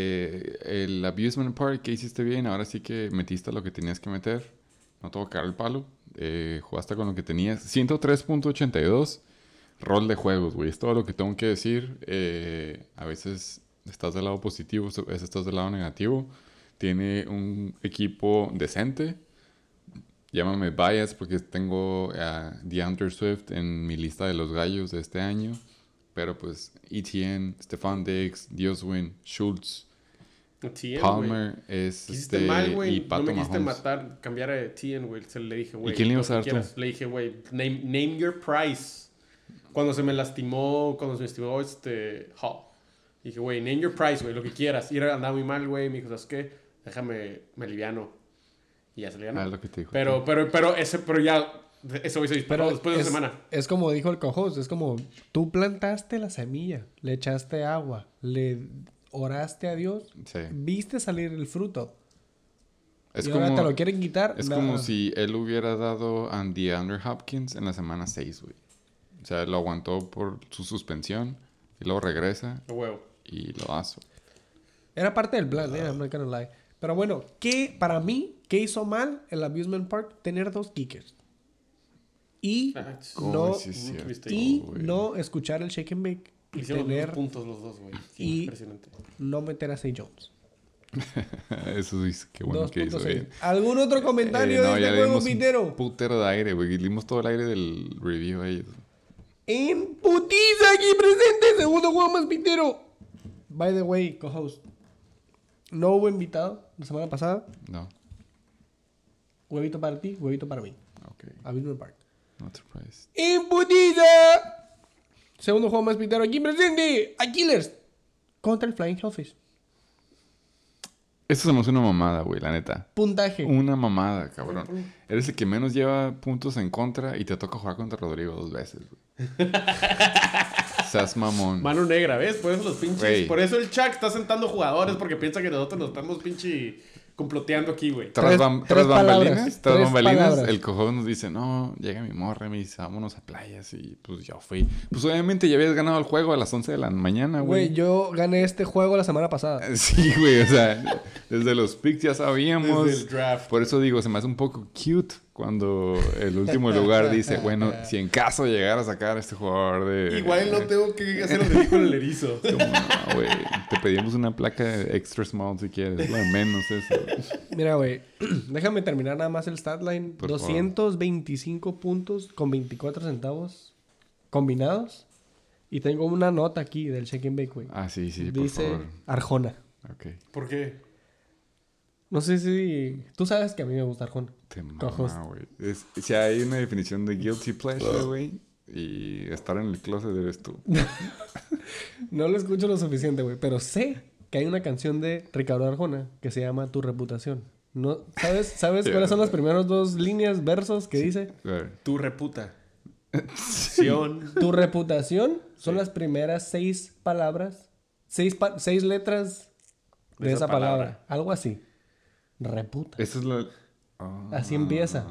El Abusement Park que hiciste bien. Ahora sí que metiste lo que tenías que meter. No te voy a caer el palo. Jugaste con lo que tenías. 103.82. Rol de juegos, güey. Es todo lo que tengo que decir. A veces estás del lado positivo, a veces estás del lado negativo. Tiene un equipo decente. Llámame bias porque tengo a DeAndre Swift en mi lista de los gallos de este año. Pero pues Etienne, Stephon Diggs, Dioswin, Schultz, Palmer Hiciste mal, güey. y Pato No me quisiste Mahomes. cambiar a Etienne, güey. Se le dije, güey. ¿Y quién le ibas a dar tú? Le dije, güey, name your price. Cuando se me lastimó Hall. Dije, güey, name your price, güey, lo que quieras. Y andaba muy mal, güey. Me dijo, ¿sabes qué? Déjame, me aliviano. Y ya se alivianó. Lo que te dijo. Pero ya, eso hoy se disparó después de una semana. Es como dijo el co-host, es como tú plantaste la semilla, le echaste agua, le oraste a Dios, Sí. viste salir el fruto. Es y como, ahora te lo quieren quitar. es como si él hubiera dado a DeAndre Hopkins en la semana 6, güey. O sea, lo aguantó por su suspensión y luego regresa Huevo. y lo hace. Era parte del plan, I'm not gonna lie. Pero bueno, para mí, ¿qué hizo mal el Abusement Park? Tener 2 kickers. Y no escuchar el shake and bake. Y Hicieron tener 2 puntos los dos, güey. y- Impresionante. no meter a Zay Jones. Eso sí, qué bueno que hizo 2.6. bien. ¿Algún otro comentario de ya este le juego, dimos Pitero? un putero de aire, güey. Le dimos todo el aire del review a ellos. En putiza aquí presente, segundo juego más pitero. By the way, co-host. No hubo invitado la semana pasada. No. Huevito para ti, huevito para mí. Ok. Abusement Park. Not surprised. En putiza. Segundo juego más pitero aquí presente. A Killers. Contra el Flying Hellfish. Esto se me hace una mamada, güey, la neta. Puntaje. Una mamada, cabrón. Eres el que menos lleva puntos en contra y te toca jugar contra Rodrigo 2 veces, güey. Seas mamón. Mano negra, ¿ves? Por eso los pinches. Wey. Por eso el Chuck está sentando jugadores porque piensa que nosotros nos estamos pinche comploteando aquí, güey. Tras palabras. bambalinas, Tres palabras. el cojón nos dice, no, llega mi morra, me dice, vámonos a playas. Y pues yo fui. Pues obviamente ya habías ganado el juego a las 11 de la mañana, Güey, güey. yo gané este juego la semana pasada. Sí, güey, o sea, desde los picks ya sabíamos. Desde el draft. Por eso digo, se me hace un poco cute Cuando el último lugar dice, bueno, si en caso de llegar a sacar a este jugador de... Igual no tengo que hacer el ridículo el erizo. Como, no, güey, te pedimos una placa de extra small si quieres. Lo de menos eso. Mira, güey, déjame terminar nada más el statline. 225 puntos con 24 centavos combinados. Y tengo una nota aquí del check-in bake, güey. Ah, sí, por dice favor. Arjona. Ok. ¿Por qué? No sé si... Tú sabes que a mí me gusta Arjona. Te mama, güey. Si hay una definición de guilty pleasure, güey, y estar en el closet eres tú. No lo escucho lo suficiente, güey. Pero sé que hay una canción de Ricardo Arjona que se llama Tu Reputación. No, ¿Sabes cuáles son las primeras dos líneas, versos que dice? A ver. Tu reputa. Tu reputación son las primeras 6 palabras, 6 letras de esa palabra. Algo así. Reputa. Esa es la... Así empieza.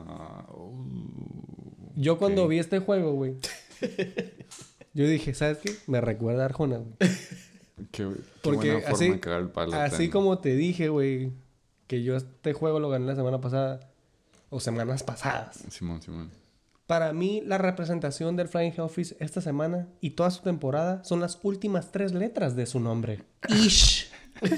Yo cuando vi este juego, güey, yo dije, ¿sabes qué? Me recuerda a Arjona, güey. Qué Porque buena forma de cagar el palo. así como te dije, güey, que yo este juego lo gané la semana pasada, o semanas pasadas. Simón. Para mí, la representación del Flying Hellfish esta semana y toda su temporada son las últimas 3 letras de su nombre. Ish.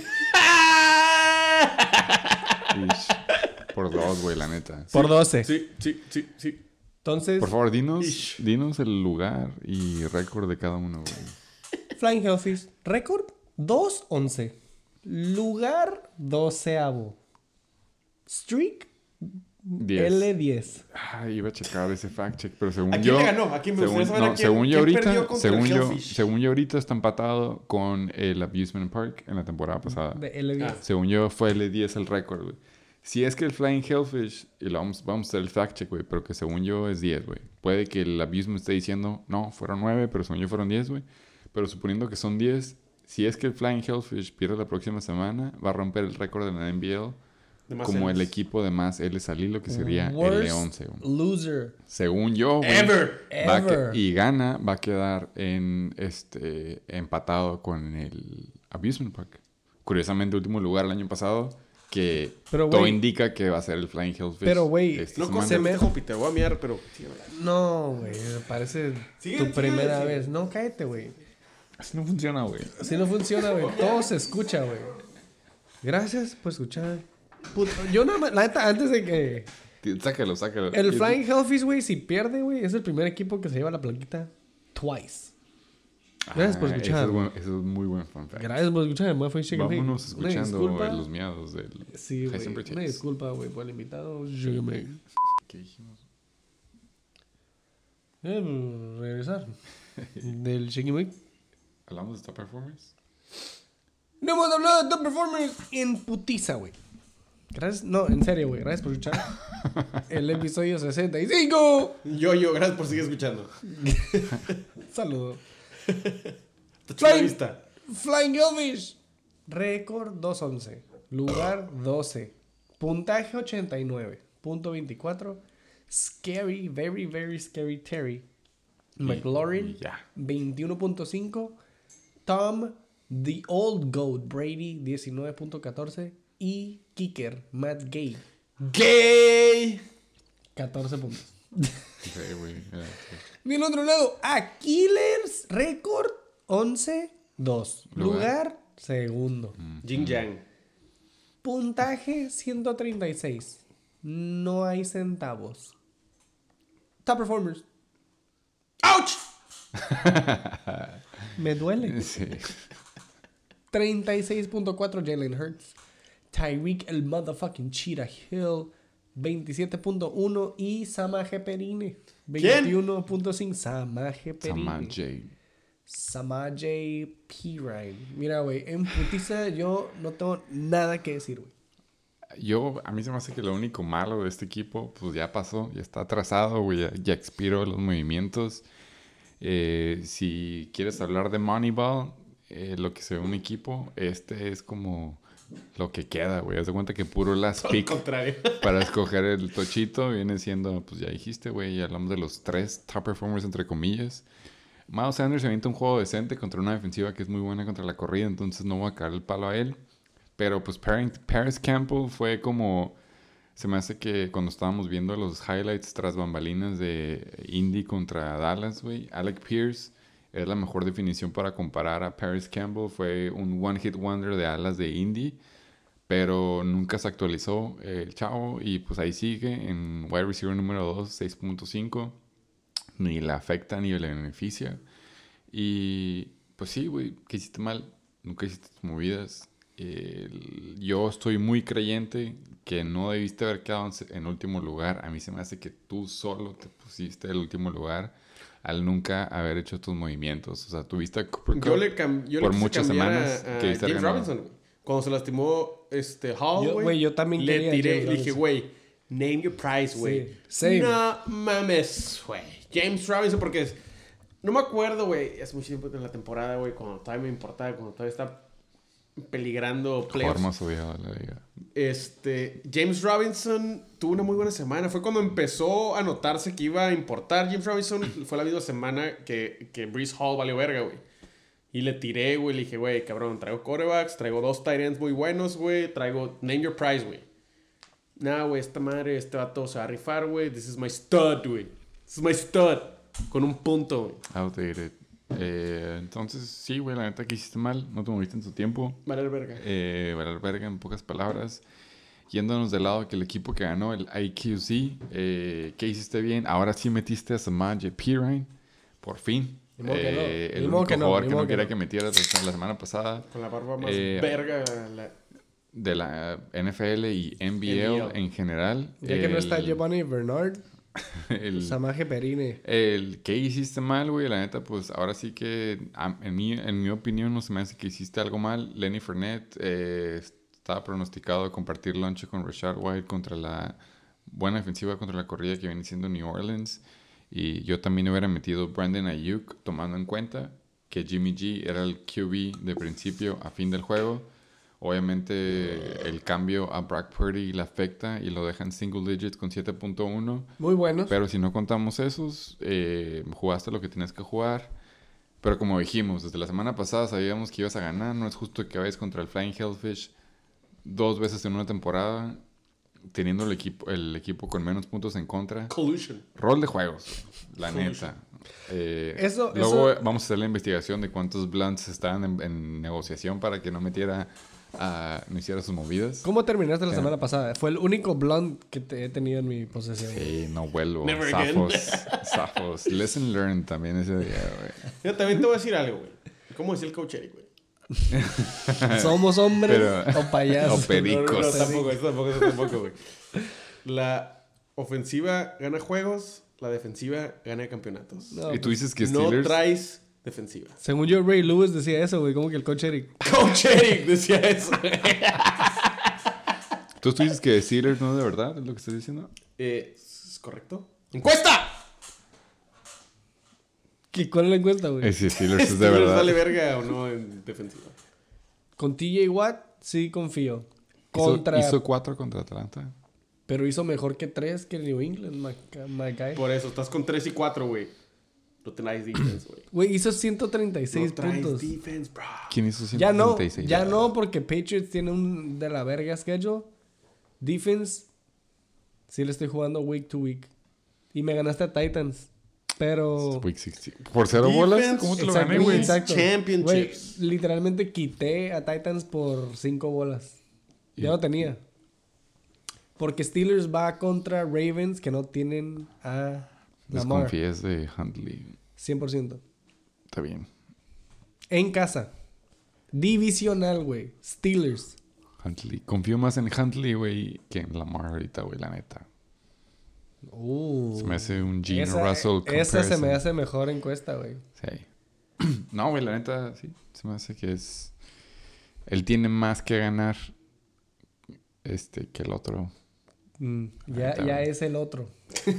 Por 2, güey, la neta. Por 12. Sí. Entonces, Por favor, dinos el lugar y récord de cada uno, güey. Flying Hellfish, récord 2-11. Lugar 12avo. Streak 10. L10. Iba a checar ese fact check, pero según ¿A quién yo... le ganó? ¿A quién me gustaría saber a quién? Según yo ¿Quién ahorita... perdió contra el Hellfish? Según yo ahorita está empatado con el Abusement Park en la temporada pasada. De L10. Según yo fue L10 el récord, güey. Si es que el Flying Hellfish... Y vamos a hacer el fact check, güey. Pero que según yo es 10, güey. Puede que el Abusement esté diciendo... No, fueron 9, pero según yo fueron 10, güey. Pero suponiendo que son 10... Si es que el Flying Hellfish pierde la próxima semana... Va a romper el récord de la NBL... Como el equipo de más L's al hilo, que sería L11. Loser. Según yo, güey. Ever. Y gana, va a quedar en empatado con el Abusement Park. Curiosamente, último lugar el año pasado, que pero, todo wey, indica que va a ser el Flying Hellfish. Pero, güey, no se me te voy a mirar, pero... No, güey, me parece tu primera vez. No, cállate, güey. Así no funciona, güey. Así no funciona, güey. Todo se escucha, güey. Gracias por escuchar. Puto, yo nada más, la neta, antes de que... Sácalo. El Flying Hellfish, güey, si pierde, güey, es el primer equipo que se lleva la plaquita twice. Gracias por escuchar. Eso es muy buen fun fact. Gracias por escuchar. Vámonos escuchando los miados del... Sí, güey. Una disculpa, güey, por el invitado. ¿Qué dijimos? Regresar. Del Shaky Mike. ¿Hablamos de top performers? No hemos hablado de top performers en putiza, güey. Gracias. No, en serio, güey. Gracias por escuchar el episodio 65. Yo, gracias por seguir escuchando. Saludos. Flying Hellfish. Récord 211. Lugar 12. Puntaje 89. Punto 24. Scary, very, very scary Terry. McLaurin. 21.5. Tom, The Old Goat Brady. 19.14. Y kicker, Matt Gay. ¡Gay! 14 puntos. Sí, güey. Del otro lado, Aquiles, récord 11-2. Lugar segundo. Jing Yang. Puntaje 136. No hay centavos. Top performers. ¡Ouch! Me duele. Sí. 36.4 Jalen Hurts. Tyreek el motherfucking Cheetah Hill 27.1 y Samaje Perine 21.5. Samaje Perine. Samaje Perine. Mira, güey, en putiza yo no tengo nada que decir, güey. A mí se me hace que lo único malo de este equipo, pues ya pasó, ya está atrasado, güey, ya expiró los movimientos. Si quieres hablar de Moneyball, lo que se ve un equipo, es como lo que queda, güey. Haz de cuenta que puro last pick para escoger el tochito viene siendo, pues ya dijiste, güey, ya hablamos de los 3 top performers entre comillas. Miles Sanders se avienta un juego decente contra una defensiva que es muy buena contra la corrida, entonces no voy a caer el palo a él. Pero pues Paris Campbell fue como Se me hace que cuando estábamos viendo los highlights tras bambalinas de Indy contra Dallas, güey, Alec Pierce es la mejor definición para comparar a Paris Campbell. Fue un one-hit wonder de alas de Indy, pero nunca se actualizó el chavo y pues ahí sigue en wide receiver número 2, 6.5. Ni le afecta ni le beneficia. Y pues sí, güey, ¿qué hiciste mal? Nunca hiciste tus movidas. Yo estoy muy creyente que no debiste haber quedado en último lugar. A mí se me hace que tú solo te pusiste el último lugar al nunca haber hecho tus movimientos. O sea, tuviste por muchas semanas que James Robinson. Cuando se lastimó Hall, güey, yo también le tiré, le dije, güey, name your price, güey. Sí. No mames, güey. James Robinson, porque no me acuerdo, güey. Es mucho tiempo en la temporada, güey, cuando todavía me importaba, cuando todavía está peligrando playoffs. James Robinson tuvo una muy buena semana. Fue cuando empezó a notarse que iba a importar James Robinson. Fue la misma semana que Breece Hall valió verga, güey. Y le tiré, güey. Le dije, güey, cabrón, traigo quarterbacks, traigo 2 tight ends muy buenos, güey. Traigo name your price, güey. Nah, güey, esta madre, este vato se va a rifar, güey. This is my stud, güey. This is my stud. Con un punto, güey. Outdated. Entonces, sí, güey, la neta que hiciste mal. No te moviste en tu tiempo. Valer verga. Valer verga, en pocas palabras. Yéndonos del lado que el equipo que ganó, el IQC, ¿qué hiciste bien? Ahora sí metiste a Samaje Perine. Por fin. El único jugador que no quería que metieras la semana pasada. Con la barba más verga. De la NFL y NBL en general. Ya que no está Giovanni Bernard. Samaje Perine. ¿Qué hiciste mal, güey? La neta, pues ahora sí que en mi opinión no se me hace que hiciste algo mal. Lenny Fournette estaba pronosticado a compartir lonche con Rashad White contra la buena defensiva contra la corrida que viene siendo New Orleans. Y yo también hubiera metido Brandon Ayuk, tomando en cuenta que Jimmy G era el QB de principio a fin del juego. Obviamente el cambio a Brock Purdy le afecta y lo deja en single digits con 7.1. Muy buenos. Pero si no contamos esos, jugaste lo que tenías que jugar. Pero como dijimos, desde la semana pasada sabíamos que ibas a ganar. No es justo que vayas contra el Flying Hellfish 2 veces en una temporada, teniendo el equipo con menos puntos en contra. Collusion. Rol de juegos, la neta. Luego vamos a hacer la investigación de cuántos blunts estaban en negociación para que no hiciera sus movidas. ¿Cómo terminaste la semana pasada? Fue el único blunt que he tenido en mi posesión. Sí, no vuelvo. Never Zafos. Lesson learned también ese día, güey. Yo también te voy a decir algo, güey. ¿Cómo decía el coach Eric, güey? ¿Somos hombres o payasos? O pericos. No, tampoco, güey. La ofensiva gana juegos, la defensiva gana campeonatos. No, y tú dices que Steelers... No traes defensiva. Según yo, Ray Lewis decía eso, güey. Como que el coach Eric. Coach Eric decía eso. ¿Tú dices que Steelers no es de verdad? ¿Es lo que estás diciendo? ¿Es correcto? ¡Encuesta! ¿Cuál es la encuesta, güey? Si Steelers es de verdad. ¿Vale verga o no en defensiva? Con TJ Watt, sí confío. Hizo 4 contra Atlanta. Pero hizo mejor que 3 que New England, my guy. Por eso, estás con 3 y 4, güey. No traes defense, güey. Güey, hizo 136 puntos. Defense, bro. ¿Quién hizo 136? Ya no, porque Patriots tiene un de la verga schedule. Defense, sí le estoy jugando week to week. Y me ganaste a Titans. Pero... Week 16. ¿Por 0 bolas? ¿Cómo te lo gané, güey? Exacto. Championships. Wey, literalmente quité a Titans por 5 bolas. Ya lo tenía. Porque Steelers va contra Ravens que no tienen a Lamar. Desconfías de Huntley. 100%. Está bien. En casa. Divisional, güey. Steelers. Huntley. Confío más en Huntley, güey, que en Lamar ahorita, güey, la neta. Se me hace un Geno Russell comparison. Esa se me hace mejor encuesta, güey. Sí. No, güey, la neta, sí. Se me hace que es... Él tiene más que ganar que el otro. Ya es el otro.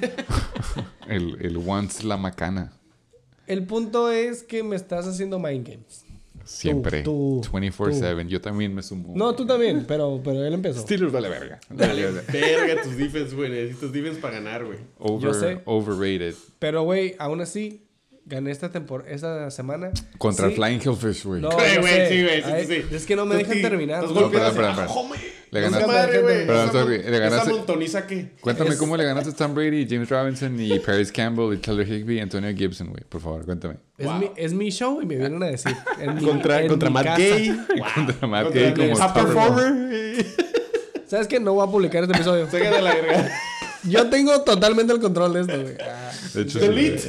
el once la macana. El punto es que me estás haciendo mind games. Siempre. 24/7. Yo también me sumo. No, tú también, pero él empezó. Steelers vale verga. Vale verga tus defense, güey. Necesitas defense para ganar, güey. Yo sé. Overrated. Pero, güey, aún así, gané esta semana. Contra el Flying Hellfish, güey. No, güey, sí, güey. Es que no me dejan terminar. No, perdón. Le ganaste. Madre, güey. Le ganaste. ¿Esa montoniza qué? Cuéntame cómo le ganaste a Tom Brady, James Robinson y Paris Campbell y Taylor Higbee y Antonio Gibson, güey. Por favor, cuéntame. Es mi show y me vienen a decir. Contra Matt Gay. Contra Matt Gay como Top Performer. ¿Sabes qué? No voy a publicar este episodio. Sáquate de la verga. Yo tengo totalmente el control de esto, güey. De hecho, Delete.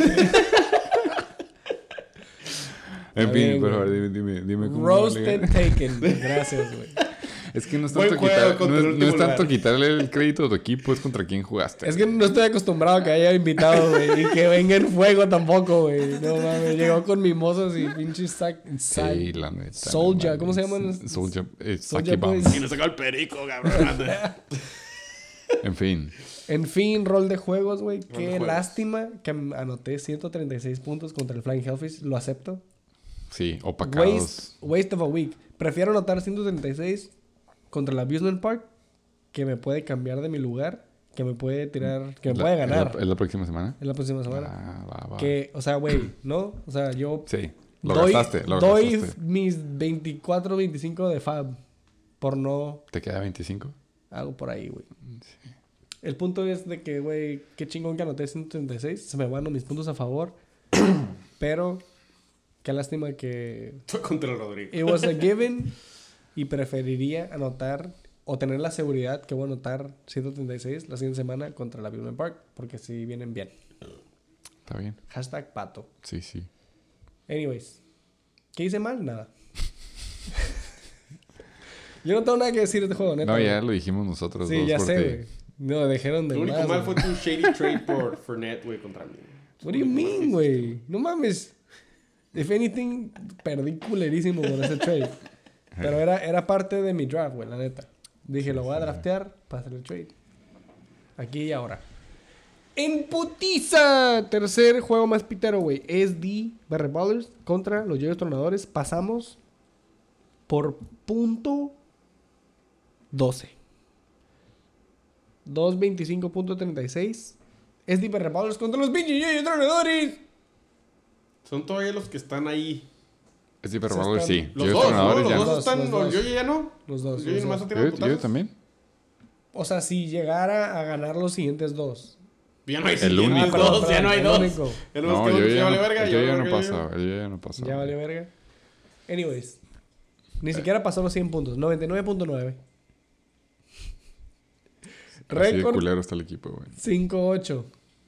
En fin, por favor, dime cómo. Roasted Taken. Gracias, güey. Es que no es tanto quitarle el crédito a tu equipo, es contra quién jugaste. Es que no estoy acostumbrado a que haya invitado, güey. Y que venga en fuego tampoco, güey. No mames. Llegó con mimosas y pinches Sí, la neta. Soulja, ¿cómo se llaman? Soulja. Soulja Boys. Y nos sacó el perico, cabrón. En fin, rol de juegos, güey. Qué lástima que anoté 136 puntos contra el Flying Hellfish. Lo acepto. Sí, opacados. Waste of a week. Prefiero anotar 136 contra el Abusement Park, que me puede cambiar de mi lugar, que me puede tirar, que me puede ganar. ¿Es la próxima semana? Es la próxima semana. Va. Que, o sea, güey, ¿no? O sea, yo... Sí, lo gastaste. Doy mis 24, 25 de Fab por no... ¿Te queda 25? Algo por ahí, güey. Sí. El punto es de que, güey, qué chingón que anoté 136. Se me van mis puntos a favor. Pero, qué lástima que... Contra el Rodrigo. It was a given. Y preferiría anotar o tener la seguridad que voy a anotar 136 la siguiente semana contra la Abusement Park. Porque sí vienen bien. Está bien. Hashtag pato. Sí. Anyways. ¿Qué hice mal? Nada. Yo no tengo nada que decir de este juego, neta. No, ya lo dijimos nosotros. Sí, ya sé, güey. No, dejaron de Lo único más, mal güey. fue tu shady trade por Fournette, güey, contra mí. What do you mean, güey? No mames. If anything, perdí culerísimo con ese trade. Pero era parte de mi draft, güey, la neta. Dije, lo voy a draftear para hacer el trade. Aquí y ahora. En putiza. Tercer juego más pitero, güey. SD Barry Ballers contra los Yoyos Tronadores. Pasamos por punto 12. 225.36. SD Barry Ballers contra los pinches Yoyos Tronadores. Son todavía los que están ahí. Es hiperbálico, sí. Los Yo dos, ¿no? ya Los no. dos están... Los dos. Yo ya no. Los dos. Yo los nomás dos. he tirado Yo putazos. también. O sea, si llegara a ganar los siguientes dos. Ya no hay El único. dos, ya no hay el dos. único. Ya No, no, yo ya vale ya verga. no pasaba. Yo ya no pasaba. Ya valió verga. Anyways. Ni siquiera pasó los 100 puntos. 99.9. Así de Récord culero está el equipo, güey. 5-8.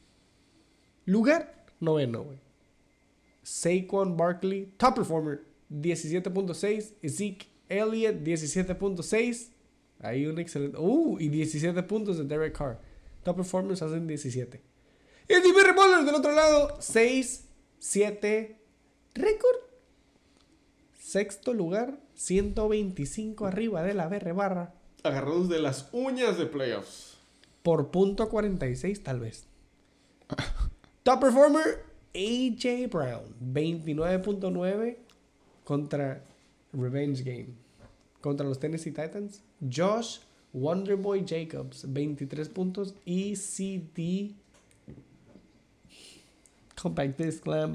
Lugar noveno, güey. Saquon Barkley, top performer, 17.6. Zeke Elliott, 17.6. Ahí un excelente... y 17 puntos de Derek Carr. Top performers hacen 17. Y el Barry Ballers del otro lado, 6-7. Récord. Sexto lugar, 125 arriba de la BR barra. Agarrados de las uñas de playoffs. Por punto 46, tal vez. Top performer, AJ Brown, 29.9 contra Revenge Game. Contra los Tennessee Titans. Josh Wonderboy Jacobs, 23 puntos. Y CD Compact Disc Slam,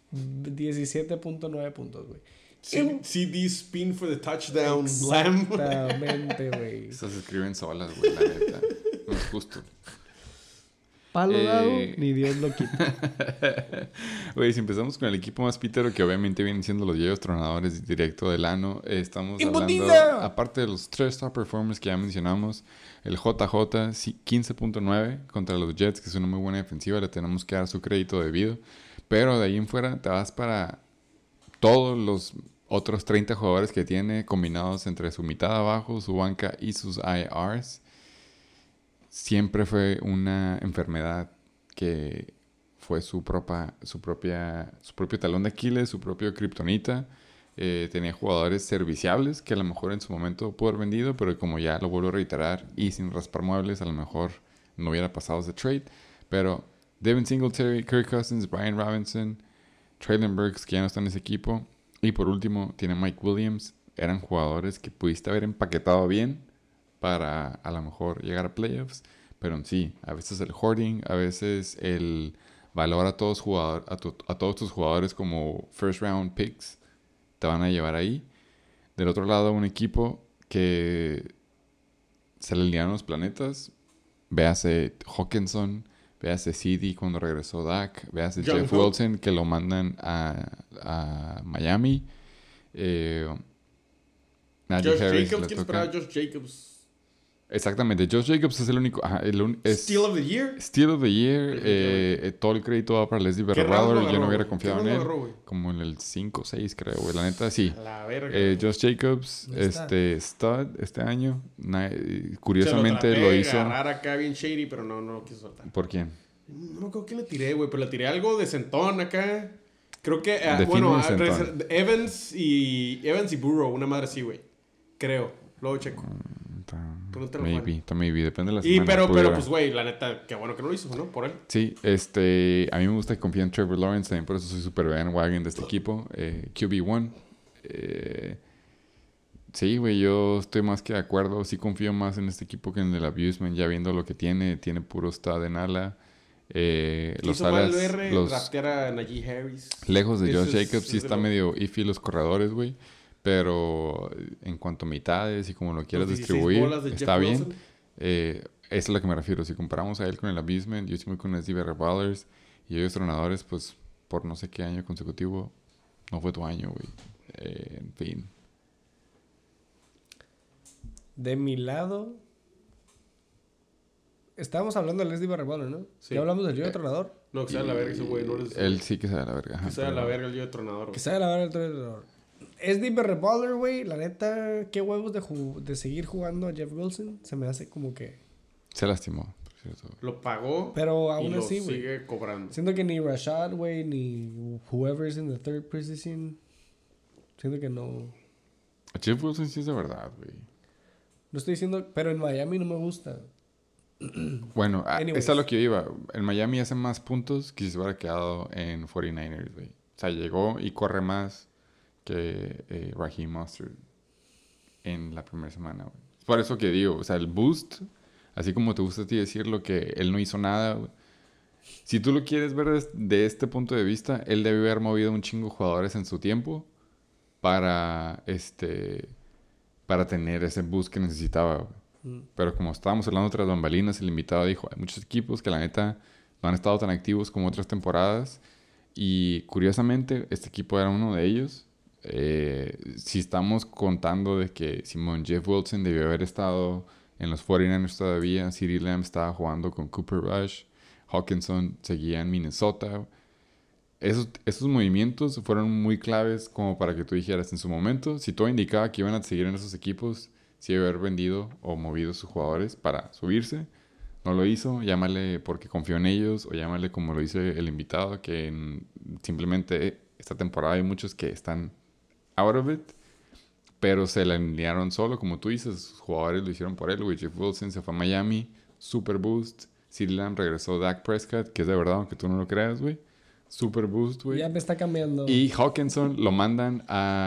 17.9 puntos, güey. CD spin for the touchdown. Slam. Exactamente, güey. Estas se escriben solas, güey, la neta. No es justo. Palo dado, ni Dios lo quita. Güey, si empezamos con el equipo más pítero, que obviamente vienen siendo los Yoyos Tronadores directo del ano, estamos hablando, aparte de los 3 top performers que ya mencionamos, el JJ, 15.9 contra los Jets, que es una muy buena defensiva, le tenemos que dar su crédito debido, pero de ahí en fuera te vas para todos los otros 30 jugadores que tiene, combinados entre su mitad abajo, su banca y sus IRs. Siempre fue una enfermedad que fue su propio talón de Aquiles, su propio kriptonita. Tenía jugadores serviciables que a lo mejor en su momento pudo haber vendido, pero como ya lo vuelvo a reiterar y sin raspar muebles, a lo mejor no hubiera pasado ese trade. Pero Devin Singletary, Kirk Cousins, Brian Robinson, Traylon Burks, que ya no están en ese equipo. Y por último, tiene Mike Williams. Eran jugadores que pudiste haber empaquetado bien para a lo mejor llegar a playoffs. Pero en sí, a veces el hoarding, a veces el valor a todos tus jugadores como first round picks te van a llevar ahí. Del otro lado, un equipo que se le alinearon los planetas. Véase Hawkinson, véase CD cuando regresó Dak, véase Jeff Wilson que lo mandan a Miami. Josh Jacobs, ¿quién esperaba Josh Jacobs? Exactamente, Josh Jacobs es el único... Steal of the Year. Steal of the Year. Todo el crédito va para Leslie Berrell. Yo no hubiera confiado en él. Como en el 5 o 6, creo, güey. La neta, sí. La verga. Josh Jacobs, stud este año. Curiosamente lo hizo... agarrar acá bien shady, pero no lo quiso soltar. ¿Por quién? No me acuerdo quién le tiré, güey. Pero le tiré algo de centón acá. Creo que... Evans y Burrow. Una madre así, güey. Creo. Luego checo. Maybe, depende de la semana. Pero pues, güey, la neta, qué bueno que no lo hizo, ¿no? Por él. Sí, a mí me gusta que confíe en Trevor Lawrence, también por eso soy super bandwagon de este equipo. QB1. Sí, güey, yo estoy más que de acuerdo. Sí confío más en este equipo que en el Abusement, ya viendo lo que tiene puro stud en ala. Los alas, draftear a Najee Harris. Lejos de Josh Jacobs, sí está medio iffy los corredores, güey. Pero en cuanto a mitades y como lo quieras distribuir, está bien. Esa es a la que me refiero. Si comparamos a él con el Abusement, yo estoy con Leslie Berrell y ellos entrenadores, pues por no sé qué año consecutivo, no fue tu año, güey. En fin. De mi lado, estábamos hablando de Leslie Berrell, ¿no? Sí. ¿Ya hablamos del yo de entrenador? No, que sea la verga ese güey. Él sí que sea la verga. Que sea la verga el yo de entrenador. Que sea la verga el yo de entrenador. SD Berrell, güey, la neta, qué huevos de seguir jugando a Jeff Wilson. Se me hace como que... Se lastimó, por cierto. Lo pagó, pero aún y así, lo güey, sigue cobrando. Siento que ni Rashad, güey, ni whoever's in the third position, siento que no... A Jeff Wilson sí es de verdad, güey. No estoy diciendo... Pero en Miami no me gusta. Bueno, eso es lo que yo iba. En Miami hace más puntos que si se hubiera quedado en 49ers, güey. O sea, llegó y corre más que Raheem Mostert en la primera semana, güey. Por eso que digo, o sea, el boost, así como te gusta a ti decirlo que él no hizo nada, güey. Si tú lo quieres ver de este punto de vista, él debe haber movido un chingo de jugadores en su tiempo para tener ese boost que necesitaba, güey. Pero como estábamos hablando tras bambalinas, el invitado dijo, hay muchos equipos que la neta no han estado tan activos como otras temporadas y curiosamente este equipo era uno de ellos. Si estamos contando de que Jeff Wilson debió haber estado en los 49ers todavía, CeeDee Lamb estaba jugando con Cooper Rush, Hawkinson seguía en Minnesota. Esos movimientos fueron muy claves como para que tú dijeras en su momento, si todo indicaba que iban a seguir en esos equipos, si debe haber vendido o movido sus jugadores para subirse. No lo hizo, llámale porque confió en ellos o llámale como lo dice el invitado, que simplemente esta temporada hay muchos que están out of it, pero se la alinearon solo, como tú dices, sus jugadores lo hicieron por él, güey. Jeff Wilson se fue a Miami, super boost. CeeDee Lamb regresó Dak Prescott, que es de verdad, aunque tú no lo creas, güey. Super boost, güey. Ya me está cambiando. Y Hawkinson lo mandan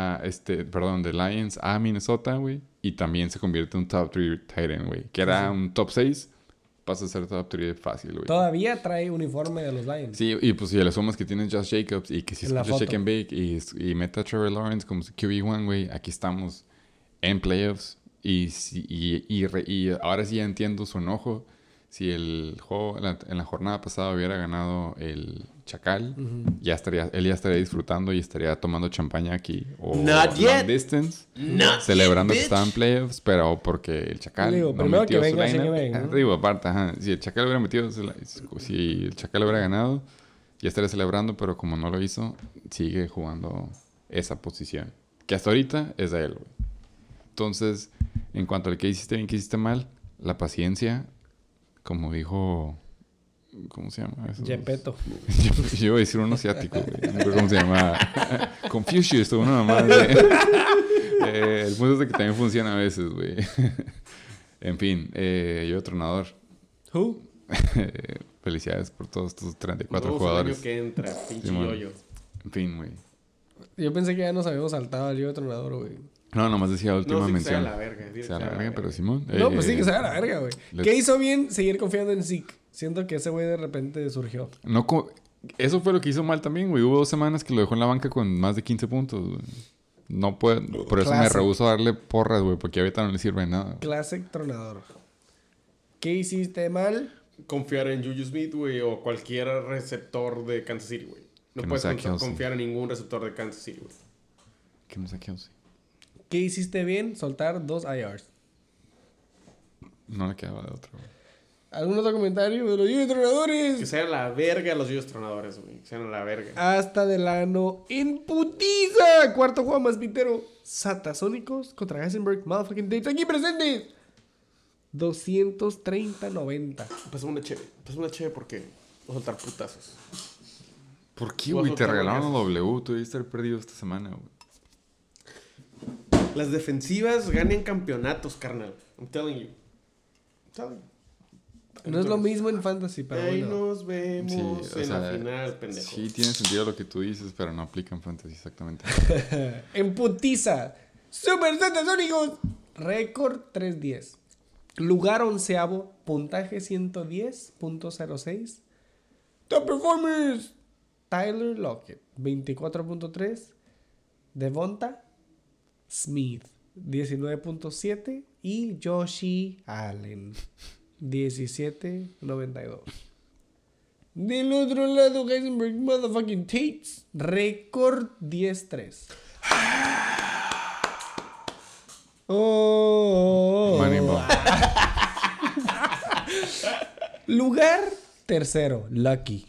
de Lions a Minnesota, güey. Y también se convierte en un top 3 tight end, güey. Que era un top 6, pasa a ser top 3 fácil, güey. Todavía trae uniforme de los Lions. Sí, y pues si le sumas que tienes Josh Jacobs y que si escuchas Shake and Bake y meta a Trevor Lawrence como QB1, güey, aquí estamos en playoffs. Y ahora sí ya entiendo su enojo. Si el juego en la jornada pasada hubiera ganado el Chacal, él ya estaría disfrutando y estaría tomando champaña aquí. O Not yet. Distance. Celebrando que estaba en playoffs, pero porque el Chacal digo, no primero metió que su venga, lineup. que venga, ¿no? Digo, aparte, si el Chacal hubiera metido, si el Chacal hubiera ganado, ya estaría celebrando, pero como no lo hizo, sigue jugando esa posición. Que hasta ahorita es de él, güey. Entonces, en cuanto al que hiciste bien, que hiciste mal, la paciencia, como dijo... ¿Cómo se llama eso? Gepetto. Yo iba a decir uno asiático, güey. No sé cómo se llama. Confucius, uno nomás, güey. El punto es de que también funciona a veces, güey. En fin, yo entrenador. ¿Who? Felicidades por todos tus 34 jugadores. Año que entra, pinche yoyo. En fin, güey. Yo pensé que ya nos habíamos saltado al yo entrenador, güey. No, nomás decía la última mención. Que sea la verga. Que sea la verga, pero Simón. No, pues sí, que sea la verga, güey. ¿Qué hizo bien? Seguir confiando en Zeke. Siento que ese güey de repente surgió. Eso fue lo que hizo mal también, güey. Hubo 2 semanas que lo dejó en la banca con más de 15 puntos, güey. No puede... Por eso me rehúso a darle porras, güey. Porque ahorita no le sirve de nada. Classic tronador. ¿Qué hiciste mal? Confiar en Juju Smith, güey, o cualquier receptor de Kansas City, güey. No puedes confiar en ningún receptor de Kansas City, güey. Que no sea Kelsey. ¿Qué hiciste bien? Soltar 2 IRs. No le quedaba de otro, güey. ¿Algún otro comentario de los entrenadores? Que sean la verga los entrenadores, güey. Que sean la verga. Hasta Delano en putiza. Cuarto juego más pitero. Satasónicos contra Heisenberg. Motherfucking Dates aquí presentes. 230-90. Pásame una chévere porque voy a soltar putazos. ¿Por qué, güey? Te regalaron la W. Tú debiste haber perdido esta semana, güey. Las defensivas ganan campeonatos, carnal. I'm telling you. No es lo mismo en Fantasy, pero ahí bueno. nos vemos en la final, pendejo. Sí, tiene sentido lo que tú dices, pero no aplica en Fantasy exactamente. En putiza. Super Satasónicos. Récord 3-10. Lugar 11avo. Puntaje 110.06. Top performers. Tyler Lockett, 24.3. Devonta Smith, 19.7. Y Joshi Allen, 17.92. Del otro lado, Heisenberg Motherfucking Tates, récord 10-3. Moneyball. Lugar tercero, Lucky.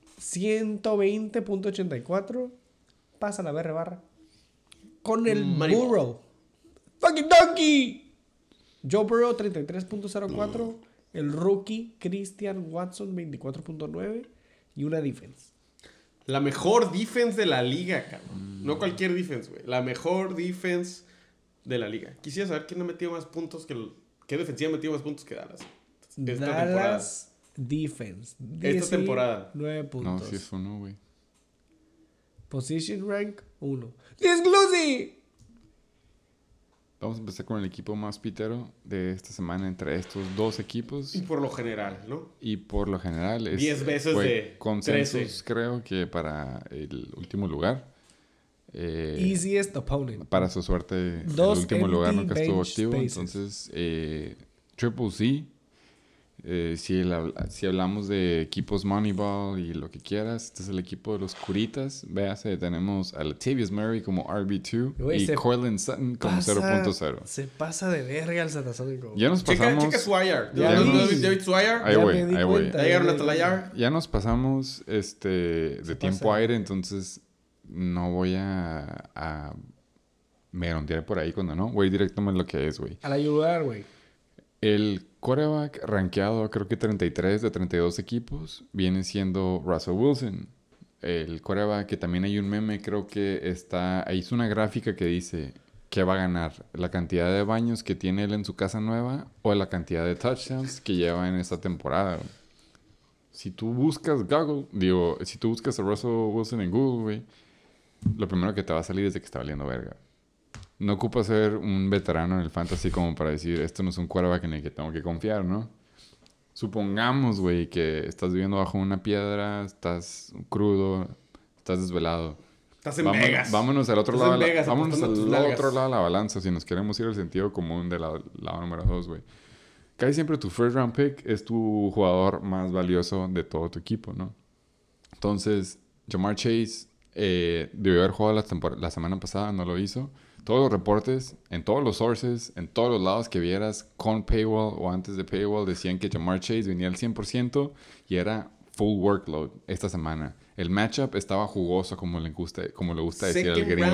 120.84. Pasa la barra. Con el Burrow. ¡Fucking Donkey! Joe Burrow, 33.04. El rookie, Christian Watson, 24.9. Y una defense. La mejor defense de la liga, cabrón. No cualquier defense, güey. La mejor defense de la liga. Quisiera saber quién ha metido más puntos que... ¿Qué defensiva ha metido más puntos que Dallas? Esta Dallas Defense. Esta temporada. 9 puntos. No, sí es uno, güey. Position rank 1. ¡Disclusi! Vamos a empezar con el equipo más pitero de esta semana entre estos dos equipos. Y por lo general, ¿no? Y por lo general es 10 veces de consensus, 13. creo que para el último lugar. Easiest opponent. Para su suerte, el Dos último lugar empty nunca estuvo bench activo. spaces. Entonces, Triple C. Si hablamos de equipos Moneyball y lo que quieras, este es el equipo de los curitas. Véase, tenemos a Latavius Murray como RB2 Güey, y Cortland Sutton como 0.0. Se pasa de verga el Satasónico. Ya nos pasamos. Checa su IR. Ya vi. David Swire. Ahí Ya voy, me di ahí voy. cuenta. Ya llegaron hasta la IR. Ya nos pasamos de tiempo pasa. aire, entonces no voy a merondear por ahí cuando no. Voy directamente a lo que es, güey. A la yugular, güey. El quarterback rankeado, creo que 33 de 32 equipos, viene siendo Russell Wilson. El quarterback, que también hay un meme, creo que ahí hizo una gráfica que dice que va a ganar la cantidad de baños que tiene él en su casa nueva o la cantidad de touchdowns que lleva en esta temporada, güey. Si tú buscas si tú buscas a Russell Wilson en Google, güey, lo primero que te va a salir es de que está valiendo verga. No ocupa ser un veterano en el fantasy como para decir, esto no es un quarterback en el que tengo que confiar, ¿no? Supongamos, güey, que estás viviendo bajo una piedra, estás crudo, estás desvelado. Estás en Vegas. Vámonos al otro lado. Vámonos al nalgas. otro lado de la balanza si nos queremos ir al sentido común del lado número 2, güey. Casi siempre tu first round pick es tu jugador más valioso de todo tu equipo, ¿no? Entonces, Ja'Marr Chase debió haber jugado la semana pasada, no lo hizo. Todos los reportes, en todos los sources, en todos los lados que vieras, con paywall o antes de paywall, decían que Ja'Marr Chase venía al 100% y era full workload esta semana. El matchup estaba jugoso, como le gusta decir al gringo.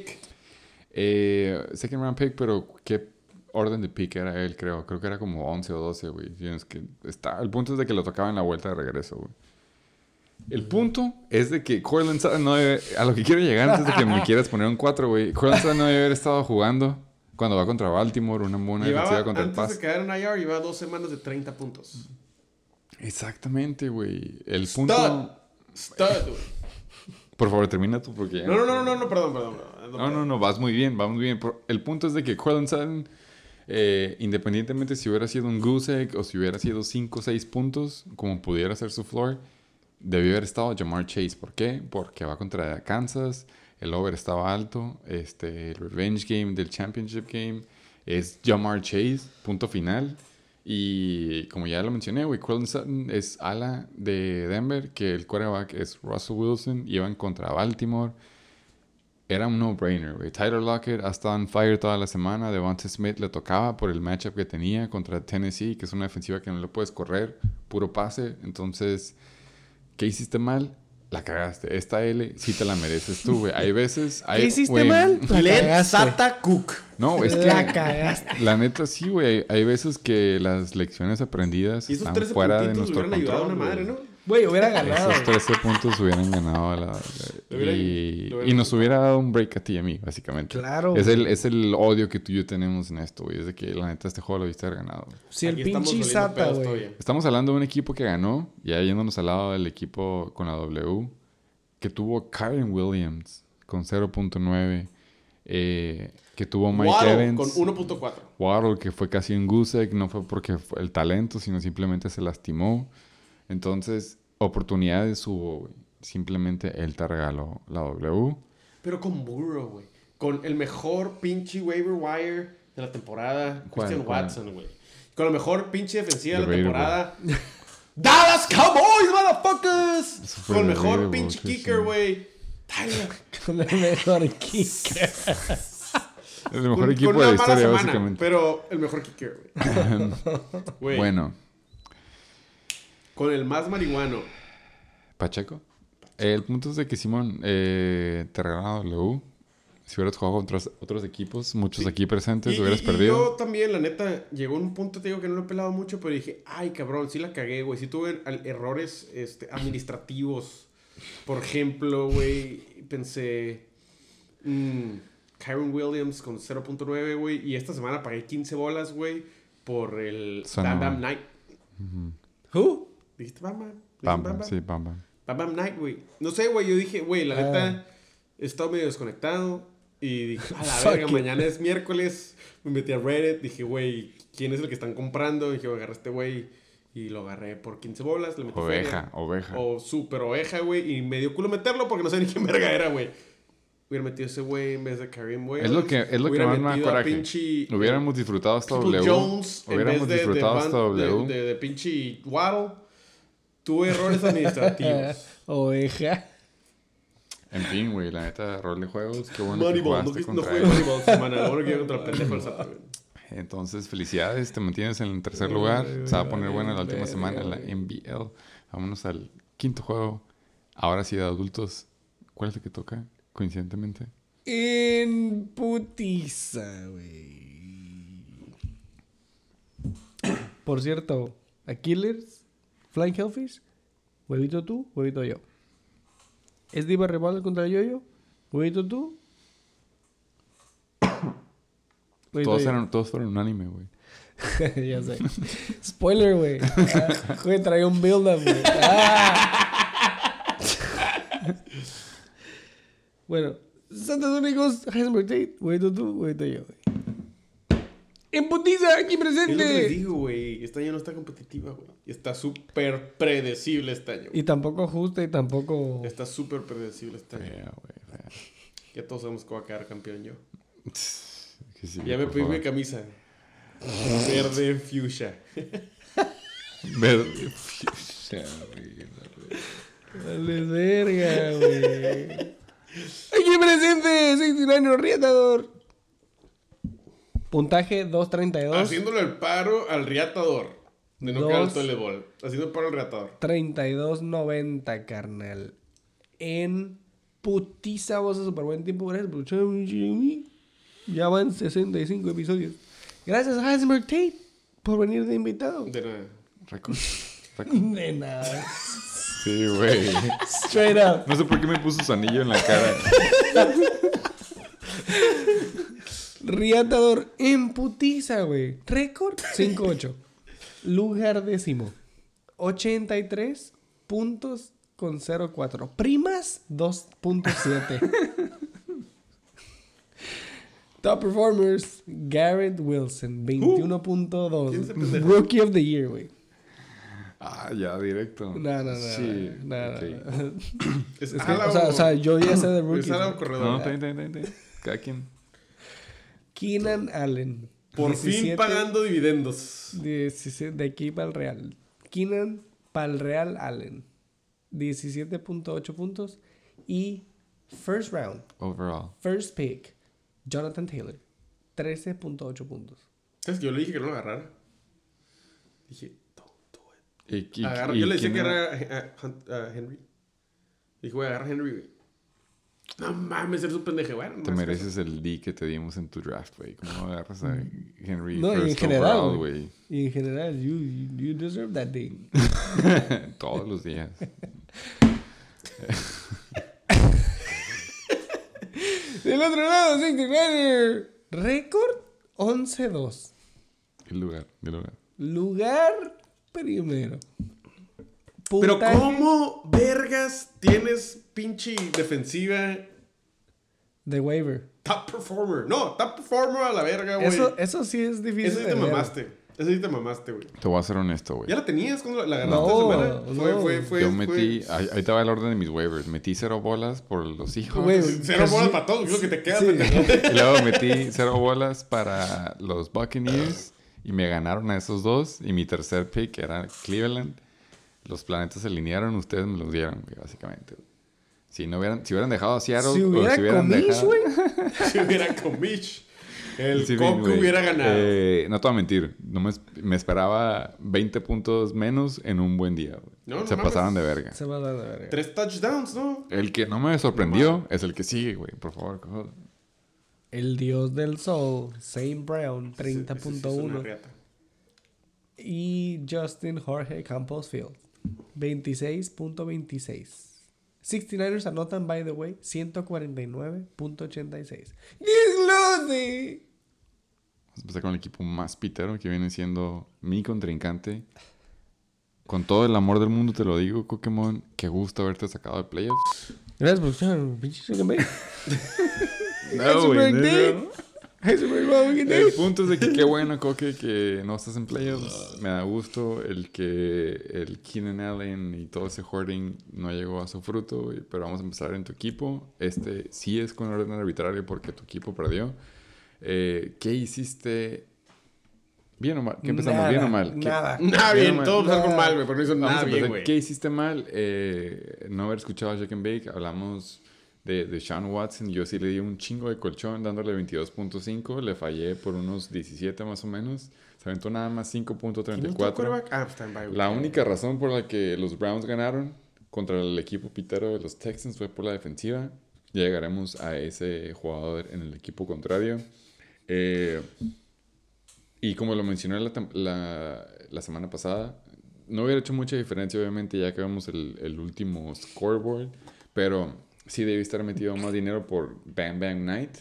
Second round pick, pero ¿qué orden de pick era él? Creo que era como 11 o 12, güey. El punto es de que lo tocaba en la vuelta de regreso, güey. El punto es de que Cortland Sutton no debe... A lo que quiero llegar antes de que me quieras poner un 4, güey. Cortland Sutton no debe haber estado jugando cuando va contra Baltimore, una buena defensiva contra el Pass. Antes de quedar en IR, llevaba 2 semanas de 30 puntos. Exactamente, güey. El punto... Stud, güey. Por favor, termina tú porque... No, perdón. No, vas muy bien. El punto es de que Cortland Sutton, independientemente si hubiera sido un goose egg o si hubiera sido 5 o 6 puntos, como pudiera ser su floor, debió haber estado Ja'Marr Chase. ¿Por qué? Porque va contra Kansas. El over estaba alto. El revenge game del championship game es Ja'Marr Chase. Punto final. Y como ya lo mencioné, güey, Courtland Sutton es ala de Denver, que el quarterback es Russell Wilson. Iban contra Baltimore. Era un no-brainer, güey. Tyler Lockett ha estado on fire toda la semana. Devonta Smith le tocaba por el matchup que tenía contra Tennessee, que es una defensiva que no le puedes correr, puro pase. Entonces, ¿qué hiciste mal? La cagaste. Esta L sí te la mereces tú, güey. Hay veces... ¿Qué hiciste mal? Let Sata Cook. No, es que... La cagaste. La neta sí, güey. Hay veces que las lecciones aprendidas están fuera de nuestro control. Ayudado a una madre, ¿no? Güey, hubiera ganado. Esos 13 puntos hubieran ganado y nos hubiera dado un break a ti y a mí, básicamente. Claro. Es el odio que tú y yo tenemos en esto, güey. Es de que la neta este juego lo viste haber ganado. Si el pinche Sata, güey. Estamos hablando de un equipo que ganó, ya yéndonos al lado del equipo con la W, que tuvo Kyren Williams con 0.9, que tuvo Mike Waddle Evans con 1.4. Waddle, que fue casi un goose egg, no fue porque fue el talento, sino simplemente se lastimó. Entonces, oportunidades hubo, güey. Simplemente él te regaló la W. Pero con Burrow, güey. Con el mejor pinche waiver wire de la temporada. Christian Watson, güey. Con la mejor pinche defensiva de la temporada. ¡Dallas Cowboys, motherfuckers! Con el mejor pinche kicker, güey. Tyler. Con el mejor kicker. El mejor equipo de la historia, básicamente. Pero el mejor kicker, güey. Bueno. Con el más marihuano. Pacheco. El punto es de que Simón te regaló W. Si hubieras jugado contra otros equipos, muchos aquí presentes, hubieras perdido. Yo también, la neta, llegó un punto, te digo que no lo he pelado mucho, pero dije, ay, cabrón, sí la cagué, güey. Sí tuve errores administrativos. Por ejemplo, güey, pensé, Kyren Williams con 0.9, güey. Y esta semana pagué 15 bolas, güey, por el Bam Bam Knight. ¿Who? ¿Dijiste Bam Bam? Bam Bam, sí, Bam Bam. Bam Bam Knight, güey. No sé, güey, yo dije, güey, la neta, he estado medio desconectado. Y dije, a la verga, mañana es miércoles. Me metí a Reddit, dije, güey, ¿quién es el que están comprando? Dije, agarré a este güey. Y lo agarré por 15 bolas. Le metí oveja. O super oveja, güey. Y me dio culo meterlo porque no sé ni quién verga era, güey. Hubiera metido ese güey en vez de Kareem Williams. Es lo que más me da coraje. Hubiéramos disfrutado hasta W. Jones, hubiéramos disfrutado hasta W. De pinche Waddle. Tuve errores administrativos. Oveja. En fin, güey, la neta, rol de juegos. Qué bueno Moneyball. que jugaste No jugué Moneyball semana. Ahora que contra el pendejo del Sata, güey. Entonces, felicidades. Te mantienes en el tercer lugar. Se va a poner buena la última semana en la NBL. Vámonos al quinto juego. Ahora sí de adultos. ¿Cuál es el que toca? Coincidentemente. En putiza, güey. Por cierto, a Killers, Flying Hellfish, huevito tú, huevito yo. ¿Es Diva Rival contra Yo-Yo? ¿Huevito tú? Todos fueron unánime, güey. Ya sé. Spoiler, güey. Güey, traía un build-up, güey. Bueno, Santos Únicos, Heisenberg Tate, huevito tú, huevito yo, güey. ¡En putiza, aquí presente! Es lo que les digo, güey. Este año no está competitiva, güey. Y está súper predecible este año. Y tampoco justa y tampoco... Está súper predecible este año. Güey. Ya todos sabemos que voy a quedar campeón yo. Sí, ya me pedí mi camisa. Verde fuchsia. Verde fuchsia, güey. Dale verga, güey. Aquí presente, 69 Riatador. Puntaje 232. Haciéndole el paro al Riatador. De no quedar alto el lebol. Haciendo el paro al Riatador. 32.90, carnal. En putiza, vos a super buen tiempo. Gracias por escucharme, Jimmy. Ya van 65 episodios. Gracias a Heisenberg Tate por venir de invitado. De nada. Récord. De nada. Sí, güey. Straight up. No sé por qué me puso su anillo en la cara. Riatador en putiza, güey. Récord 5-8. Lugar 10º. 83 puntos con 0.4. Primas 2.7. Top performers, Garrett Wilson, 21.2. Rookie of the Year, güey. Ah, ya, directo. No. Sí. No. Okay. Es que, o sea, yo ya sé de rookies. Es corredor. No, cada quien. Keenan Allen, Por 17, fin pagando dividendos. 17, de aquí para el Real. Keenan para el Real Allen. 17.8 puntos. Y first round. Overall. First pick. Jonathan Taylor. 13.8 puntos. ¿Sabes que yo le dije que no lo agarrara? Dije, don't do it. Yo le decía que era Henry. Dijo, agarra a Henry, güey. No mames, eres un pendejo. Bueno, te mereces el D que te dimos en tu draft, güey. ¿Cómo agarras a Henry no, first en general, overall, güey? Y en general, you deserve that D. Todos los días. Del otro lado, 69er. Récord 11-2. El lugar. Lugar primero. Pero ¿cómo vergas tienes pinche defensiva de waiver? Top performer. No, top performer a la verga, güey. Eso sí es difícil. Eso sí te mamaste, güey. Te voy a ser honesto, güey. ¿Ya la tenías cuando la agarraste esta semana? No. Yo metí... Ahí te va el orden de mis waivers. Metí 0 bolas por los hijos. 0 bolas para todos. Es lo que te queda. Sí. Y luego metí 0 bolas para los Buccaneers. Y me ganaron a esos dos. Y mi tercer pick era Cleveland. Los planetas se alinearon. Ustedes me los dieron, güey, básicamente. Si hubieran dejado a Seattle... Si hubieran dejado... Si hubiera con Mitch... El Coco hubiera ganado. No te voy a mentir. Me esperaba 20 puntos menos en un buen día. Se pasaron de verga. 3 touchdowns, ¿no? El que no me sorprendió es el que sigue, güey. Por favor, cojones. El dios del sol, Zane Brown, 30.1. Y Justin Jorge Campos Field, 26.26. 69ers anotan, by the way, 149.86. ¡Desglose! Vamos a empezar con el equipo más pitero, que viene siendo mi contrincante. Con todo el amor del mundo te lo digo, Pokémon. Qué gusto haberte sacado de playoffs. Gracias por escuchar, pinche Chicken Bake. No, güey. El punto es de que qué bueno, Coque, que no estás en playoffs. Me da gusto el que el Keenan Allen y todo ese hoarding no llegó a su fruto, güey. Pero vamos a empezar en tu equipo. Sí es con orden arbitrario porque tu equipo perdió. ¿Qué hiciste? ¿Bien o mal? ¿Qué empezamos? ¿Bien o mal? Nada bien. Todo empezó mal, güey. Pero no hizo nada bien, güey. ¿Qué hiciste mal? No haber escuchado a Shake and Bake. Hablamos de Sean Watson. Yo sí le di un chingo de colchón dándole 22.5. Le fallé por unos 17 más o menos. Se aventó nada más 5.34. La única razón por la que los Browns ganaron contra el equipo pitero de los Texans fue por la defensiva. Ya llegaremos a ese jugador en el equipo contrario. Y como lo mencioné la semana pasada, no hubiera hecho mucha diferencia, obviamente, ya que vemos el último scoreboard. Pero sí debí estar metido más dinero por Bam Bam Night.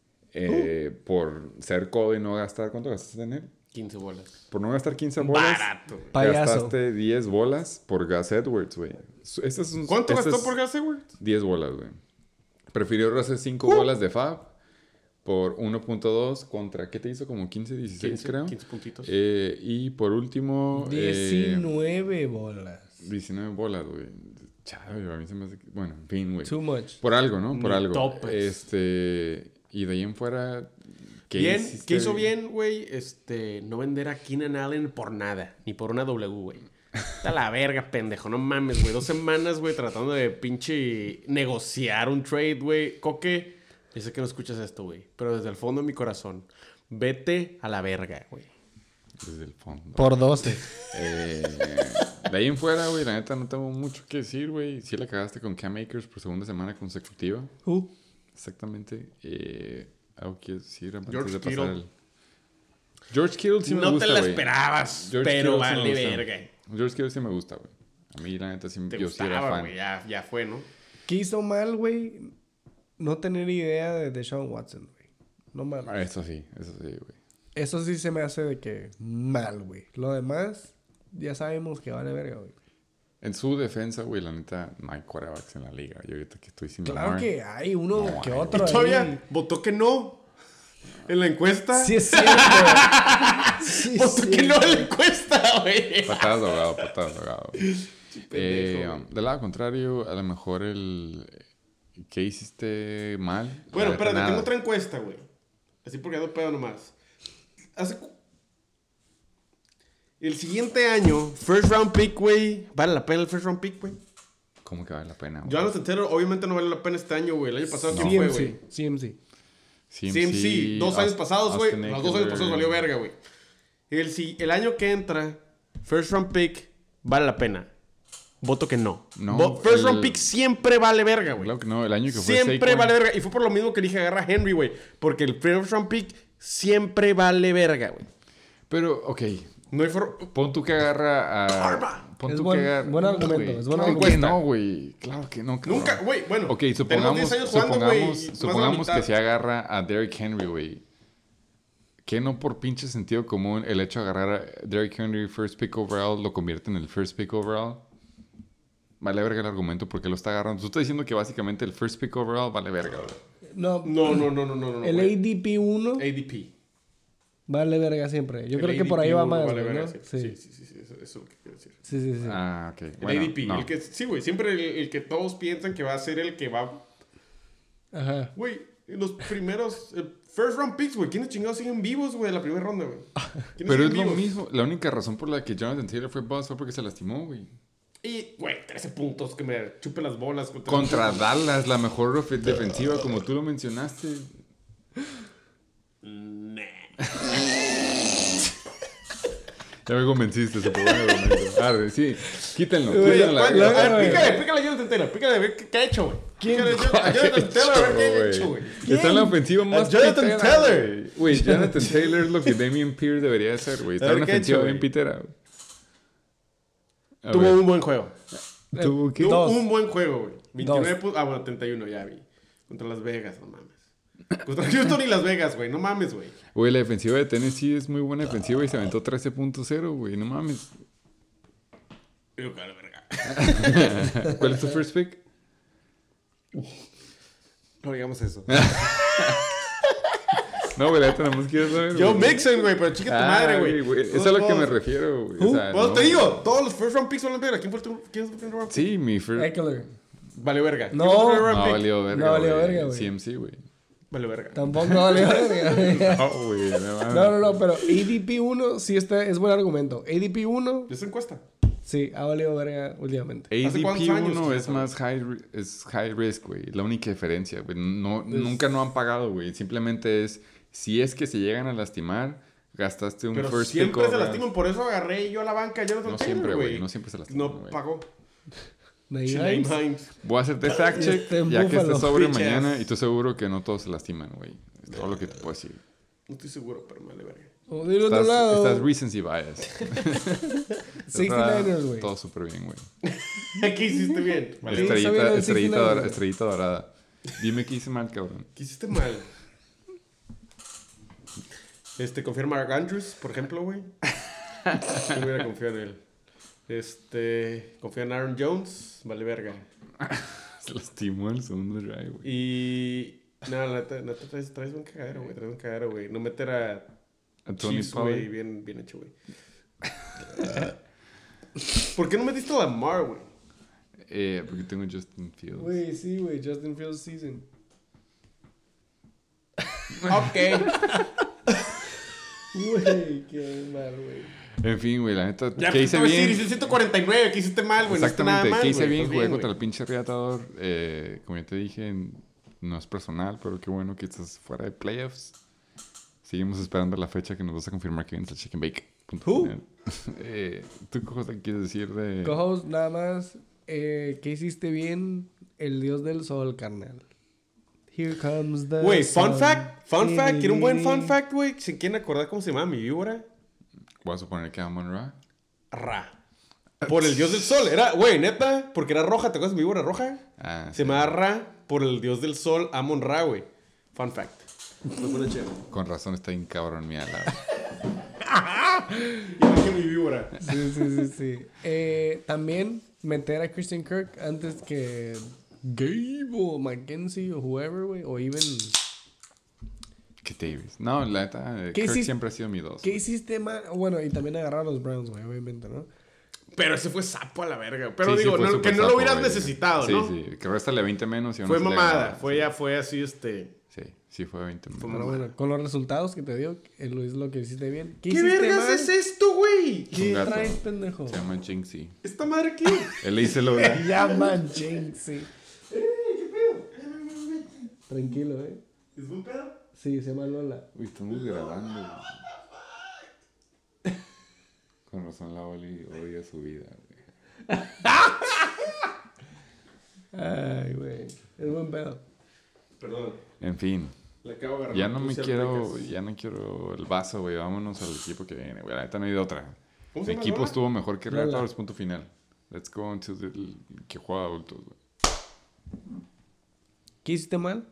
Por ser codo y no gastar... ¿Cuánto gastaste en él? 15 bolas. Por no gastar 15 bolas. Barato. Gastaste 10 bolas por Gus Edwards, güey. ¿Cuánto gastó por Gus Edwards? 10 bolas, güey. Prefirió hacer 5 bolas de Fab por 1.2 contra... ¿Qué te hizo? Como 15, 16, creo. 15 puntitos. Y por último... 19 bolas. 19 bolas, güey. Chavo, a mí se me hace... Bueno, en fin, güey. Too much. Por algo, ¿no? Por algo. Topes. Y de ahí en fuera... ¿Qué hizo bien, güey? No vender a Keenan Allen por nada. Ni por una W, güey. Está la verga, pendejo. No mames, güey. 2 semanas, güey, tratando de pinche negociar un trade, güey. Coque, yo sé que no escuchas esto, güey. Pero desde el fondo de mi corazón, vete a la verga, güey. Desde el fondo. Por 12. De ahí en fuera, güey, la neta no tengo mucho que decir, güey. Sí la cagaste con Cam Akers por segunda semana consecutiva. Exactamente. ¿Algo que decir antes George de pasar Kittle. George Kittle sí me gusta, No te la wey. esperabas, George pero Kittle vale sí verga. George Kittle sí me gusta, güey. A mí, la neta, sí, Te yo gustaba, sí era fan. Wey, ya fue, ¿no? ¿Qué hizo mal, güey? No tener idea de Deshaun Watson, güey. No mames. Eso sí, güey. Eso sí se me hace de que mal, güey. Lo demás, ya sabemos que vale verga, güey. En su defensa, güey, la neta, no hay quarterbacks en la liga. Yo ahorita que estoy sin Claro Lamar. que hay uno No que hay. otro. Y todavía ahí. votó que no. En la encuesta. Sí es cierto. Sí es Votó que no en la encuesta, güey. Patadas de ahogado. Del lado contrario, a lo mejor ¿qué hiciste mal? Bueno, espérate, nada. tengo otra encuesta, güey. Así porque ando pedo nomás. El siguiente año, first round pick, güey. ¿Vale la pena el first round pick, güey? ¿Cómo que vale la pena, güey? Jonathan Taylor obviamente no vale la pena este año, güey. El año pasado, ¿quién fue, güey? CMC. 2 años pasados, güey. Los 2 años pasados valió verga, güey. El año que entra, first round pick, vale la pena. Voto que no. First round pick siempre vale verga, güey. Claro que no, el año que fue siempre vale verga. Y fue por lo mismo que dije agarra a Henry, güey. Porque el first round pick siempre vale verga, güey. Pero, ok. No hay Pon tú que agarra a... Pon tú buen, que agarra... buen argumento. Es buen claro argumento. que no, güey. Claro que no. Cabrón. Nunca, güey. Bueno. Ok, supongamos jugando, que se agarra a Derrick Henry, güey. Que no por pinche sentido común el hecho de agarrar a Derrick Henry first pick overall lo convierte en el first pick overall. Vale verga el argumento porque lo está agarrando. Tú estás diciendo que básicamente el first pick overall vale verga, güey. No. El güey. ADP 1 vale verga siempre. Yo creo que por ahí va más, vale verga, ¿no? Sí. Eso es lo que quiero decir. Sí. Ah, ok. El ADP. No. Sí, güey. Siempre el que todos piensan que va a ser el que va... Ajá. Güey, los primeros... First round picks, güey. ¿Quiénes chingados siguen vivos, güey, de la primera ronda, güey? Pero es lo mismo. La única razón por la que Jonathan Taylor fue bust fue porque se lastimó, güey. Y, güey, 13 puntos que me chupe las bolas. Contra Dallas, la mejor defensiva, como tú lo mencionaste. Ya me convenciste, se pone argumento. Sí, quítenlo. Pícale a Jonathan Taylor. Pícale a ver qué ha hecho, güey. Pícale a Jonathan Taylor a ver qué ha hecho, güey. Está en la ofensiva más Jonathan Taylor. Güey, Jonathan Taylor es lo que Damian Pierce debería ser, güey. Está en la ofensiva bien pitera, güey. Tuvo un buen juego. ¿Tuvo un buen juego, güey. 29 puntos. Ah, bueno, 31 ya vi. Contra Las Vegas, no mames. Contra Houston y Las Vegas, güey. No mames, güey. Güey, la defensiva de Tennessee es muy buena defensiva y se aventó 13.0, güey. No mames. ¿Cuál es tu first pick? No digamos eso. No, güey, la tenemos que saber. Yo Mixon, güey, pero chica tu madre, güey. Eso es a lo que me refiero, güey. O sea, te digo, todos los first round picks son las verga. ¿Quién fue el first round pick? Sí, mi first. Eckler. Vale verga. No valió verga, güey. CMC, güey. Vale verga. Tampoco vale verga. No, güey. No, pero ADP 1 sí es buen argumento. ADP 1... ¿Es encuesta? Sí, ha valido verga últimamente. ADP 1 es más high risk, güey. La única diferencia, güey. Nunca no han pagado, güey. Simplemente es... Si es que se llegan a lastimar, gastaste un pero first pick. Siempre se lastiman, por eso agarré yo a la banca. Yo no siempre, güey. No siempre se lastiman. No pagó. Naeem Hines. Voy a hacerte fact check ya que estés sobre mañana y estoy seguro que no todos se lastiman, güey. Es todo lo que te puedo decir. No estoy seguro, pero me vale verga. O del otro lado. Estás recency bias. 69ers, güey. Todo súper bien, güey. ¿Qué hiciste bien? Vale. Estrellita dorada. Dime qué hice mal, cabrón. ¿Qué hiciste mal? Confía en Mark Andrews, por ejemplo, güey. Yo hubiera confiado en él. Confía en Aaron Jones, vale verga. Se lastimó el segundo drive, güey. Y... No, neta traes buen cagadero, güey. No meter a Tony Chiefs, güey. Bien hecho, güey. ¿Por qué no metiste a Lamar, güey? Porque tengo Justin Fields. Güey, sí, güey. Justin Fields season. Ok. Güey, qué mal, güey. En fin, güey, la neta. Ya, ¿qué hice bien? Hice 149, ¿qué hiciste mal, güey? Exactamente, no ¿qué hice bien? Jugué bien, contra el pinche Reatador. Como ya te dije, no es personal, pero qué bueno que estás fuera de playoffs. Seguimos esperando la fecha que nos vas a confirmar que vienes al Chicken Bake. ¿Tú qué quieres decir de...? Cojos, nada más. ¿Qué hiciste bien? El dios del sol, carnal. Here comes the Güey, fun fact. ¿Quiere un buen fun fact, güey? ¿Se quieren acordar cómo se llama mi víbora? Voy a suponer que Amon-Ra. Ra. Por el dios del sol. Era, güey, neta, porque era roja. ¿Te acuerdas de mi víbora roja? Se llamaba Ra por el dios del sol, Amon-Ra, güey. Fun fact. Con razón está bien cabrón mi ala. Igual que mi víbora. Sí. También meter a Christian Kirk antes que Gabe o Mackenzie o whoever, güey. O even... Que Davis. No, la neta, Kirk siempre ha sido mi 2. ¿Qué hiciste mal? Bueno, y también agarrar a los Browns, güey, obviamente, ¿no? Pero ese fue sapo a la verga. Pero digo, que no lo hubieras necesitado, ¿no? Sí, que réstale 20 menos y fue mamada. Fue así, Sí fue 20 minutos. Pero bueno, con los resultados que te dio, es lo que hiciste bien. ¿Qué vergas es esto, güey? ¿Qué traes, pendejo? Se llama Jinxie. ¿Esta madre qué? Él le dice lo Se llama Jinxie. ¿Qué pedo? Tranquilo, ¿Es buen pedo? Sí, se llama Lola. Uy, estamos grabando. Con razón la Oli odia su vida, güey. Ay, güey. Es buen pedo. Perdón. En fin. Le acabo de agarrar Ya no un me pulse quiero... al Ya no quiero el vaso, güey. Vámonos al equipo que viene, güey. La neta no hay de otra. ¿Cómo El se llama, equipo Lola? estuvo mejor que Lola. Raptors, punto final. Let's go into the... Que juega adultos, güey. ¿Qué hiciste mal?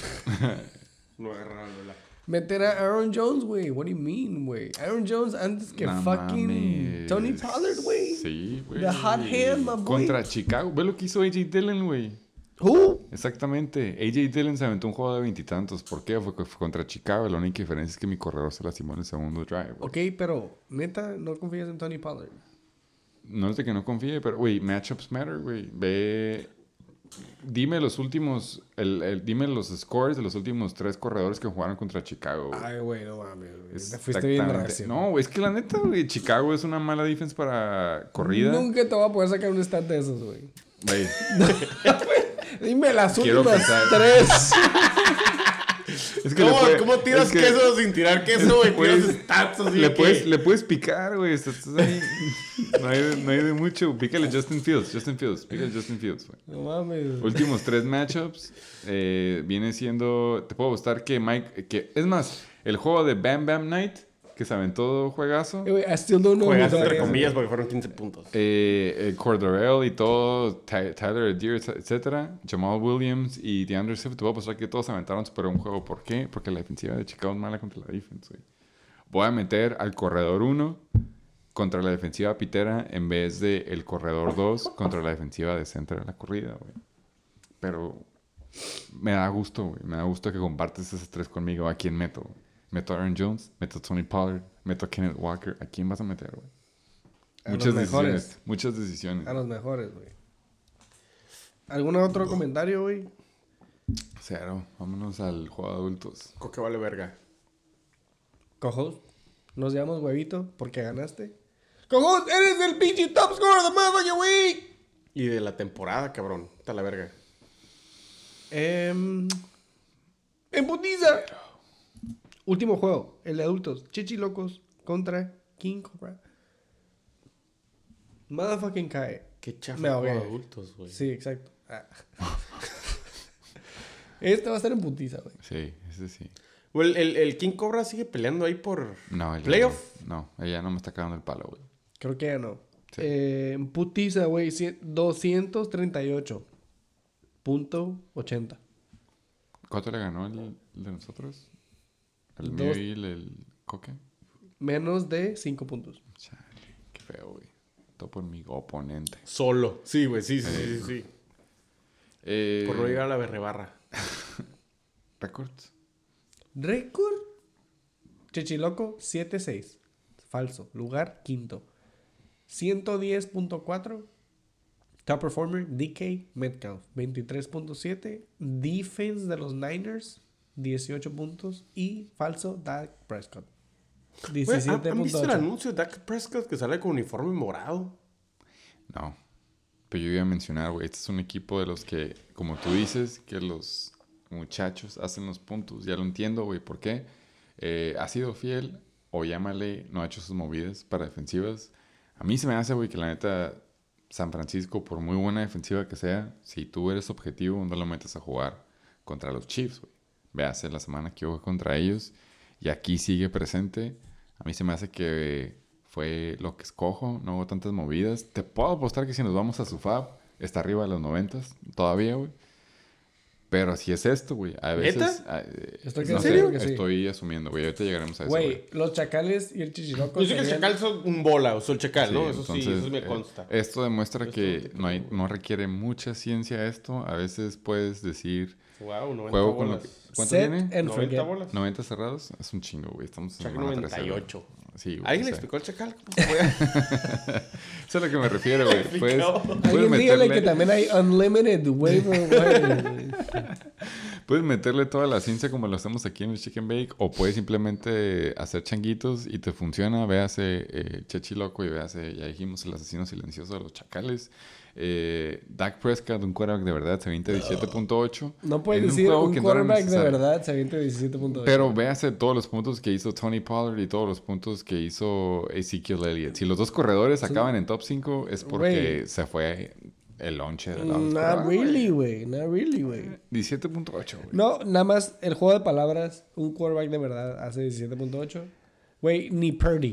No agarraron Lola. Meter a Aaron Jones, güey. What do you mean, güey? Aaron Jones antes que No fucking mames. Tony Pollard, güey. Sí, güey. The hot hand, my boy. Contra Chicago. Ve lo que hizo AJ Dillon, güey. Who? Exactamente. AJ Dillon se aventó un juego de 20 y tantos. ¿Por qué? Fue contra Chicago. La única diferencia es que mi corredor se lastimó en el segundo drive, güey. Ok, pero neta, no confías en Tony Pollard. No es de que no confíe, pero, güey, matchups matter, güey. Ve... Dime los últimos... dime los scores de los últimos 3 corredores que jugaron contra Chicago, güey. Ay, güey, no mames, güey. Te Exactamente. fuiste bien recio. No, güey, es que la neta, güey, Chicago es una mala defense para corrida. Nunca te voy a poder sacar un stat de esos, güey. Güey, Dime las Quiero últimas pensar. 3. es que ¿Cómo tiras queso sin tirar queso, güey? Puedes- Tiras stats así le que- puedes picar, güey. Estás ahí. No hay de mucho. Pícale Justin Fields. Pícale Justin Fields, güey. No mames. Últimos 3 matchups. Viene siendo... Te puedo gustar que es más, el juego de Bam Bam Night, que se aventó juegazo. Güey, I still don't know Juegas who that entre is, comillas porque fueron 15 puntos. Cordarrelle y todo, Tyler Adair, etcétera, Jamal Williams y DeAndre Swift, te voy a pasar que todos se aventaron super un juego. ¿Por qué? Porque la defensiva de Chicago es mala contra la defensa, güey. Voy a meter al corredor 1 contra la defensiva pitera en vez de el corredor 2 contra la defensiva de centro de la corrida, güey. Pero me da gusto, güey. Me da gusto que compartes esos 3 conmigo. ¿A quién meto, güey? ¿Meto a Aaron Jones? ¿Meto a Tony Pollard? ¿Meto a Kenneth Walker? ¿A quién vas a meter, güey? A Muchas los decisiones. mejores. Muchas decisiones. A los mejores, güey. ¿Algún otro comentario, güey? Cero. Vámonos al juego de adultos. Coque vale verga. Co-host, nos llamamos huevito porque ganaste. Co-host, eres el pinche top scorer de motherfucking week. Y de la temporada, cabrón. Está la verga. En putiza. Último juego, el de adultos. Chichilocos contra King Cobra. Motherfucking cae. Qué chafa Me ahogué. como adultos, güey. Sí, exacto. Ah. Este va a estar en putiza, güey. Sí, ese sí. Güey, el King Cobra sigue peleando ahí por No, ella playoff. No, ella no me está cagando el palo, güey. Creo que ya no. Sí. En putiza, güey. 238.80. ¿Cuánto le ganó el de nosotros? ¿El Dos. mío y el coque? Menos de 5 puntos. Chale, qué feo, güey. Todo por mi oponente. Solo. Sí, güey. Sí. Por no llegar a la berrebarra. Records. Récord. Chichiloco 7-6. Falso. Lugar quinto. 110.4. Top performer DK Metcalf 23.7. Defense de los Niners 18 puntos. Y falso Dak Prescott Güey, ¿han visto el 17.8. anuncio de Dak Prescott que sale con uniforme morado? No. Pero yo iba a mencionar, güey, este es un equipo de los que, como tú dices, que los muchachos hacen los puntos. Ya lo entiendo, güey, ¿por qué? Ha sido fiel, o llámale, no ha hecho sus movidas para defensivas. A mí se me hace, güey, que la neta, San Francisco, por muy buena defensiva que sea, si tú eres objetivo, no lo metes a jugar contra los Chiefs, güey. Véase la semana que jugué contra ellos, y aquí sigue presente. A mí se me hace que fue lo que escojo, no hubo tantas movidas. Te puedo apostar que si nos vamos a su fab, está arriba de los 90s todavía, güey. Pero así es esto, güey. A veces... ¿Estoy no en sé, serio? Que sí. estoy asumiendo, güey. Ahorita llegaremos a eso, güey. Güey, los chacales y el chichiloco. Yo sé que el serían- chacal son un bola, o el chacal, Sí, ¿no? Eso entonces, sí, eso me consta. Esto demuestra Esto que no te no requiere mucha ciencia esto. A veces puedes decir... Wow, 90 Juego con lo bolas. que... ¿Cuánto Set tiene? and 90 forget. bolas. 90 cerrados. Es un chingo, güey. Estamos en Chacal semana 13, güey. 98. Sí, güey. ¿Alguien o le sea, explicó al chacal cómo se juega? Eso es a lo que me refiero, güey. Puedes Alguien dígale que también hay unlimited waiver, güey. Puedes meterle toda la ciencia como lo hacemos aquí en el Chicken Bake, o puedes simplemente hacer changuitos y te funciona. Véase Chechi Loco y véase, ya dijimos, el asesino silencioso de los chacales. Dak Prescott, un quarterback de verdad, se avienta 17.8. No puedes decir un quarterback de verdad se avienta 17.8. Pero véase todos los puntos que hizo Tony Pollard y todos los puntos que hizo Ezekiel Elliott. Si los dos corredores acaban en top 5 es porque se fue el lonche de la Not really, güey. 17.8, güey. No, nada más el juego de palabras, un quarterback de verdad hace 17.8. Güey, ni Purdy.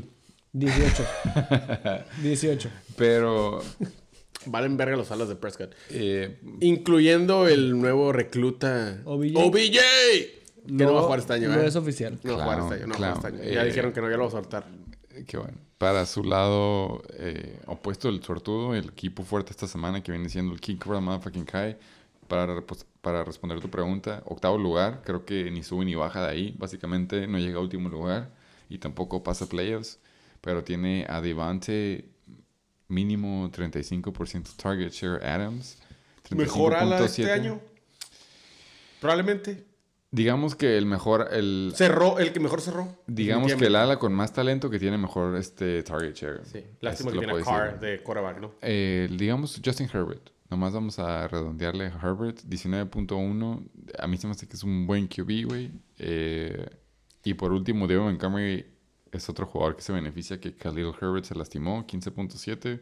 18. Pero... Valen verga los alas de Prescott. Incluyendo el nuevo recluta OBJ. Que no va a jugar este año, No es oficial. No va a jugar este año. Ya dijeron que no, ya lo va a soltar. Qué bueno. Para su lado opuesto, el suertudo, el equipo fuerte esta semana que viene siendo el King Cobra Motherfucking Kai. Para responder tu pregunta, 8º lugar. Creo que ni sube ni baja de ahí. Básicamente no llega a último lugar y tampoco pasa playoffs. Pero tiene a Devante mínimo 35% target share Adams. ¿Mejor ala este año? Probablemente. Digamos que el mejor... el que mejor cerró. Digamos que el ala con más talento que tiene mejor target share. Sí. Lástima que tiene a Carr de quarterback, ¿no? Digamos Justin Herbert. Nomás vamos a redondearle a Herbert. 19.1. A mí se me hace que es un buen QB, güey. Y por último, David Montgomery es otro jugador que se beneficia que Khalil Herbert se lastimó. 15.7.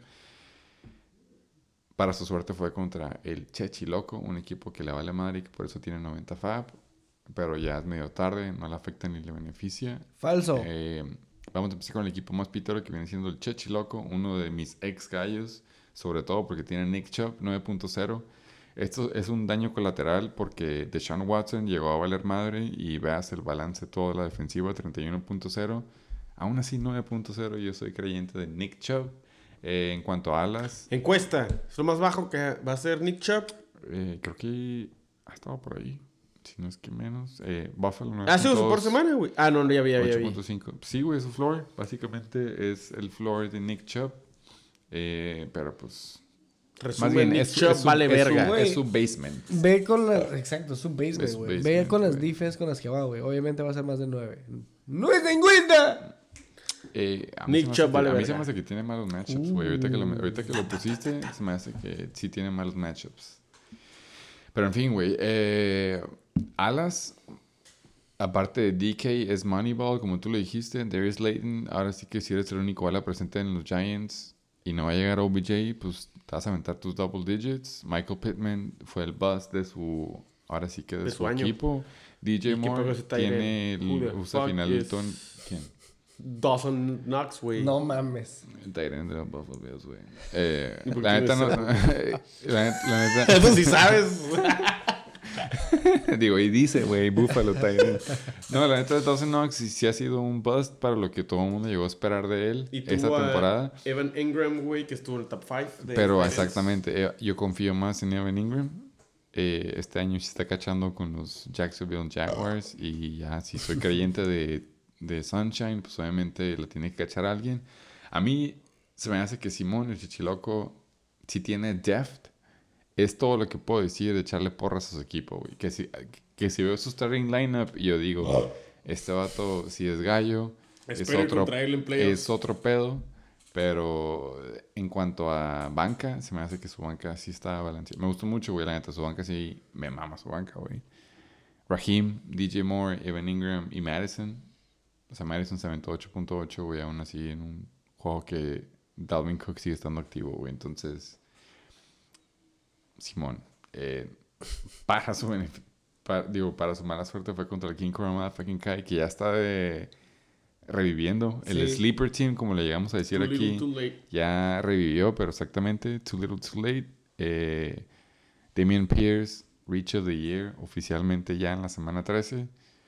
Para su suerte fue contra el Chechi Loco, un equipo que le vale madre y que por eso tiene 90 FAB. Pero ya es medio tarde, no le afecta ni le beneficia. Falso. Vamos a empezar con el equipo más pitero que viene siendo el Chechi Loco, uno de mis ex gallos, sobre todo porque tiene Nick Chubb 9.0. Esto es un daño colateral porque Deshaun Watson llegó a valer madre y veas el balance de toda la defensiva 31.0. Aún así 9.0, yo soy creyente de Nick Chubb. En cuanto a alas... Encuesta, ¿es lo más bajo que va a ser Nick Chubb? Creo que ha estado por ahí. Si no es que menos. Buffalo 9.2. ¿Ha sido su por semana, güey? Ah, no, ya vi. 8.5. Sí, güey, es su floor. Básicamente es el floor de Nick Chubb. Pero pues... Resumen, más bien, Nick Chubb vale verga. Es su basement. Ve con las... Exacto, es su basement, güey. Ve con las defense con las que va, güey. Obviamente va a ser más de 9. ¡No es en cuenta! Nick Chubb vale verga. A mí se me hace que tiene malos matchups, güey. Ahorita que lo pusiste, se me hace que sí tiene malos matchups. Pero en fin, güey. Alas, aparte de DK, es Moneyball, como tú lo dijiste. Darius Slayton, ahora sí que si eres el único ala presente en los Giants y no va a llegar OBJ, pues te vas a aventar tus double digits. Michael Pittman fue el bust de su... Ahora sí que de su equipo. DJ Moore tiene usa final del ton... ¿Quién? Dawson Knox, güey. No mames. El Tyrant de los Buffalo Bills, güey. La neta no... la neta... Eso sí sabes. Digo, y dice, güey, Buffalo Tyrant. No, la neta de Dawson Knox sí ha sido un bust para lo que todo el mundo llegó a esperar de él esa temporada. Evan Ingram, güey, que estuvo en el top 5. Pero exactamente, yo confío más en Evan Ingram. Este año sí está cachando con los Jacksonville Jaguars y ya si soy creyente de Sunshine, pues obviamente la tiene que cachar a alguien. A mí se me hace que Simón, el Chichiloco, si tiene depth, es todo lo que puedo decir de echarle porras a su equipo, güey. Que si veo su starting lineup y yo digo, este vato si es gallo, es otro pedo. Pero en cuanto a banca, se me hace que su banca sí está balanceada. Me gustó mucho, güey, la neta. Su banca sí me mama su banca, güey. Raheem, DJ Moore, Evan Ingram y Madison. O sea, Madison se aventó 8.8, güey, aún así en un juego que Dalvin Cook sigue estando activo, güey. Entonces, Simón, para su mala suerte fue contra el King Cobra Fucking Kai, que ya está reviviendo. Sí. El Sleeper Team, como le llegamos a decir too aquí, ya revivió, pero exactamente, too little, too late. Damian Pierce, Reach of the Year, oficialmente ya en la semana 13.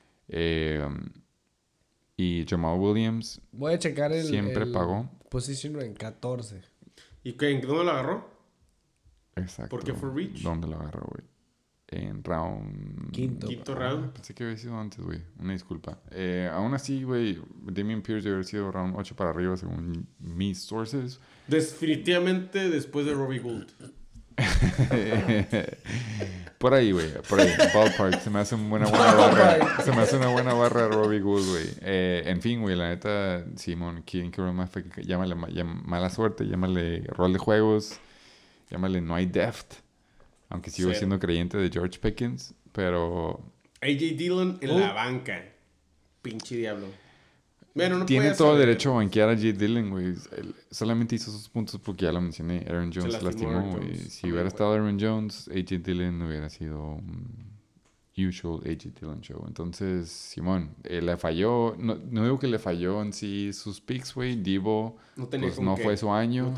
Y Jamal Williams. Voy a checar siempre pagó. Position en 14. ¿Y en dónde lo agarró? Exacto. ¿Por qué fue Reach? ¿Dónde lo agarró, güey? En round... Quinto round. Pensé que había sido antes, güey. Una disculpa. Aún así, güey, Damian Pierce debe haber sido round 8 para arriba, según mis sources. Definitivamente después de Robbie Gould. Por ahí, güey. Por ahí. Ballpark. Se me hace una buena barra. Se me hace una buena barra Robbie Gould, güey. En fin, güey. La neta, Simón, ¿quién quiero más? Llámale mala suerte. Llámale rol de juegos. Llámale no hay depth. Aunque sigo siendo creyente de George Pickens. Pero... A.J. Dillon en la banca. Pinche diablo. Bueno, no tiene todo derecho a banquear a J. Dillon, güey. Solamente hizo sus puntos porque ya lo mencioné. Aaron Jones se lastimó, güey. Si hubiera estado Aaron Jones, A.J. Dillon hubiera sido un usual A.J. Dillon show. Entonces, Simón, le falló. No digo que le falló en sí sus picks, güey. Debo, pues no fue su año.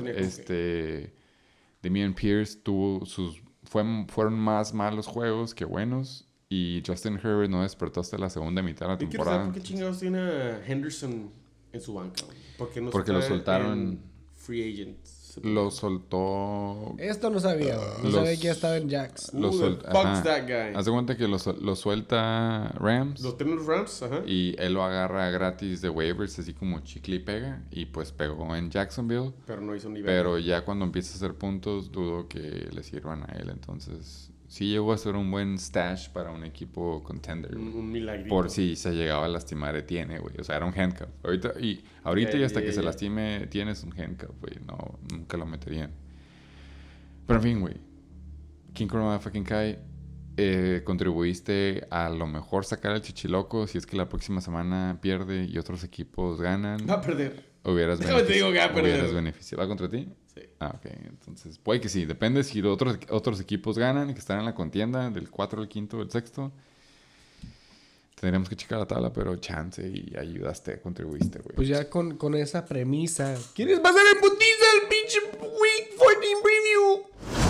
Dameon Pierce tuvo sus... Fueron más malos juegos que buenos. Y Justin Herbert no despertó hasta la segunda mitad de la temporada. ¿Por qué chingados tiene a Henderson en su banca? Porque lo soltaron. Free agents. Lo soltó... Esto no sabía, güey. No sabía que ya estaba en Jacks. Fuck's that guy. Haz de cuenta que lo suelta Rams. Lo tienen los Rams, ajá. Y él lo agarra gratis de waivers, así como chicle y pega. Y pues pegó en Jacksonville. Pero no hizo nivel. Pero ya cuando empieza a hacer puntos, dudo que le sirvan a él. Entonces, sí llegó a ser un buen stash para un equipo contender. Un milagrito. Por si se llegaba a lastimar Etienne, güey. O sea, era un handcuff. Ahorita y hasta que se lastime tienes un handcuff, güey. No, nunca lo meterían. Pero en fin, güey. King Corona fucking Kai. Contribuiste a lo mejor sacar al Chichiloco si es que la próxima semana pierde y otros equipos ganan. Va a perder. Hubieras beneficiado. ¿Va contra ti? Sí. Ah, ok. Entonces, puede que sí. Depende si los otros equipos ganan y que están en la contienda del 4, el 5, el 6. Tendríamos que checar la tabla, pero chance y ayudaste, contribuiste, güey. Pues ya con esa premisa. ¿Quieres pasar en putiza el pinche Week 14 Preview?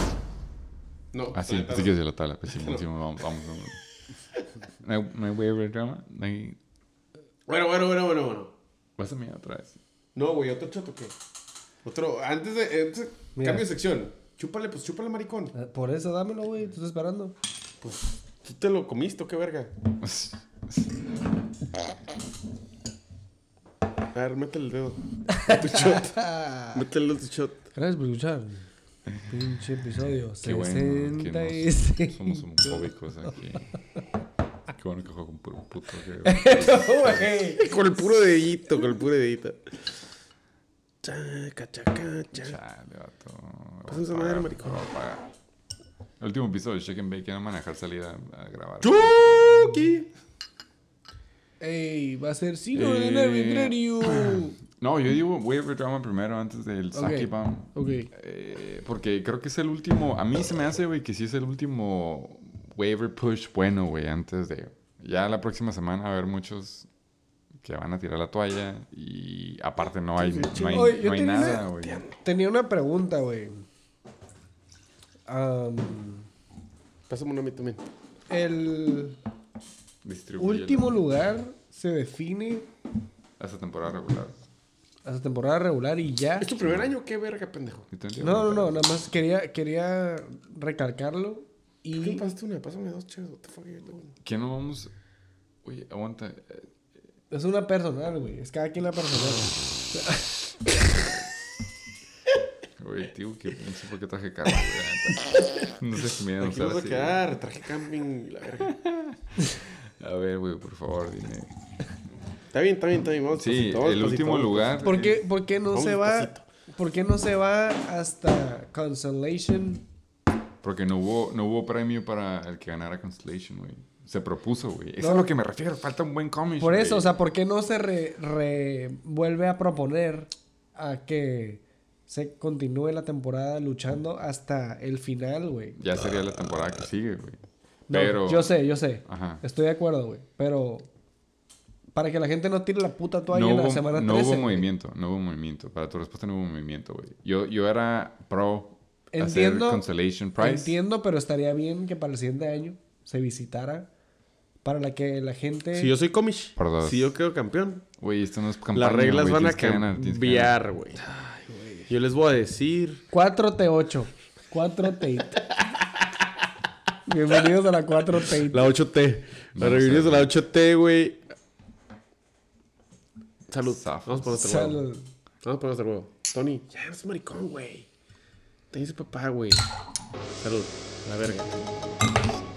No. Así que decir la tabla. Pues sí, vamos. No hay waiver drama. No hay... Bueno. ¿Vas a mirar otra vez? No, güey, otro shot o qué. Otro, antes de cambio de sección. Chúpale, maricón. Por eso, dámelo, güey. Te estoy esperando. Pues, ¿tú te lo comiste o qué verga? A ver, métele el dedo. Tu shot. Métele tu shot. Gracias por escuchar. Pinche episodio. Qué bueno que somos homofóbicos aquí. Qué bueno que juego con puro puto. Con el puro dedito, Chaca. Chale, vato. Pásense a madre, maricón. El último episodio de Chicken Bake no manejar salida a grabar. ¡Chucky! Ey, va a ser Sino en el arbitrario. No, yo digo waiver drama primero antes del Saki Bomb. Ok. Porque creo que es el último. A mí se me hace, güey, que sí es el último waiver push bueno, güey, antes de... Ya la próxima semana va a haber muchos que van a tirar la toalla y aparte no hay nada, güey. Tenía una pregunta, güey. Pásame una a mí también. El último lugar se define hasta temporada regular. Hasta temporada regular y ya. ¿Es tu primer año? ¿Qué verga, pendejo? No, nada más quería recalcarlo. Y... ¿Qué pasaste una? Pásame dos, chéveres. What the fuck are you doing? ¿Quién no vamos? Oye, aguanta. Es una personal, güey. Es cada quien la personal. Güey, tío, que no sé por qué traje carro, güey. No sé si me iban a usar así. Aquí vas a quedar. Traje camping y la verga. A ver, güey, por favor, dime. Está bien. Vamos sí, el último lugar. ¿Por qué no se va? ¿Por qué no se va hasta Constellation? Porque no hubo premio para el que ganara Constellation, güey. Se propuso, güey. Eso es a lo que me refiero. Falta un buen cómic. Por eso, o sea, ¿por qué no se vuelve a proponer a que se continúe la temporada luchando hasta el final, güey? Ya sería la temporada que sigue, güey. No, pero... Yo sé. Ajá. Estoy de acuerdo, güey. Pero... Para que la gente no tire la puta toalla en la semana 13. No hubo movimiento. Para tu respuesta no hubo movimiento, güey. Yo era pro hacer Constellation Prize. Entiendo, pero estaría bien que para el siguiente año se visitara para que la gente... Si yo soy comish, si yo quedo campeón, güey, esto no es campaña. Las reglas van a cambiar, güey. Yo les voy a decir... 4T8. 4T8. Bienvenidos a la 4T8. La 8T. Bienvenidos a la 8T, güey. Salud. Vamos por nuestro huevo. Tony, ya eres maricón, güey. Te dice papá, güey. Salud. La verga.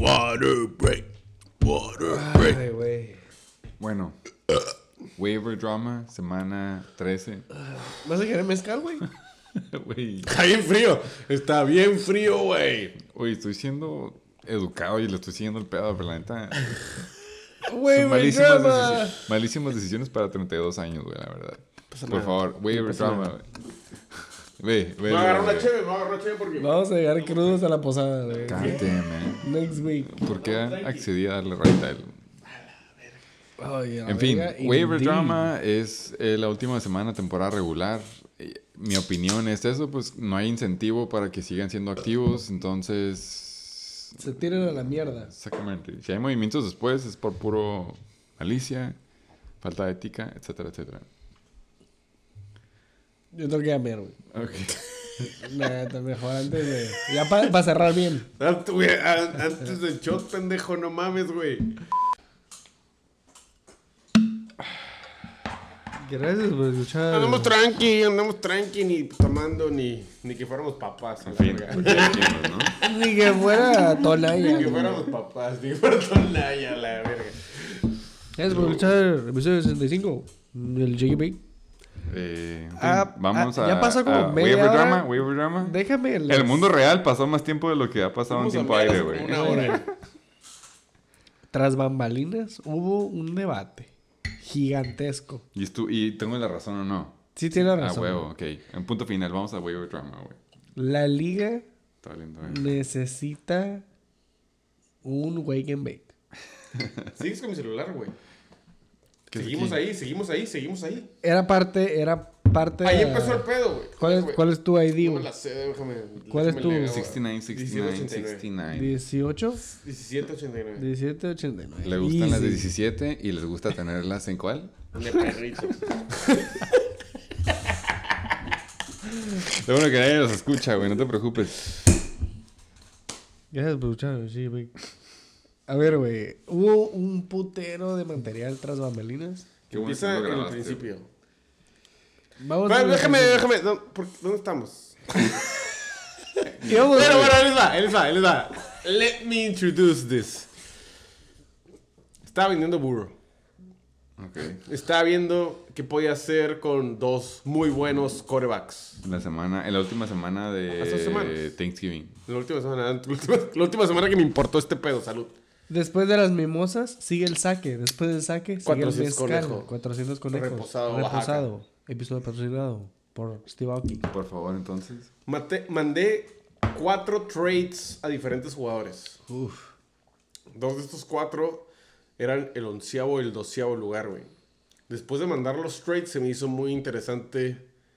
Water break. Water break. Ay, güey. Bueno. Waiver drama, semana 13. ¿Vas a querer mezcal, güey? Güey. Está bien frío. Está bien frío, güey. Oye, estoy siendo educado y le estoy siguiendo el pedo, pero la neta... Waiver drama. Malísimas decisiones para 32 años, güey, la verdad. Pasa Por nada. favor, waiver drama, güey. Ve. Me agarró una chévere porque... Vamos a llegar crudos a la posada, güey. God damn, man. Next week. ¿Por qué accedí a darle right a él? Ay, a la En fin, verga, waiver indeed. drama es la última semana, temporada regular. Mi opinión es eso, pues no hay incentivo para que sigan siendo activos, entonces... Se tiran a la mierda. Exactamente. Si hay movimientos después es por puro malicia, falta de ética, etcétera, etcétera. Yo tengo que cambiar, güey. Ok. Nada, mejor antes de... Ya para cerrar bien. Antes del shot, pendejo, no mames, güey. Gracias por escuchar. Andamos tranqui, ni tomando, ni que fuéramos papás. En fin, tranquilos, ¿no? Ni que fuera Tonaya. Ni que fuéramos papás, ni que fuera Tonaya, la verga. Gracias por escuchar el episodio 65 del JGB. En fin, vamos a... ya pasó como a media hora. Waiver drama. Déjame... El mundo real pasó más tiempo de lo que ha pasado en Vamos a tiempo hablar aire, como güey. una hora. Tras bambalinas hubo un debate gigantesco. ¿Y tengo la razón o no? Sí tiene razón. Ah, huevo, ok. En punto final, vamos a waiver drama, güey. La liga Está valiendo, necesita un wake and bake. Sigues con mi celular, güey. ¿Qué es Seguimos aquí? seguimos ahí. Era parte Ahí de- empezó el pedo, güey. ¿Cuál es tu ID, No me güey? la sé, déjame. ¿Cuál es déjame tu- leer, 69, 69, 69. 18, 1789. 17, 89. Le gustan las de Easy. 17 y les gusta tenerlas en cuál? De perrito. Lo bueno que nadie los escucha, güey, no te preocupes. Gracias por escuchar, sí, güey. A ver, güey. Hubo un putero de material tras bambalinas. Qué bueno Empieza que lo en el grabaste. principio. Vamos Pero a déjame. ¿Dónde estamos? Íbamos- Bueno, él va. Let me introduce this. Estaba vendiendo burro. Ok. Estaba viendo qué podía hacer con dos muy buenos quarterbacks. En la última semana Hace 2 semanas. de Thanksgiving. La última semana que me importó este pedo, salud. Después de las mimosas, sigue el saque. Después del saque, sigue 400 el mezcal. conejo. 400 conejos. Reposado, Episodio patrocinado por Steve Aoki. Por favor, entonces. Mandé 4 trades a diferentes jugadores. Uf. 2 de estos 4 eran el 11º y el 12º lugar, güey. Después de mandar los trades, se me hizo muy interesante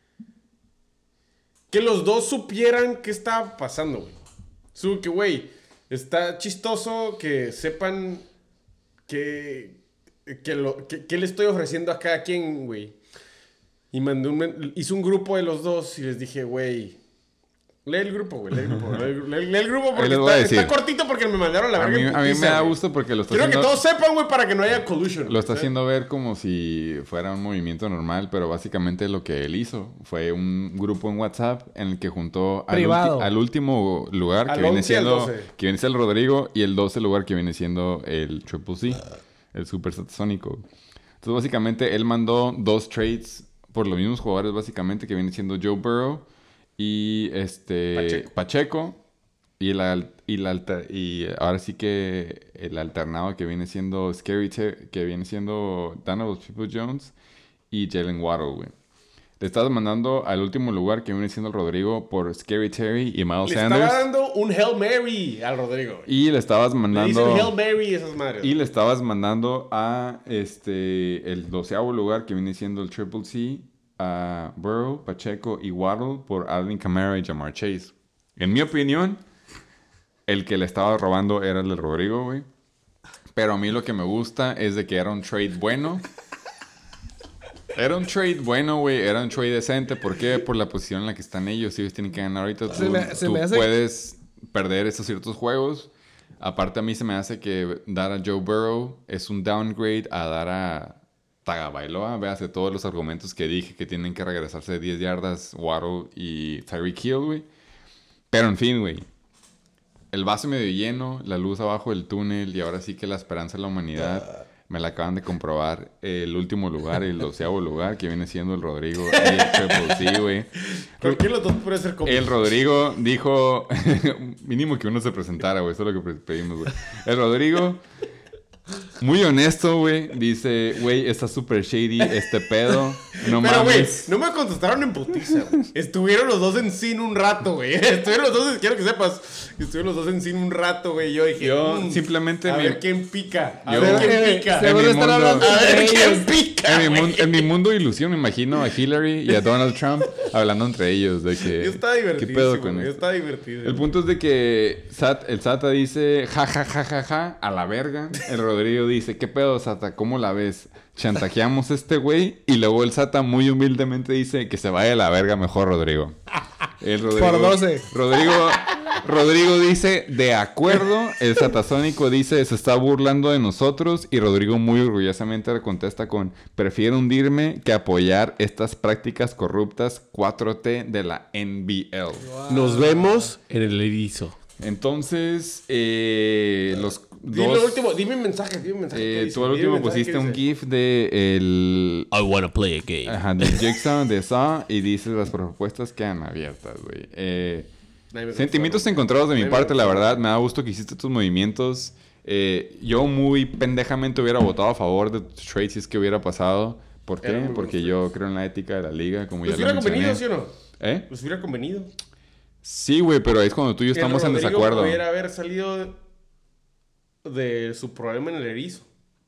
que los dos supieran qué estaba pasando, güey. Que, güey, está chistoso que sepan que le estoy ofreciendo a cada quien, güey. Y hice un grupo de los dos y les dije, güey, lee el grupo, güey, lee el grupo. Lee el grupo Ahí porque les voy a decir. está cortito porque me mandaron la A verga mí, en a mí me putiza, da güey. gusto porque lo está Quiero que haciendo... todos sepan, güey, para que no haya collusion. Lo está ¿sabes? haciendo ver como si fuera un movimiento normal, pero básicamente lo que él hizo fue un grupo en WhatsApp en el que juntó Privado. al último lugar Al que viene 11 y al siendo 12. que viene siendo el Rodrigo y el 12 lugar que viene siendo el Triple C, el Super Satasónico. Entonces básicamente él mandó 2 trades por los mismos jugadores básicamente que viene siendo Joe Burrow y Pacheco. Y ahora sí que el alternado que viene siendo que viene siendo Donovan Peoples-Jones y Jalen Waddle, güey. Le estabas mandando al último lugar que viene siendo el Rodrigo por Scary Terry y Miles Le Sanders. estaba dando un Hail Mary al Rodrigo. Y le estabas Le mandando... dicen Hail Mary esas madres. Y le estabas mandando a el 12º lugar que viene siendo el Triple C a Burrow, Pacheco y Waddle por Alvin Kamara y Jamar Chase. En mi opinión, el que le estaba robando era el de Rodrigo, güey. Pero a mí lo que me gusta es de que era un trade bueno. Era un trade bueno, güey. Era un trade decente. ¿Por qué? Por la posición en la que están ellos. Si ellos tienen que ganar ahorita, Se me hace- puedes perder esos ciertos juegos. Aparte, a mí se me hace que dar a Joe Burrow es un downgrade a dar a Tagovailoa. Véase todos los argumentos que dije que tienen que regresarse de 10 yardas Waddle y Tyreek Hill, güey. Pero en fin, güey. el vaso medio lleno, la luz abajo del túnel y ahora sí que la esperanza de la humanidad me la acaban de comprobar. El último lugar, el 12º lugar, que viene siendo el Rodrigo y el Triple C, güey. Cualquier de los dos puede ser conmigo. El Rodrigo dijo, mínimo que uno se presentara, güey, eso es lo que pedimos, güey. El Rodrigo, muy honesto, güey, dice, güey, está súper shady este pedo, no Pero, güey, mames. no me contestaron en putiza, güey. Estuvieron los dos en cine un rato, güey. Estuvieron los dos, quiero que sepas, estuvieron los dos en cine un rato, güey. Yo dije, Simplemente a me... ver quién pica. A Yo- ver quién pica. En mi mundo- A ver quién pica. En mi mundo de ilusión me imagino a Hillary y a Donald Trump hablando entre ellos de que... Yo estaba divertido. ¿Qué pedo con Yo esto? estaba divertido. El punto es de que el Sata dice ja, ja, ja, ja, ja, a la verga. El Rodrigo dice, ¿qué pedo, Sata? ¿Cómo la ves? Chantajeamos a este güey. Y luego el Sata muy humildemente dice que se vaya a la verga mejor, Rodrigo. El Rodrigo Por 12. Rodrigo dice, de acuerdo. El Satasónico dice, se está burlando de nosotros. Y Rodrigo muy orgullosamente le contesta con, prefiero hundirme que apoyar estas prácticas corruptas 4T de la NBL. Nos vemos en el erizo. Entonces, los Dime dos... lo último, dime un mensaje, ¿qué dice? tú al Dime último un mensaje, pusiste ¿qué un dice? GIF de el... I wanna play a game. Ajá, del Jigsaw de Saw y dices las propuestas quedan abiertas, güey. Nadie me Sentimientos contestó, encontrados de mi Nadie me parte, la contestó. verdad. Me da gusto que hiciste tus movimientos. Yo muy pendejamente hubiera votado a favor de tu trade si es que hubiera pasado. ¿Por qué? Eran muy Porque buenos yo trades. creo en la ética de la liga, como ¿Les ya lo hubiera mencioné. convenido, sí o no? ¿Eh? ¿Les hubiera convenido? Sí, güey, pero es cuando tú y yo estamos en Rodrigo desacuerdo. Pudiera haber salido de su problema en el erizo.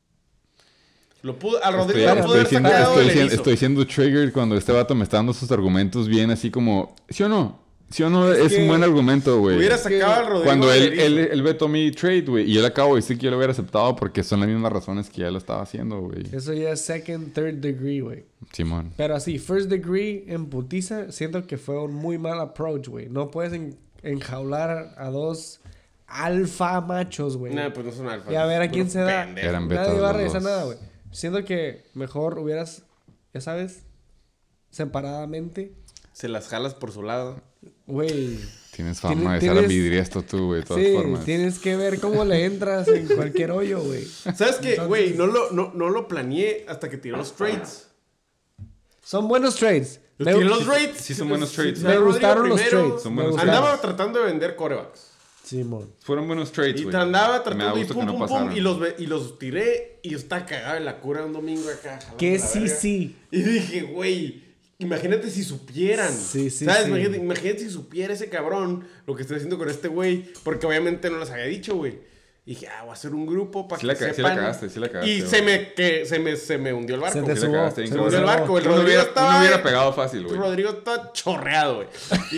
Al Rodrigo lo pudo haber sacado del erizo. Estoy siendo triggered cuando este vato me está dando sus argumentos bien así como... ¿Sí o no? ¿Sí o no? Es que un buen argumento, güey. Hubiera sacado al Rodrigo Cuando del él erizo. vetó mi trade, güey. Y yo le acabo de decir que yo lo hubiera aceptado porque son las mismas razones que ya lo estaba haciendo, güey. Eso ya es second, third degree, güey. Simón. Pero así, first degree en putiza, siento que fue un muy mal approach, güey. No puedes enjaular a dos alfa machos, güey. Nah, pues no son alfa. Y a ver a quién se da. Pendejo. Eran betas Nadie va a los regresar dos. nada, güey. Siento que mejor hubieras, ya sabes, separadamente, Se las jalas por su lado. güey. Tienes fama de ser tienes- ambidriesto tú, güey, de todas Sí, formas. tienes que ver cómo le entras en cualquier hoyo, güey. ¿Sabes qué, Entonces- güey? No lo planeé hasta que tiró los trades. Son buenos trades. Yo tiré los trades. sí son buenos trades. Me gustaron los Primero, trades. Son me buenos gustaron. Andaba tratando de vender corebacks. Simón. Fueron buenos trades, Y güey. andaba Me da tratando y gusto que pum, no pum, pum. pasaron. Y los tiré y yo estaba cagado en la cura un domingo acá. jalando Que la sí, verga. sí. Y dije, güey, imagínate si supieran. Sí, sí, ¿Sabes? sí. Imagínate si supiera ese cabrón lo que estoy haciendo con este güey. Porque obviamente no les había dicho, güey. Y dije, voy a hacer un grupo para Sí que la sepan. cagaste, sí la cagaste, Y güey. se me hundió el barco. Se te Sí la subo. cagaste bien se Se me te hundió el subo. barco. El Uno Rodrigo hubiera, estaba... uno hubiera pegado fácil, güey. Rodrigo está chorreado, güey.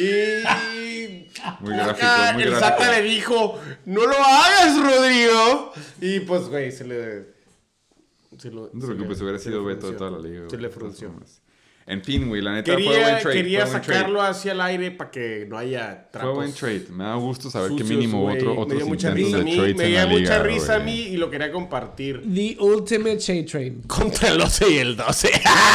Y... Muy gráfico, acá muy el gráfico. Sata le dijo, no lo hagas, Rodrigo. Y pues, güey, se le... No te preocupes, hubiera sido Beto de toda la liga. Se güey, le de todas frunció. formas. En fin, güey, la neta fue buen trade. Quería fue buen trade. sacarlo hacia el aire para que no haya Fue trapos. buen trade. Me da gusto saber que sucios, mínimo güey. Me otros dio mucha intentos risa a de mí, trades me en dio la liga, mucha risa a güey. mí y lo quería compartir. The ultimate shade trade. Contra el 11 y el 12.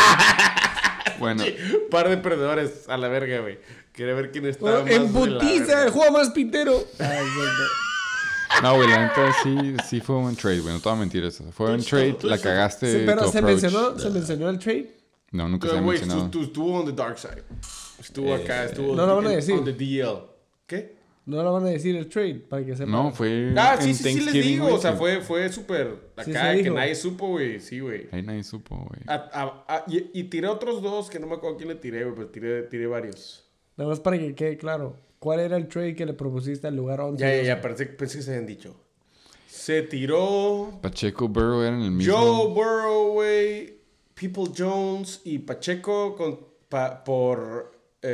Bueno, Par de perdedores a la verga, güey. Quería ver quién estaba más En de la putiza, verga. el juego más pintero. Ay, no, güey, la neta sí fue un buen trade, güey. No te voy a mentir eso. Fue un trade, la cagaste. sí, pero tu se approach. mencionó el trade. No, nunca se Pero, ha güey, mencionado. estuvo on the dark side. Estuvo acá, estuvo no lo van a decir. on the DL. ¿Qué? No lo van a decir el trade para que sepan. No, fue. Sí, en sí, les Thanksgiving, digo. güey, O sea, que- fue súper Sí, acá se que dijo. nadie supo, güey. Sí, güey. Ahí nadie supo, güey. Y tiré otros dos que no me acuerdo quién le tiré, güey, pero tiré varios. Nada más para que quede claro. ¿Cuál era el trade que le propusiste al lugar 11? Ya, pensé que se habían dicho. Se tiró Pacheco Burrow eran el mismo. Joe Burrow, güey, People Jones y Pacheco por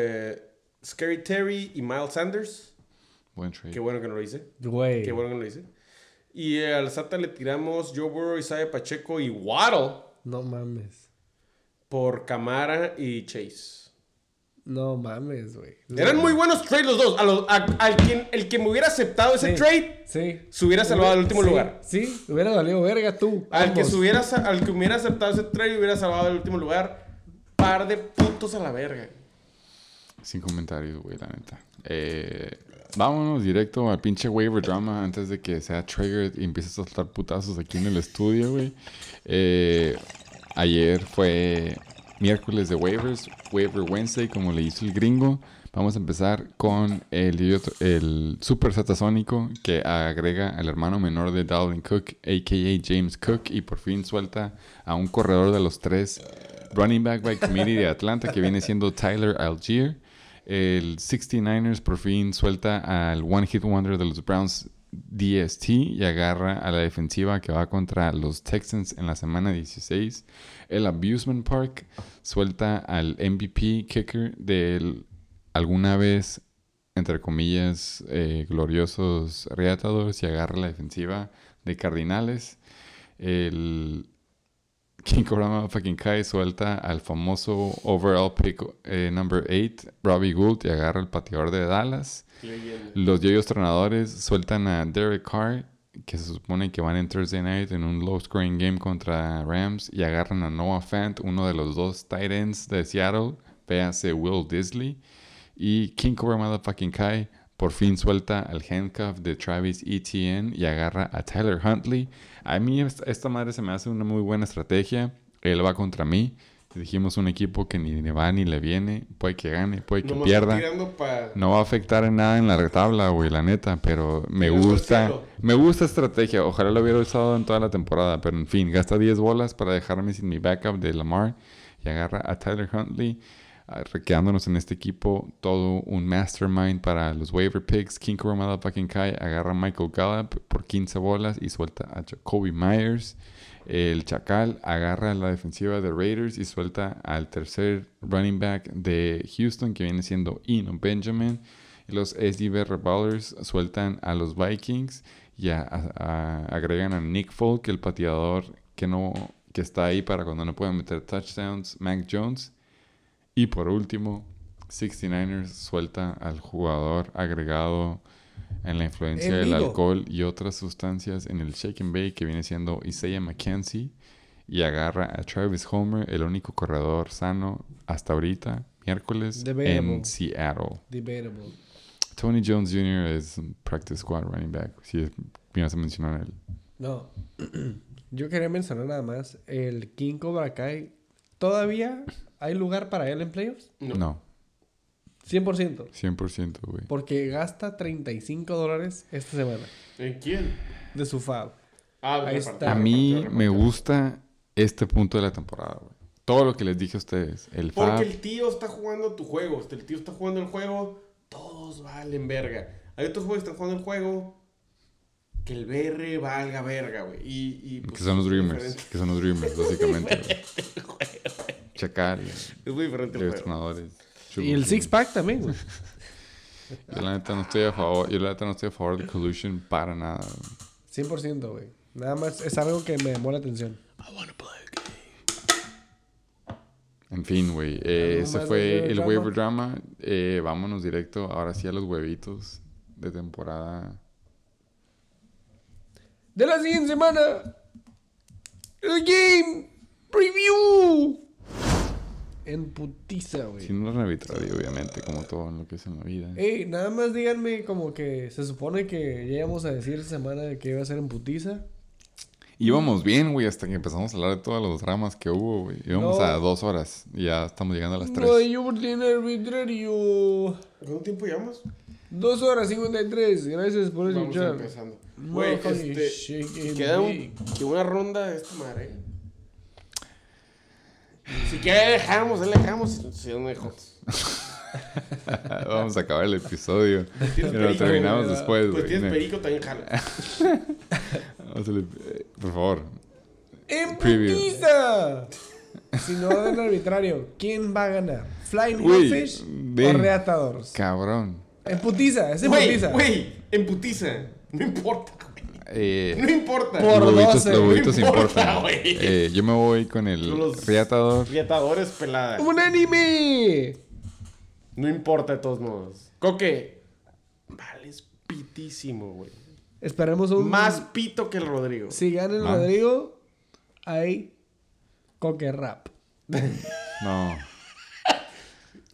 Scary Terry y Miles Sanders. Buen trade. Qué bueno que no lo hice. Güey. Qué bueno que no lo hice. Y al Sata le tiramos Joe Burrow, Isaiah Pacheco y Waddle No mames. por Camara y Chase. No mames, güey. Eran muy buenos trades los dos. El que me hubiera aceptado ese Sí. trade Sí. se hubiera salvado al último Sí, lugar. Sí, hubiera valido verga tú. Al que Ambos. hubiera aceptado ese trade hubiera salvado el último lugar. Par de puntos a la verga. Sin comentarios, güey, la neta. Vámonos directo al pinche waiver drama antes de que sea triggered y empieces a soltar putazos aquí en el estudio, güey. Ayer fue miércoles de waivers, Waiver Wednesday, como le hizo el gringo. Vamos a empezar con el Super Satasónico que agrega al hermano menor de Dalvin Cook, a.k.a. James Cook, y por fin suelta a un corredor de los 3 running back by committee de Atlanta que viene siendo Tyler Algier. El 69ers por fin suelta al One Hit Wonder de los Browns, DST, y agarra a la defensiva que va contra los Texans en la semana 16. El Abusement Park suelta al MVP kicker del alguna vez, entre comillas, gloriosos Reatadores y agarra la defensiva de Cardinales. El King Korama fucking Kai suelta al famoso overall pick number 8, Robbie Gould, y agarra el pateador de Dallas. Los Yoyos Tronadores sueltan a Derek Carr, que se supone que van en Thursday night en un low scoring game contra Rams, y agarran a Noah Fant, uno de los 2 tight ends de Seattle, véase Will Disley. Y King Cobra Motherfucking Kai por fin suelta al handcuff de Travis Etienne y agarra a Tyler Huntley. A mí esta madre se me hace una muy buena estrategia. Él va contra mí. Dijimos un equipo que ni le va ni le viene. Puede que gane, puede que pierda. No va a afectar en nada en la tabla, güey, la neta. Pero me gusta estrategia. Ojalá lo hubiera usado en toda la temporada. Pero en fin, gasta 10 bolas para dejarme sin mi backup de Lamar. Y agarra a Tyler Huntley. Quedándonos en este equipo, todo un mastermind para los waiver picks. King Cobra Motherfucking Kai agarra a Michael Gallup por 15 bolas y suelta a Jacoby Myers. El Chacal agarra a la defensiva de Raiders y suelta al tercer running back de Houston, que viene siendo Eno Benjamin. Y los SDB Ballers sueltan a los Vikings y agregan a Nick Folk, el pateador que está ahí para cuando no pueden meter touchdowns, Mac Jones. Y por último, 69ers suelta al jugador agregado en la influencia del alcohol y otras sustancias en el Shake and Bake, que viene siendo Isaiah McKenzie, y agarra a Travis Homer, el único corredor sano hasta ahorita, miércoles, en Seattle. Debatable. Tony Jones Jr. es un practice squad running back. Si vienes a mencionar él. No. Yo quería mencionar nada más el King Cobra Kai. ¿Todavía hay lugar para él en playoffs? No. 100%. 100%, güey. Porque gasta $35 esta semana. ¿En quién? De su FAB. Ahí está. A mí me gusta este punto de la temporada, güey. Todo lo que les dije a ustedes. Porque el tío está jugando tu juego. El tío está jugando el juego. Todos valen verga. Hay otros juegos que están jugando el juego. Que el BR valga verga, güey. Y pues, que son los Dreamers. Que son los Dreamers, básicamente. Chacal. Es muy diferente el juego. Y el six-pack también, güey. Yo la neta no estoy a favor de Collusion para nada. 100%, güey. Nada más es algo que me llamó la atención. En fin, güey. Ese fue el waiver drama. Vámonos directo ahora sí a los huevitos de temporada. De la siguiente semana. El Game Preview. En putiza, güey. Sin un arbitrario, obviamente, como todo en lo que es en la vida. Nada más díganme como que se supone que ya íbamos a decir esta semana que iba a ser en putiza. Íbamos bien, güey, hasta que empezamos a hablar de todos los dramas que hubo, güey. Íbamos a 2 horas y ya estamos llegando a las 3. No, yo tiene arbitrario. ¿Cuánto tiempo llevamos? 2 horas 53. Gracias por escuchar. Vamos empezando. Güey, queda una ronda de esta madre. Si quieres, le dejamos. Si no, mejores. Vamos a acabar el episodio. Y lo terminamos después, güey. Pues tienes perico, también jala. Por favor. ¡En putiza! Si no den arbitrario, ¿quién va a ganar? ¿Flying Hellfish o Reatadores? Cabrón. En putiza, es en putiza. Güey, en putiza. No importa, güey. No importa. Por los 12. huevitos No importa, importan. Yo me voy con el Reatador. Reatadores pelada. ¡Un anime! No importa de todos modos. Coque. Vales pitísimo, güey. Esperemos un... Más pito que el Rodrigo. Si gana el Rodrigo, hay Coque Rap. No.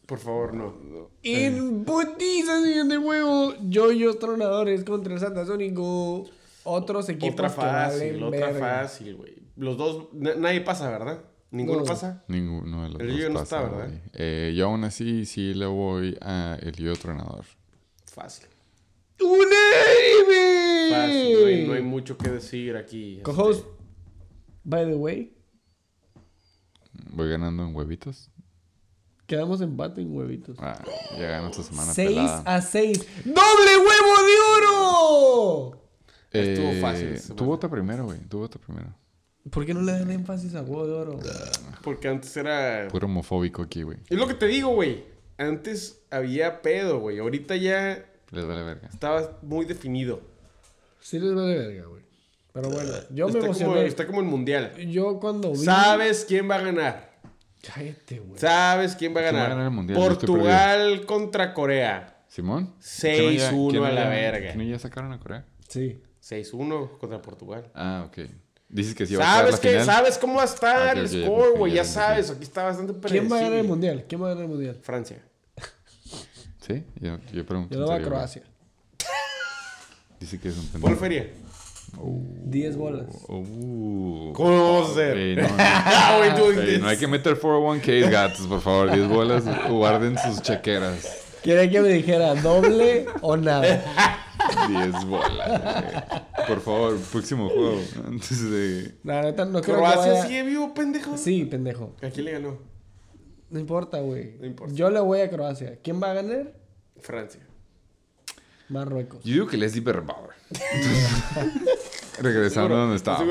Por favor, no. En putiza, siguiente juego. Yoyos Tronadores contra el Satasónico. Otros equipos Otra fácil, güey. Los dos, nadie pasa, ¿verdad? ¿Ninguno pasa? Ninguno de los el dos Yoyo no pasa, está, ¿verdad? Yo aún así sí le voy a el Yoyo Tronador. Fácil. ¡Unánime! Fácil, no hay mucho que decir aquí. Co-host, by the way, Voy ganando en huevitos. quedamos empate en huevitos. Ya ganó esta semana 6-6. ¡Doble huevo de oro! Estuvo fácil. Tú vota primero, güey. ¿Por qué no le dan énfasis a huevo de oro? Porque antes era... Puro homofóbico aquí, güey. Es lo que te digo, güey. Antes había pedo, güey. Ahorita ya Les vale verga. estaba muy definido. Sí les vale verga, güey. Pero bueno, yo me emocioné. Está como el mundial. Yo cuando vi... ¿Sabes quién va a ganar? Cállate, güey. ¿Sabes quién va a ¿Quién va a ganar? ganar el mundial? Yo estoy Portugal contra Corea. ¿Simón? 6-1 a la verga. ¿Quién ya sacaron a Corea? Sí. 6-1 contra Portugal. Ok. Dices que sí va a estar la final. ¿Sabes cómo va a estar el score, güey? Ya entendí. sabes. Aquí está bastante predecible. ¿Quién va a ganar el mundial? Francia. ¿Sí? Yo pregunto. Yo le voy a Croacia. Dice que es un pendejo. Pon feria. 10 bolas. ¿Cómo vamos a hacer? No hay que meter 401k, gatos, por favor. 10 bolas, guarden sus chequeras. ¿Quiere que me dijera doble o nada? 10 bolas, güey. Por favor, próximo juego. Antes de... La neta no creo ¿Croacia que vaya... sigue vivo, pendejo? Sí, pendejo. ¿A quién le ganó? No importa, güey. No importa. Yo le voy a Croacia. ¿Quién va a ganar? Francia. Marruecos. Yo digo que Leslie Berbauer. Regresando a donde estaba.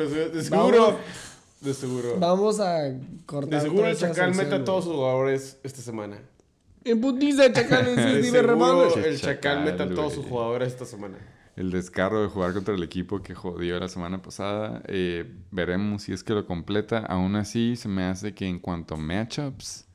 De seguro. Vamos a cortar. De seguro el toda esa Chacal sección, mete a todos güey. sus jugadores esta semana. En putiza, Chacal es De Steve Revolver. seguro el Chacal mete a todos güey. sus jugadores esta semana. El descaro de jugar contra el equipo que jodió la semana pasada. Veremos si es que lo completa. Aún así, se me hace que en cuanto a matchups...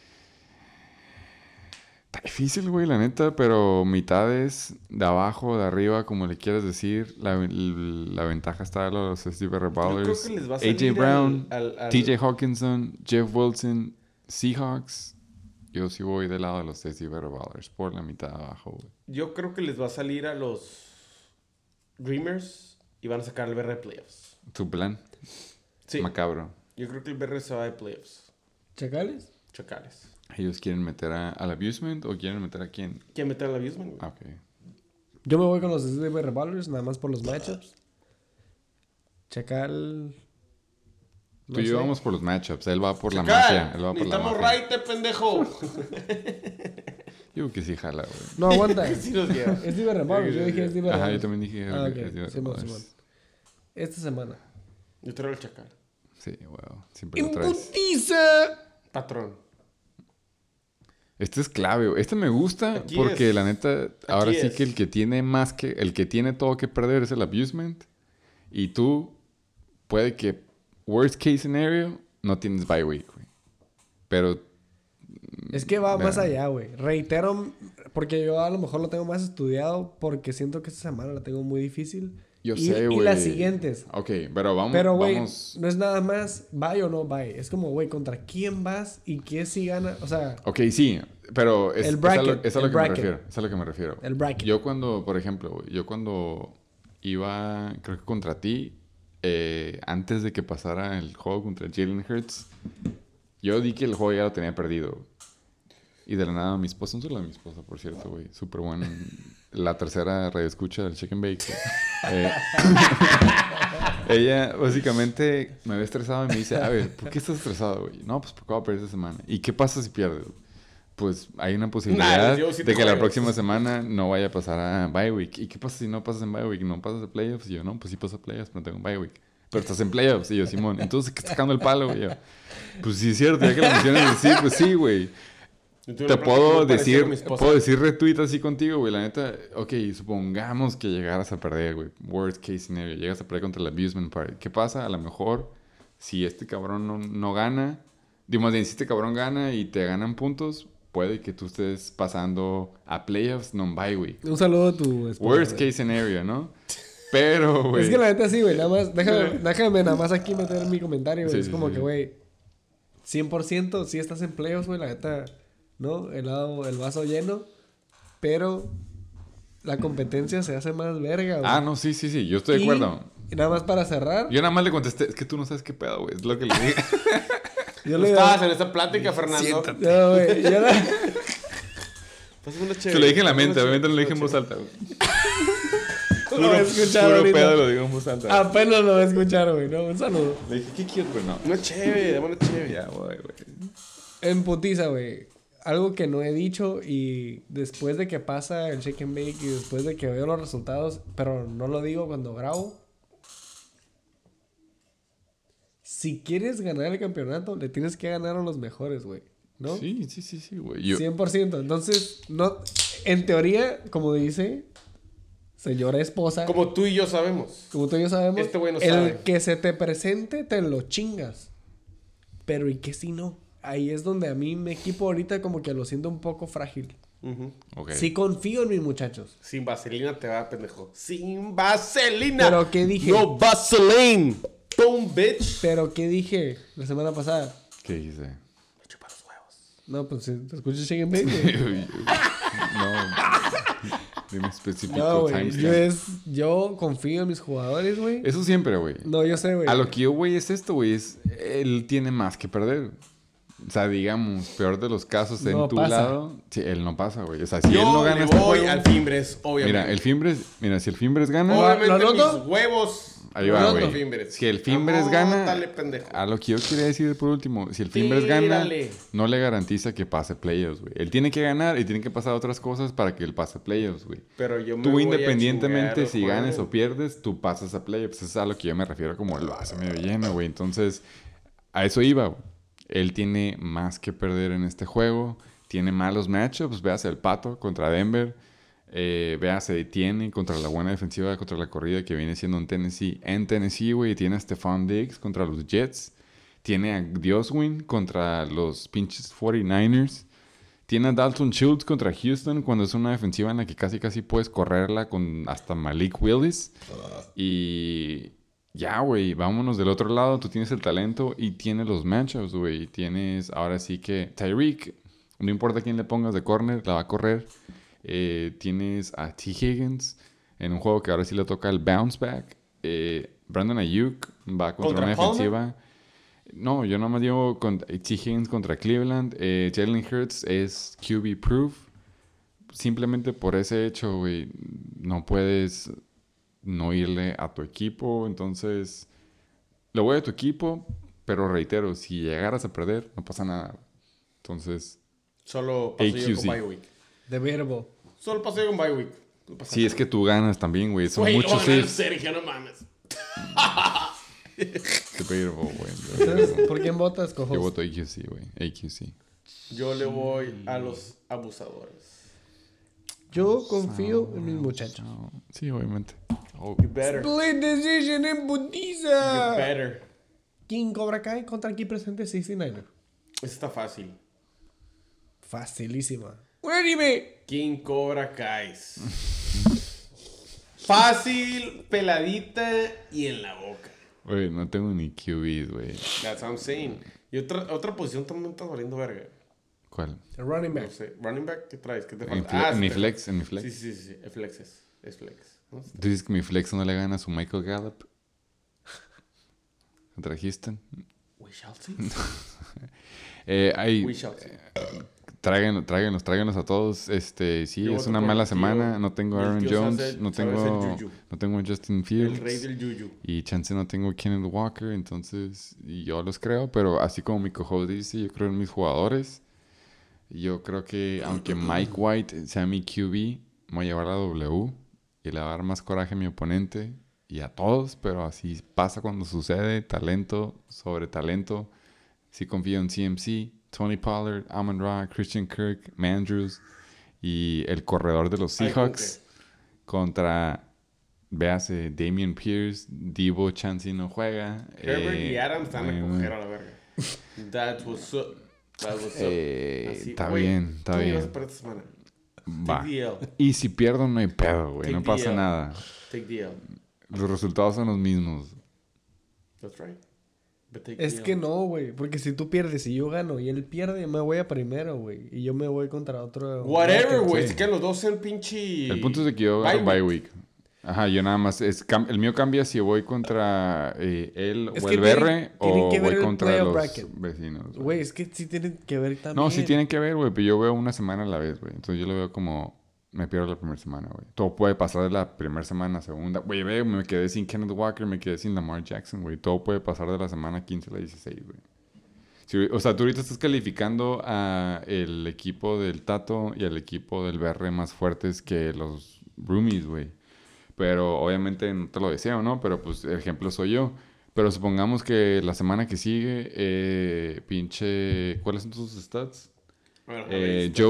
Está difícil, güey, la neta. Pero mitades de abajo, de arriba, como le quieras decir. La ventaja está de los Steve Revolvers. Yo creo que les va a salir AJ Brown, al- TJ Hawkinson, Jeff Wilson, Seahawks. Yo sí voy del lado de los Steve Revolvers. Por la mitad de abajo, güey. Yo creo que les va a salir a los Dreamers y van a sacar el BR de playoffs. Tu plan. Sí. Macabro. Yo creo que el BR se va de playoffs. ¿Chacales? Chacales. ¿Ellos quieren meter al Abusement o quieren meter a quién? ¿Quién mete al abusement? Ah, ok. Yo me voy con los Steve Revolvers, nada más por los matchups. Chacal. Tú y yo vamos por los matchups. Él va por la Chacal, mafia. Él va por la necesitamos mafia. raite, pendejo. Yo creo que sí jala, güey. No, aguanta. Sí nos lleva. Steve Revolvers, yo dije Steve Ajá, yo Revolvers. también dije... Ah, Steve ok. Simón, Revolvers. Simón. Esta semana. Yo traigo el Chacal. Sí, wow. Siempre lo ¡En traes. putiza! Patrón. Este es clave, güey. Este me gusta Aquí porque es. la neta... Ahora sí es. que el que tiene más que... El que tiene todo que perder es el Abusement. Y tú... Puede que... Worst case scenario... No tienes bye week, güey. Pero... Es que va más Vean. allá, güey. Reitero, porque yo a lo mejor lo tengo más estudiado porque siento que esta semana la tengo muy difícil. Yo Y- sé, güey. Y las siguientes. Ok, pero vamos... Pero, güey, vamos... no es nada más bye o no bye. Es como, güey, ¿contra quién vas y quién sí gana? O sea, Ok, sí, pero es, El es bracket, a lo el que me bracket. refiero. Es a lo que me refiero. el bracket. Yo cuando, por ejemplo, güey, yo cuando iba, creo que contra ti, antes de que pasara el juego contra Jalen Hurts, yo di que el juego ya lo tenía perdido. Y de la nada, mi esposa, un saludo a mi esposa, por cierto, güey, súper buena. La tercera radioescucha del Chicken Bake. Ella básicamente me ve estresado y me dice, a ver, ¿por qué estás estresado, güey? No, pues porque voy a perder esta semana. ¿Y qué pasa si pierdes? Pues hay una posibilidad yo sí te de que la juego. próxima semana no vaya a pasar a bye week. ¿Y qué pasa si no pasas en bye week? ¿No pasas a playoffs? Y yo, no, pues sí paso a playoffs, pero no tengo bye week. Pero estás en playoffs. Y yo, Simón, entonces, ¿qué estás sacando el palo, güey? Y yo, pues sí, es cierto, ya que lo mencionas, sí, pues sí, güey. Yo tuve Te una plática puedo muy parecida decir, con mi esposa. puedo decir retweet así contigo, güey. La neta, ok, supongamos que llegaras a perder, güey. Worst case scenario. Llegas a perder contra el Abusement Party. ¿Qué pasa? A lo mejor, si este cabrón no gana, digamos, si este cabrón gana y te ganan puntos, puede que tú estés pasando a playoffs, no bye week. Un saludo a tu esposa. Worst güey. case scenario, ¿no? Pero, güey. Es que la neta sí, güey. Nada más, déjame nada más aquí meter mi comentario, güey. Sí, Es sí, como sí. que, güey, 100% si estás en playoffs, güey, la neta, ¿no? El vaso lleno, pero la competencia se hace más verga, güey. No, sí, yo estoy de acuerdo. Y nada más para cerrar. Yo nada más le contesté, es que tú no sabes qué pedo, güey, es lo que le dije. Yo le estabas en esta plática, Fernando. No, güey, Se lo dije en la mente, obviamente no lo dije en voz alta, güey. Lo voy a escuchar puro ahorita. pedo lo digo en voz alta. Apenas lo voy a escuchar, güey, ¿no? Un saludo. Le dije, ¿qué quieres, güey? No. Una chévere, dame una chévere. Ya, güey. En putiza, güey. Algo que no he dicho y después de que pasa el shake and bake y después de que veo los resultados, pero no lo digo cuando grabo. Si quieres ganar el campeonato, le tienes que ganar a los mejores, güey. ¿No? Sí, güey. 100%. Entonces, no, en teoría, como dice señora esposa. Como tú y yo sabemos. Como tú y yo sabemos. Este güey no el sabe. que se te presente, te lo chingas. Pero ¿y qué si no? Ahí es donde a mí mi equipo ahorita como que lo siento un poco frágil. Okay. Sí confío en mis muchachos. Sin vaselina te va, pendejo. Sin vaselina. ¿Pero qué dije? No vaseline. Boom, bitch. Pero ¿qué dije la semana pasada? ¿Qué dice? Me chupa los huevos. No, pues si te escuchas Shake and Bake, güey. No. Dime específico. No, güey. timestamp. Yo confío en mis jugadores, güey. Eso siempre, güey. No, yo sé, güey. A lo que yo, güey, es esto, güey. Él tiene más que perder. O sea, digamos, peor de los casos No en tu pasa. lado. Sí, él no pasa, güey. O sea, si Yo él no gana le este voy juego... al Fimbres, obviamente. si el Fimbres gana... Obviamente ¿Lo anoto? mis huevos. Ahí va, No, güey. Fimbres. Si el Fimbres gana... Dale, pendejo. A lo que yo quería decir por último, si el Fimbres gana, Tírale. no le garantiza que pase playoffs, güey. Él tiene que ganar y tiene que pasar otras cosas para que él pase playoffs, güey. Pero yo me Tú voy a independientemente chingar, si Juan. ganes o pierdes, tú pasas a playoffs. Eso es a lo que yo me refiero como el vaso medio lleno, güey. Entonces, a eso iba, güey. Él tiene más que perder en este juego. Tiene malos matchups. Véase el Pato contra Denver. Véase Etienne contra la buena defensiva contra la corrida que viene siendo en Tennessee. En Tennessee, güey, tiene a Stephon Diggs contra los Jets. Tiene a Dioswin contra los pinches 49ers. Tiene a Dalton Schultz contra Houston cuando es una defensiva en la que casi puedes correrla con hasta Malik Willis. Y ya, güey, vámonos del otro lado. Tú tienes el talento y tienes los matchups, güey. Tienes ahora sí que Tyreek, no importa quién le pongas de corner, la va a correr. Tienes a T. Higgins en un juego que ahora sí le toca el bounce back. Brandon Ayuk va contra una defensiva. No, yo nomás digo con T. Higgins contra Cleveland. Jalen Hurts es QB proof. Simplemente por ese hecho, güey, no puedes no irle a tu equipo. Entonces, le voy a tu equipo, pero reitero, si llegaras a perder, no pasa nada. Entonces, Solo paso yo con AQC. bye week. Debatable. Solo paso yo con bye week. No pasa sí, es que tú ganas también, güey. Son Güey, muchos voy a ganar ifs. Sergio, no mames. Debatable, güey. ¿Sabes por quién votas, Yo cojos? voto AQC, güey. AQC. Yo le voy a los abusadores. Yo confío en mis muchachos. Sí, obviamente. Oh, You better. Split decision en You putiza. better. King Cobra Kai contra aquí presente 69er. Eso está fácil. Facilísima. ¡Un anime! King Cobra Kais. Fácil, peladita y en la boca. güey, no tengo ni QBs, güey. That's what I'm saying. Y otra posición también está valiendo verga. ¿Cuál? El running No back. sé. Running back, ¿qué traes? ¿Qué te En, falta? en mi sí, flex, en mi Sí, flex. sí, sí. Es flex. Es flex. ¿No? ¿Tú dices que mi flex no le gana a su Michael Gallup? ¿Contra Houston? We shall see. Ahí, We shall see. tráiganlos a todos. Sí, Yo es voto una por mala el tío. semana. No tengo a El Aaron tío Jones. sabe No el tengo yuyu. a Justin El Fields. rey del yuyu. Y chance no tengo a Kenneth Walker. Entonces, y yo los creo. Pero así como mi cojo dice, yo creo en mis jugadores. Yo creo que aunque Mike White sea mi QB, voy a llevar la W. Y le va a dar más coraje a mi oponente. Y a todos. Pero así pasa cuando sucede. Talento sobre talento. Sí confío en CMC, Tony Pollard, Amon-Ra, Christian Kirk, Mandrews y el corredor de los Seahawks contra, véase, Damian Pierce, Debo Chansey no juega. Herbert y Adams están a coger a la verga. That was up. Así, Está güey, bien, está tú me bien. vas a perder esta semana. Va. Take the L. Y si pierdo no hay pedo, güey, Take no the pasa L. nada. Take the L. Los resultados son los mismos. That's right. Es que no, güey. Porque si tú pierdes y yo gano y él pierde, me voy a primero, güey. Y yo me voy contra otro. Whatever, güey. Sí. Es que los dos sean pinche. El punto es de que yo gano bye week. Ajá, yo nada más. El mío cambia si voy contra él o el BR o voy contra los vecinos. Güey, es que sí tienen que ver también. No, sí tienen que ver, güey. Pero yo veo una semana a la vez, güey. Entonces yo lo veo como. Me pierdo la primera semana, güey. Todo puede pasar de la primera semana a segunda. Güey, me quedé sin Kenneth Walker, me quedé sin Lamar Jackson, güey. Todo puede pasar de la semana 15 a la 16, güey. Sí, o sea, tú ahorita estás calificando a el equipo del Tato y al equipo del BR más fuertes que los roomies, güey. Pero obviamente no te lo deseo, ¿no? Pero pues el ejemplo soy yo. Pero supongamos que la semana que sigue, ¿cuáles son tus stats? Bueno, Joe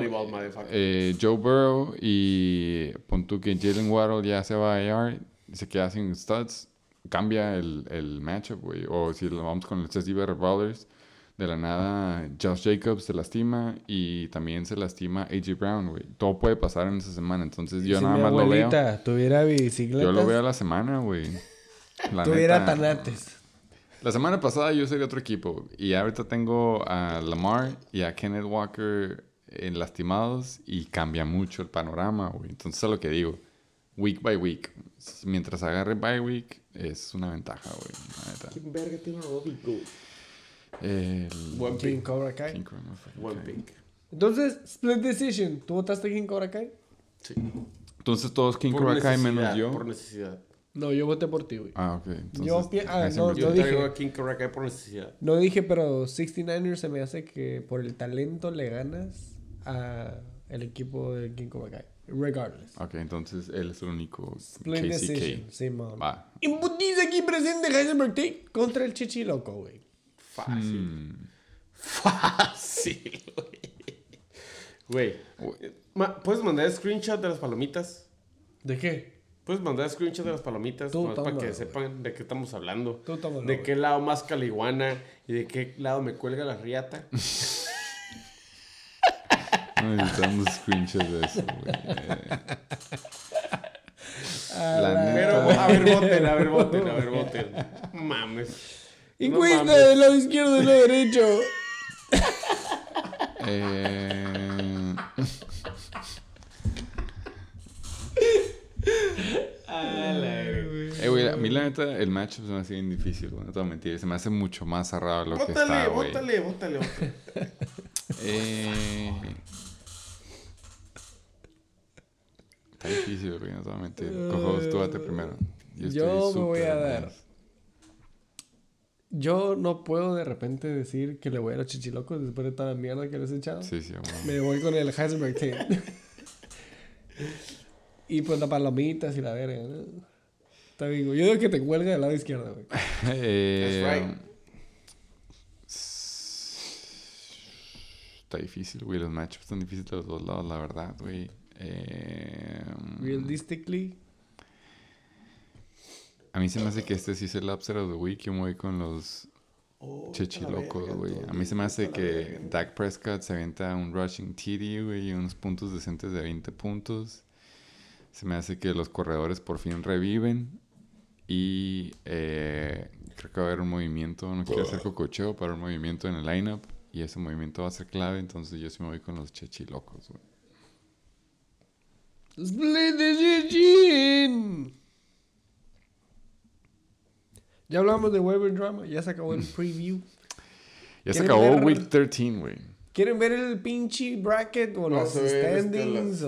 Burrow y pon tú que Jalen Waddle ya se va a IR, se queda sin stats, cambia el matchup, güey. O si lo vamos con el Cesar Ballers, de la nada Josh Jacobs se lastima y también se lastima AJ Brown, güey. Todo puede pasar en esa semana, entonces yo nada más lo veo. Tuviera bicicletas. Yo lo veo a la semana, güey. Tuviera tanates. La semana pasada yo sería otro equipo. Y ahorita tengo a Lamar y a Kenneth Walker lastimados. Y cambia mucho el panorama, güey. Entonces es lo que digo. Week by week. Mientras agarre by week, es una ventaja, güey. ¿Quién verga tiene a Bobby Good? King Cobra Kai. One pick. Entonces, split decision. ¿Tú votaste King Cobra Kai? Sí. Entonces todos King Cobra Kai menos yo. Por necesidad. No, yo voté por ti, güey. Ah, ok. Entonces, yo traigo a King Cobra Kai por necesidad. No dije, pero 69ers se me hace que por el talento le ganas a el equipo de King Cobra Kai. Regardless. Ok, entonces él es el único Split decision, Simón. Va. Imputiza aquí presente Heisenberg Tate contra el Chichi Loco, güey. Fácil. Fácil, güey. ¿Puedes mandar screenshot de las palomitas? ¿De qué? Puedes mandar screenshot de las palomitas para que sepan de qué estamos hablando. De qué lado más caliguana y de qué lado me cuelga la riata. No necesitamos screenshots de eso, güey. Pero, a ver, voten. Mames. Encuesta del lado izquierdo y del lado derecho. Güey, a mí la neta, el matchup se me hace bien difícil, güey. No te voy a mentir. Se me hace mucho más cerrado lo que está, güey. Bótale. Está difícil, güey. No te voy a mentir. Cojo, tú date primero. Yo me voy a dar. Yo no puedo de repente decir que le voy a los chichilocos después de toda la mierda que les he echado. Sí, bueno. Me voy con el Heisenberg Tate. Y pues las palomitas y la verga, ¿no? Está bien, güey. Yo digo que te cuelga del lado izquierdo, güey. That's right. Está difícil, güey. Los matchups están difíciles de los dos lados, la verdad, güey. Realistically. A mí se me hace que este sí es el upset of the week. Yo me voy con los chechilocos, güey. A mí se me hace que Dak Prescott se avienta un rushing TD, güey, y unos puntos decentes de 20 puntos. Se me hace que los corredores por fin reviven. Y creo que va a haber un movimiento. No quiero hacer cococheo, pero un movimiento en el lineup. Y ese movimiento va a ser clave. Entonces yo sí me voy con los chechilocos, güey. Split decision. Ya hablamos de waiver drama. Ya se acabó el preview. Ya se acabó Week 13, güey. ¿Quieren ver el pinche bracket o los standings?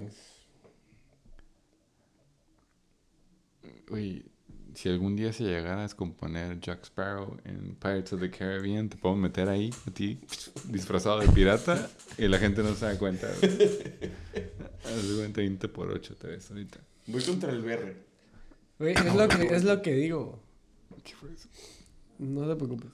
Uy, si algún día se llegara a descomponer Jack Sparrow en Pirates of the Caribbean, te puedo meter ahí a ti disfrazado de pirata y la gente no se da cuenta. Haz de cuenta 20 por 8 te ves ahorita. Voy contra el BR. Güey, es lo que digo. ¿Qué fue eso? No te preocupes.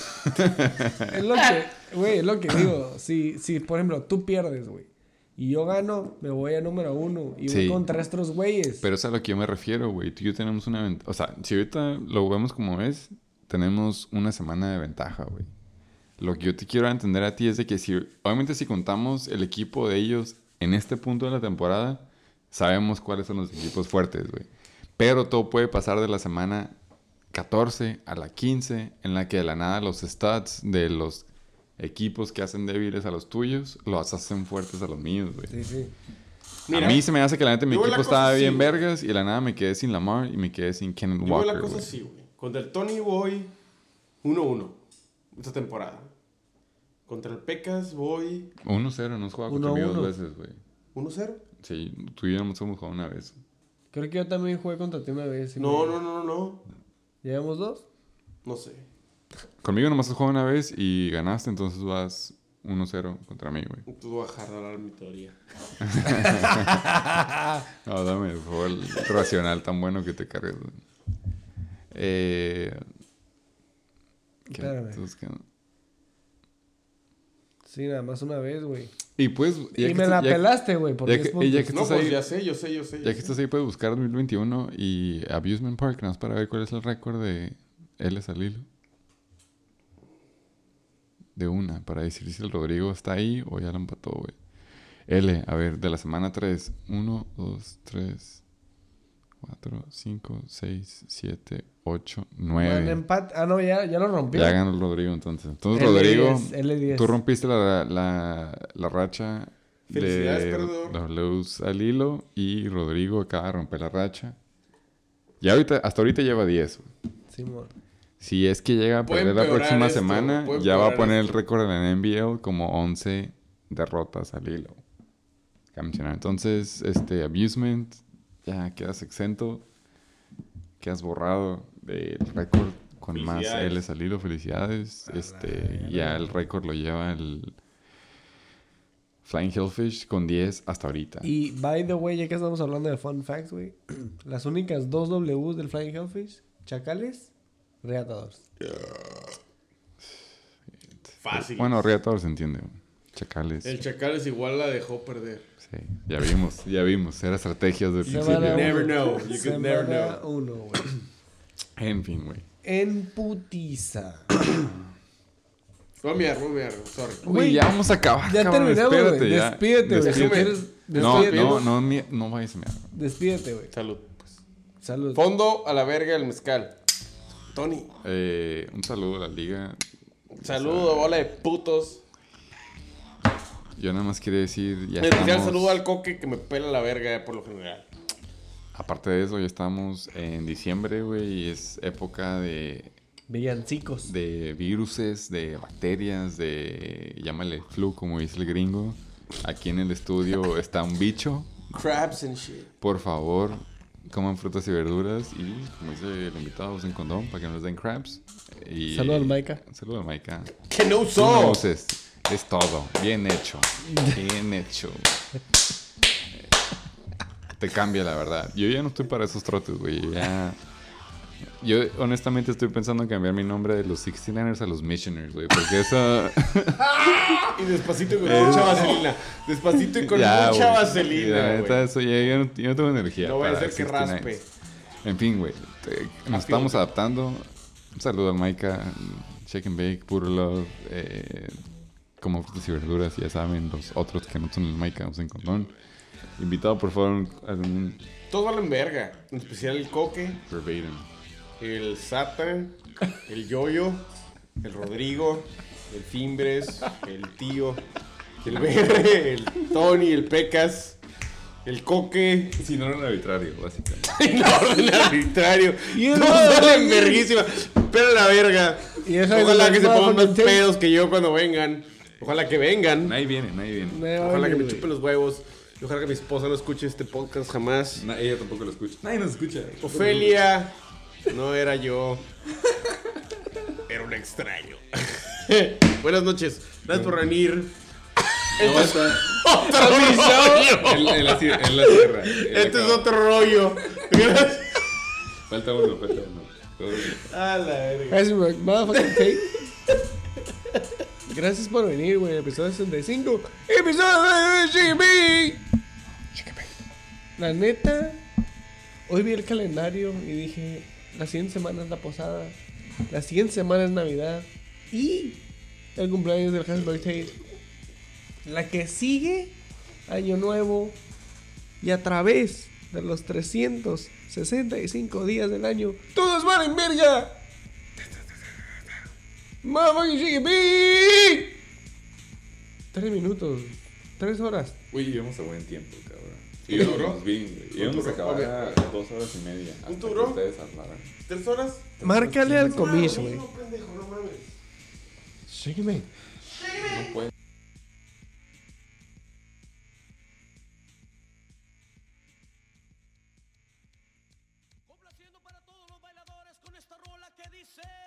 es lo que digo. Si por ejemplo, tú pierdes, güey, y yo gano, me voy a número 1 y voy contra estos güeyes. Pero es a lo que yo me refiero, güey. Tú y yo tenemos una ventaja. O sea, si ahorita lo vemos como es, tenemos una semana de ventaja, güey. Lo que yo te quiero entender a ti es de que obviamente si contamos el equipo de ellos en este punto de la temporada, sabemos cuáles son los equipos fuertes, güey. Pero todo puede pasar de la semana 14 a la 15, en la que de la nada los stats de los equipos que hacen débiles a los tuyos los hacen fuertes a los míos, güey. Sí, sí. Mira, a mí se me hace que la neta mi yo veo equipo la cosa estaba así, bien güey. vergas y de la nada me quedé sin Lamar y me quedé sin Kenneth Yo veo Walker, la cosa güey. así, güey. Contra el Tony voy 1-1 esta temporada. Contra el Pecas voy 1-0, no has jugado contra mí 1-1. 2 veces, güey. 1-0. Sí, tú y yo no hemos jugado una vez. Creo que yo también jugué contra ti una vez. y No. ¿Llevamos 2? No sé. Conmigo nomás has jugado una vez y ganaste, entonces vas 1-0 contra mí, güey. Entonces voy a jalar mi teoría. No, dame el juego el racional tan bueno que te cargues, güey. ¿Qué? Espérame. Entonces, ¿qué? Sí, nada más una vez, güey. Y pues... Y me la pelaste, güey, por ya 10 que- puntos. ya que- No, estás pues ahí- ya sé. Ya que estás ahí, puedes buscar 2021 y Abusement Park, nada más para ver cuál es el récord de L al hilo. De una, para decir si el Rodrigo está ahí o ya lo empató, güey. L, a ver, de la semana 3. 1, 2, 3, 4, 5, 6, 7, 8, 9. empate. Ah, no, ya lo rompió. Ya ganó el Rodrigo, entonces. Entonces, L10, Rodrigo, L10. tú rompiste la racha Felicidades, de perdedor. W al hilo y Rodrigo acaba de romper la racha. Y ahorita, hasta ahorita lleva 10. Simón. Si es que llega a Puede perder la empeorar próxima esto, semana, puede ya va a empeorar poner el esto. récord en la NBL como 11 derrotas al hilo. Cabe mencionar. Entonces, Abusement, ya quedas exento. Quedas borrado del récord con más Felicidades. L's al hilo. Felicidades. Ya el récord lo lleva el Flying Hellfish con 10 hasta ahorita. Y, by the way, ya que estamos hablando de fun facts, güey. Las únicas 2 Ws del Flying Hellfish, Chacales, Reatadores. Fácil. Bueno, Reatador se entiende. Chacales. El Chacales igual la dejó perder. Sí, ya vimos. Era estrategias del Semana principio. Never uno. know. You could never Semana know. 1, güey. En fin, güey. En putiza. Voy a mirar. Sorry. Güey, ya vamos a acabar. Ya cabrón, terminamos, espérate, güey. ya. Despídete, güey. Si Déjame- quieres, No, despídete. no vayas a mirar. Despídete, güey. Salud. Pues. Salud. Fondo a la verga el mezcal. Tony. Un saludo a la liga. Saludo, bola de putos. Yo nada más quería decir, ya En especial estamos... saludo al coque que me pela la verga por lo general. Aparte de eso, ya estamos en diciembre, güey, y es época de Villancicos. viruses, de bacterias, de... Llámale flu, como dice el gringo. Aquí en el estudio está un bicho. Crabs and shit. Por favor, coman frutas y verduras y, como dice el invitado, usen condón para que no les den crabs. Y, Saludo al Maika. Saludo al Maika. Que no Tú usó. no uses. Es todo. Bien hecho. Bien hecho. Te cambia, la verdad. Yo ya no estoy para esos trotes, güey. Ya... Yo, honestamente, estoy pensando en cambiar mi nombre de los 69ers a los Missioners, güey. Porque eso... Y despacito y con mucha vaselina. Despacito y con Ya, mucha güey. vaselina, La güey. neta, eso ya no tengo energía. No vaya a para ser que 69ers. raspe. En fin, güey. Nos estamos adaptando. Un saludo al Maika. Shake and Bake, Puro Love. Como frutas y verduras, ya saben. Los otros que no son el Maika, usen condón. Invitado, por favor, a un Todos valen verga. En especial el coque, verbatim. el Satan, el Yoyo, el Rodrigo, el Fimbres, el tío, el BR, el Tony, el Pecas, el coque. Si no, era un arbitrario, básicamente. No, el arbitrario. Y el Todos Rodrigo. valen verguísima. Pero la verga. Y esa Ojalá es que se la pongan más motherfucking pedos que yo cuando vengan. Ojalá que vengan. Nadie viene, nadie viene. tape. Ojalá que me Güey. chupen los huevos. Y ojalá que mi esposa no escuche este podcast jamás. Ella tampoco lo escucha. Nadie nos escucha. Ofelia, no era yo. Era un extraño. Buenas noches. Gracias por venir. No, está Otro rollo. en la sierra. Este es otro rollo. Gracias. Falta uno. A la verga. Gracias, motherfucking tape. Gracias por venir, güey. Episodio 65. Episodio de GB. La neta, hoy vi el calendario y dije, la siguiente semana es la posada, la siguiente semana es Navidad y el cumpleaños del Hasbro Tate. La que sigue, Año Nuevo, y a través de los 365 días del año, todos valen verga. Mamá que sigue big. 3 minutos, 3 horas. Uy, íbamos a buen tiempo, cabrón. Íbamos bien, güey. Íbamos a acabar a 2 horas y media. ¿Cuánto duró? Ustedes hablaran. 3 horas. Márcale al comish, güey. No, pendejo, no mames. Sígueme. No puede. Complaciendo para todos los bailadores con esta rola que dice